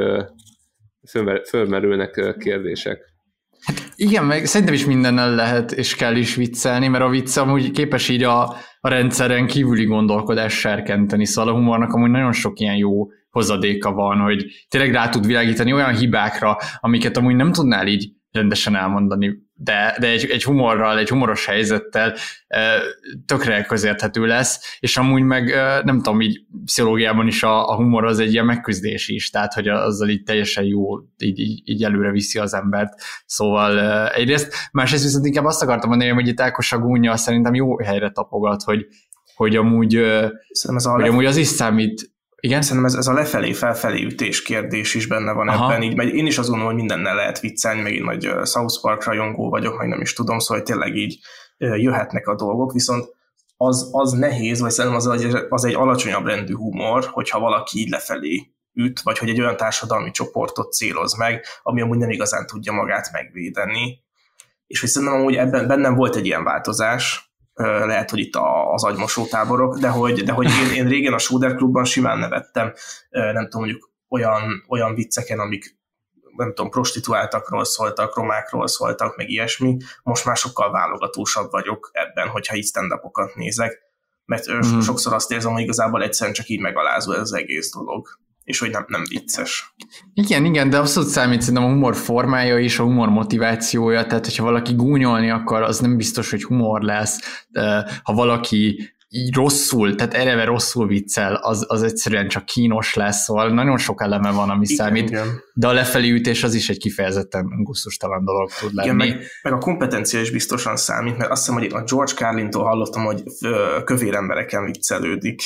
fölmerülnek kérdések. Hát igen, meg szerintem is mindennel lehet és kell is viccelni, mert a vicc amúgy képes így a rendszeren kívüli gondolkodást serkenteni, szóval a humornak amúgy nagyon sok ilyen jó hozadéka van, hogy tényleg rá tud világítani olyan hibákra, amiket amúgy nem tudnál így rendesen elmondani, de egy humorral, egy humoros helyzettel tökre közérthető lesz, és amúgy meg nem tudom, így pszichológiában is a humor az egy ilyen megküzdés is, tehát hogy azzal így teljesen jó, így előre viszi az embert. Szóval egyrészt, másrészt viszont inkább azt akartam mondani, hogy itt Ákos a gúnnyal szerintem jó helyre tapogat, hogy amúgy az is számít. Igen? Szerintem ez a lefelé-felfelé ütés kérdés is benne van ebben, így, mert én is azt gondolom, hogy mindennel lehet viccelni, meg én nagy South Park rajongó vagyok, meg nem is tudom, szóval tényleg így jöhetnek a dolgok, viszont az nehéz, vagy szerintem az egy alacsonyabb rendű humor, hogyha valaki így lefelé üt, vagy hogy egy olyan társadalmi csoportot céloz meg, ami amúgy nem igazán tudja magát megvédeni. És hogy szerintem amúgy ebben bennem volt egy ilyen változás, lehet, hogy itt az agymosó táborok, de hogy én régen a Schroeder Klubban simán nevettem, nem tudom, mondjuk olyan vicceken, amik nem tudom, prostituáltakról szóltak, romákról szóltak, meg ilyesmi. Most már sokkal válogatósabb vagyok ebben, hogyha így stand-upokat nézek, mert sokszor azt érzem, hogy igazából egyszerűen csak így megalázó ez az egész dolog, és hogy nem vicces. Igen, de abszolút számít szerintem a humor formája és a humor motivációja, tehát hogyha valaki gúnyolni akar, az nem biztos, hogy humor lesz. Ha valaki így rosszul, tehát eleve rosszul viccel, az egyszerűen csak kínos lesz, szóval nagyon sok eleme van, ami számít, de a lefelé ütés az is egy kifejezetten gusztustalan dolog tud lenni. Igen, meg a kompetencia is biztosan számít, mert azt hiszem, hogy a George Carlintól hallottam, hogy kövér embereken viccelődik.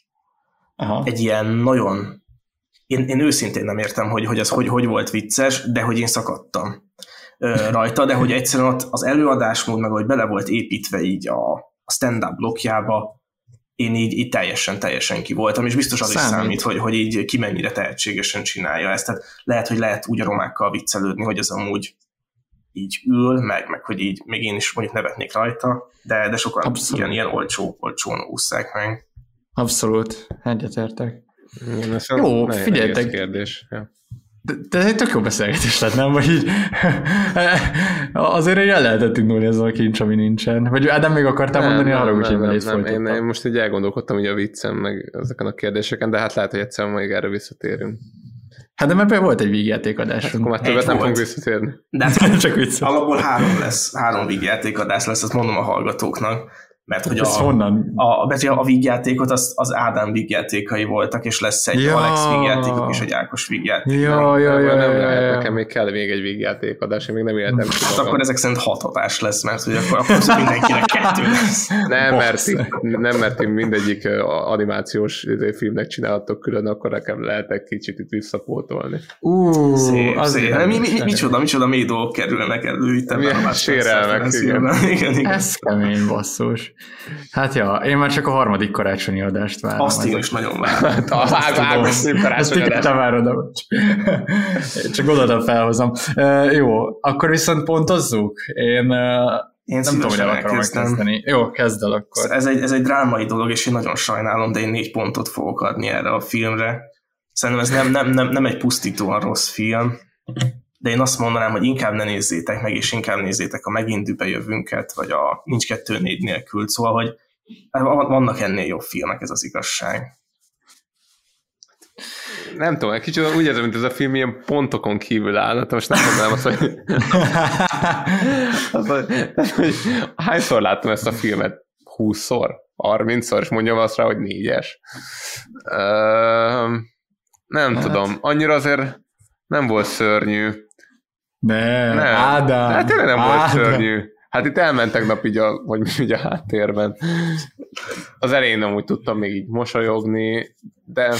Aha. Egy ilyen nagyon... Én őszintén nem értem, hogy ez hogy volt vicces, de hogy én szakadtam rajta, de hogy egyszerűen ott az előadásmód, meg hogy bele volt építve így a stand-up blokkjába, én így teljesen ki voltam, és biztos az is számít, hogy így ki mennyire tehetségesen csinálja ezt. Tehát lehet úgy a romákkal viccelődni, hogy ez amúgy így ül, meg hogy így még én is mondjuk nevetnék rajta, de sokan ilyen olcsón ússzák meg. Abszolút, egyetértek. Jó, figyeljetek. Kérdés. Ja. De ez egy tök jó beszélgetés lett, nem? Vagy így azért el lehetett indulni ezzel a kincs, ami nincsen. Vagy Ádám még akartál mondani, arra úgy, hogy velét folytattam. Én most így elgondolkodtam ugye a viccem, meg ezeken a kérdéseken, de hát lehet, hogy egyszer majd erre visszatérünk. Hát de mert volt egy vígjátékadásunk. Hát, akkor már többet nem fogunk visszatérni. De hát csak vicces. Alapból 3 vígjátékadás lesz, azt mondom a hallgatóknak. Mert hogy a vígjátékot az Ádám vígjátékai voltak, és lesz egy Alex vígjátékok és egy Ákos vígjáték. Nem lehet, nekem még kell egy vígjátékadás, én még nem éltem. Hát akkor ezek szerint 6 adás lesz, mert hogy akkor mindenkinek 2 lesz. Nem, mert én mindegyik animációs filmnek csinálhatok külön, akkor nekem lehet egy kicsit itt visszapótolni. Szép. Micsoda mély dolgok kerülnek elő itt ebben a sérelmek, igen. Ez kemény basszus. Hát ja, én már csak a 3. karácsonyi adást várom. Azt én is nagyon várom. A vágos karácsonyi adást. Te várod, csak oda felhozom. Jó, akkor viszont pontozzuk. Én nem tudom, hogy el akarom megkezdeni. Jó, kezd el akkor. Ez egy drámai dolog, és én nagyon sajnálom, de én 4 pontot fogok adni erre a filmre. Szerintem ez nem egy pusztítóan rossz film, de én azt mondanám, hogy inkább ne nézzétek meg, és inkább nézzétek a Megint Dübe jövünket, vagy a Nincs 2-4 nélkül. Szóval, hogy vannak ennél jobb filmek, ez az igazság. Nem tudom, egy kicsit úgy érzem, mint ez a film ilyen pontokon kívül áll. Most nem mondanám azt, hogy hányszor láttam ezt a filmet? 20-szor? 30-szor? És mondjam azt rá, hogy 4-es. Nem tudom. Annyira azért nem volt szörnyű. Nem. Ádám. Hát tényleg nem volt szörnyű. Hát itt elmentek nap így a háttérben. Az elején nem úgy tudtam még így mosolyogni, de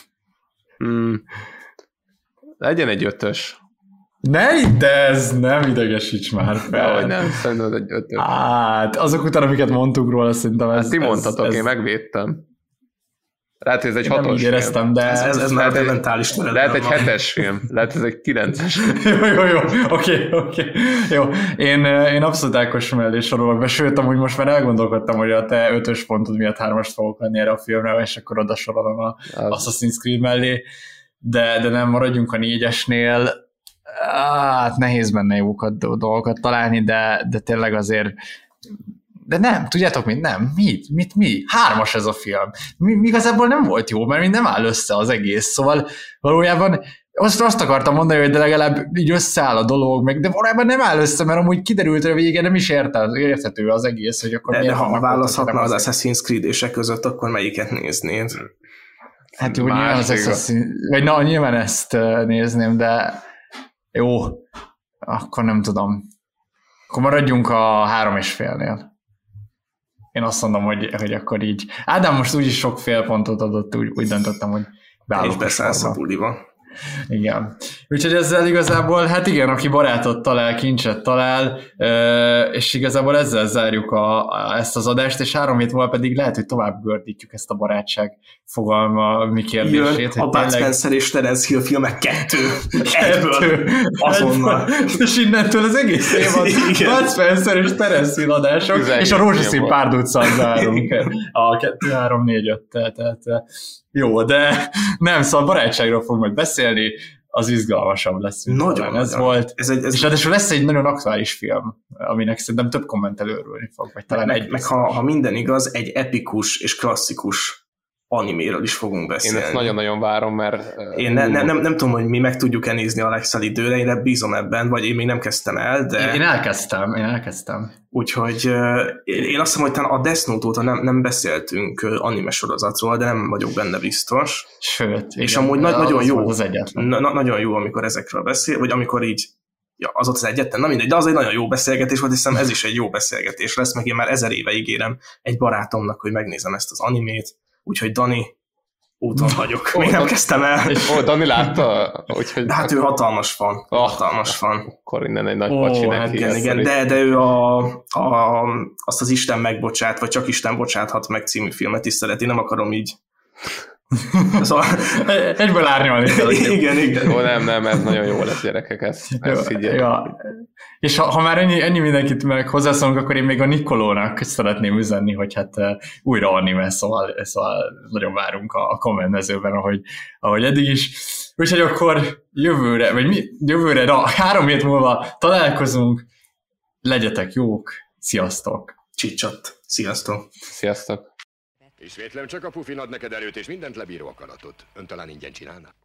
legyen egy 5-ös. Ne iddezz, nem idegesíts már fel. Hogy nem, szerintem egy 5-ös. Hát, azok után, amiket mondtunk róla, szerintem ez... Hát ti mondhatok, én megvédtem. Lehet, hogy ez egy 6-os film. Nem így éreztem, de... Ez már egy mentális terület. Lehet egy 7-es film. Lehet, ez egy 9-es. Jó. Oké. Jó. Én abszolút Ákos mellé sorolok be, sőt, amúgy most már elgondolkodtam, hogy a te 5-ös pontod miatt 3-ast fogok venni erre a filmre, és akkor oda sorolom a Assassin's Creed mellé, de nem maradjunk a 4-esnél. Hát nehéz benne dolgokat találni, de tényleg azért... De nem, tudjátok mit? Nem. Mi? 3-as ez a film. Igazából nem volt jó, mert nem áll össze az egész. Szóval valójában azt akartam mondani, hogy de legalább így összeáll a dolog, de valójában nem áll össze, mert amúgy kiderült, hogy a vége nem is érthető az egész, hogy akkor... De ha választhatna az Assassin's Creed-ések között, akkor melyiket néznéd? Hát jó, nyilván az Assassin's... Vagy nyilván ezt nézném, de jó, akkor nem tudom. Akkor maradjunk a 3,5-nél. Én azt mondom, hogy akkor így. Ádám most úgyis sok fél pontot adott, úgy döntöttem, hogy beállok a sorba. Igen. Úgyhogy ezzel igazából, hát igen, aki barátot talál, kincset talál, és igazából ezzel zárjuk ezt az adást, és 3 hét múlva pedig lehet, hogy tovább gördítjük ezt a barátság fogalma mi kérdését. Jön a Bud Spencer és Terence Hill filmek 2. Egyből. Azonnal. És innentől az egész évad Bud Spencer és Terence Hill adások, és a rózsaszín párduccal zárunk. A 2, 3, 4, 5, tehát jó, de nem, szóval barátságról fogunk majd beszélni, az izgalmasabb lesz. Nagyon. Ez volt. És ráadásul lesz egy nagyon aktuális film, aminek szerintem több kommentelő örülni fog. Vagy talán meg ha minden igaz, egy epikus és klasszikus animéről is fogunk beszélni. Én ezt nagyon-nagyon várom, mert... Én nem tudom, hogy mi meg tudjuk-e nézni Alex-el időre, én bízom ebben, vagy én még nem kezdtem el, de... Én elkezdtem. Úgyhogy én azt hiszem, hogy talán a Death Note óta nem beszéltünk anime sorozatról, de nem vagyok benne biztos. Sőt. És igen, amúgy nagyon jó, az egyetlen. Nagyon jó, amikor ezekről beszél, vagy amikor így az ott az egyetlen, na mindegy, de az egy nagyon jó beszélgetés volt, hiszem ez is egy jó beszélgetés lesz, meg én már 1000 éve ígérem egy barátomnak, hogy megnézem ezt az animét. Úgyhogy Dani, úton vagyok. Még nem kezdtem el. Dani látta? Úgyhogy... De hát ő hatalmas fan. Hatalmas fan. Akkor innen egy nagy pacsi neki. Igen, de ő azt az Isten megbocsát, vagy csak Isten bocsáthat meg című filmet is szereti, nem akarom így. Szóval... Egyből árnyalni. Igen. Ó, nem, ez nagyon jó lesz, gyerekek, ezt figyelj. Ja. És ha már ennyi mindenkit meg hozzászólunk, akkor én még a Nikolónak szeretném üzenni, hogy hát újra anime, szóval nagyon várunk a kommentmezőben, ahogy eddig is. Úgyhogy akkor jövőre, 3 hét múlva találkozunk, legyetek jók, sziasztok! Csicsat, sziasztok! Sziasztok! Ismétlem, csak a pufin ad neked erőt, és mindent lebíró akaratot. Ön talán ingyen csinálna?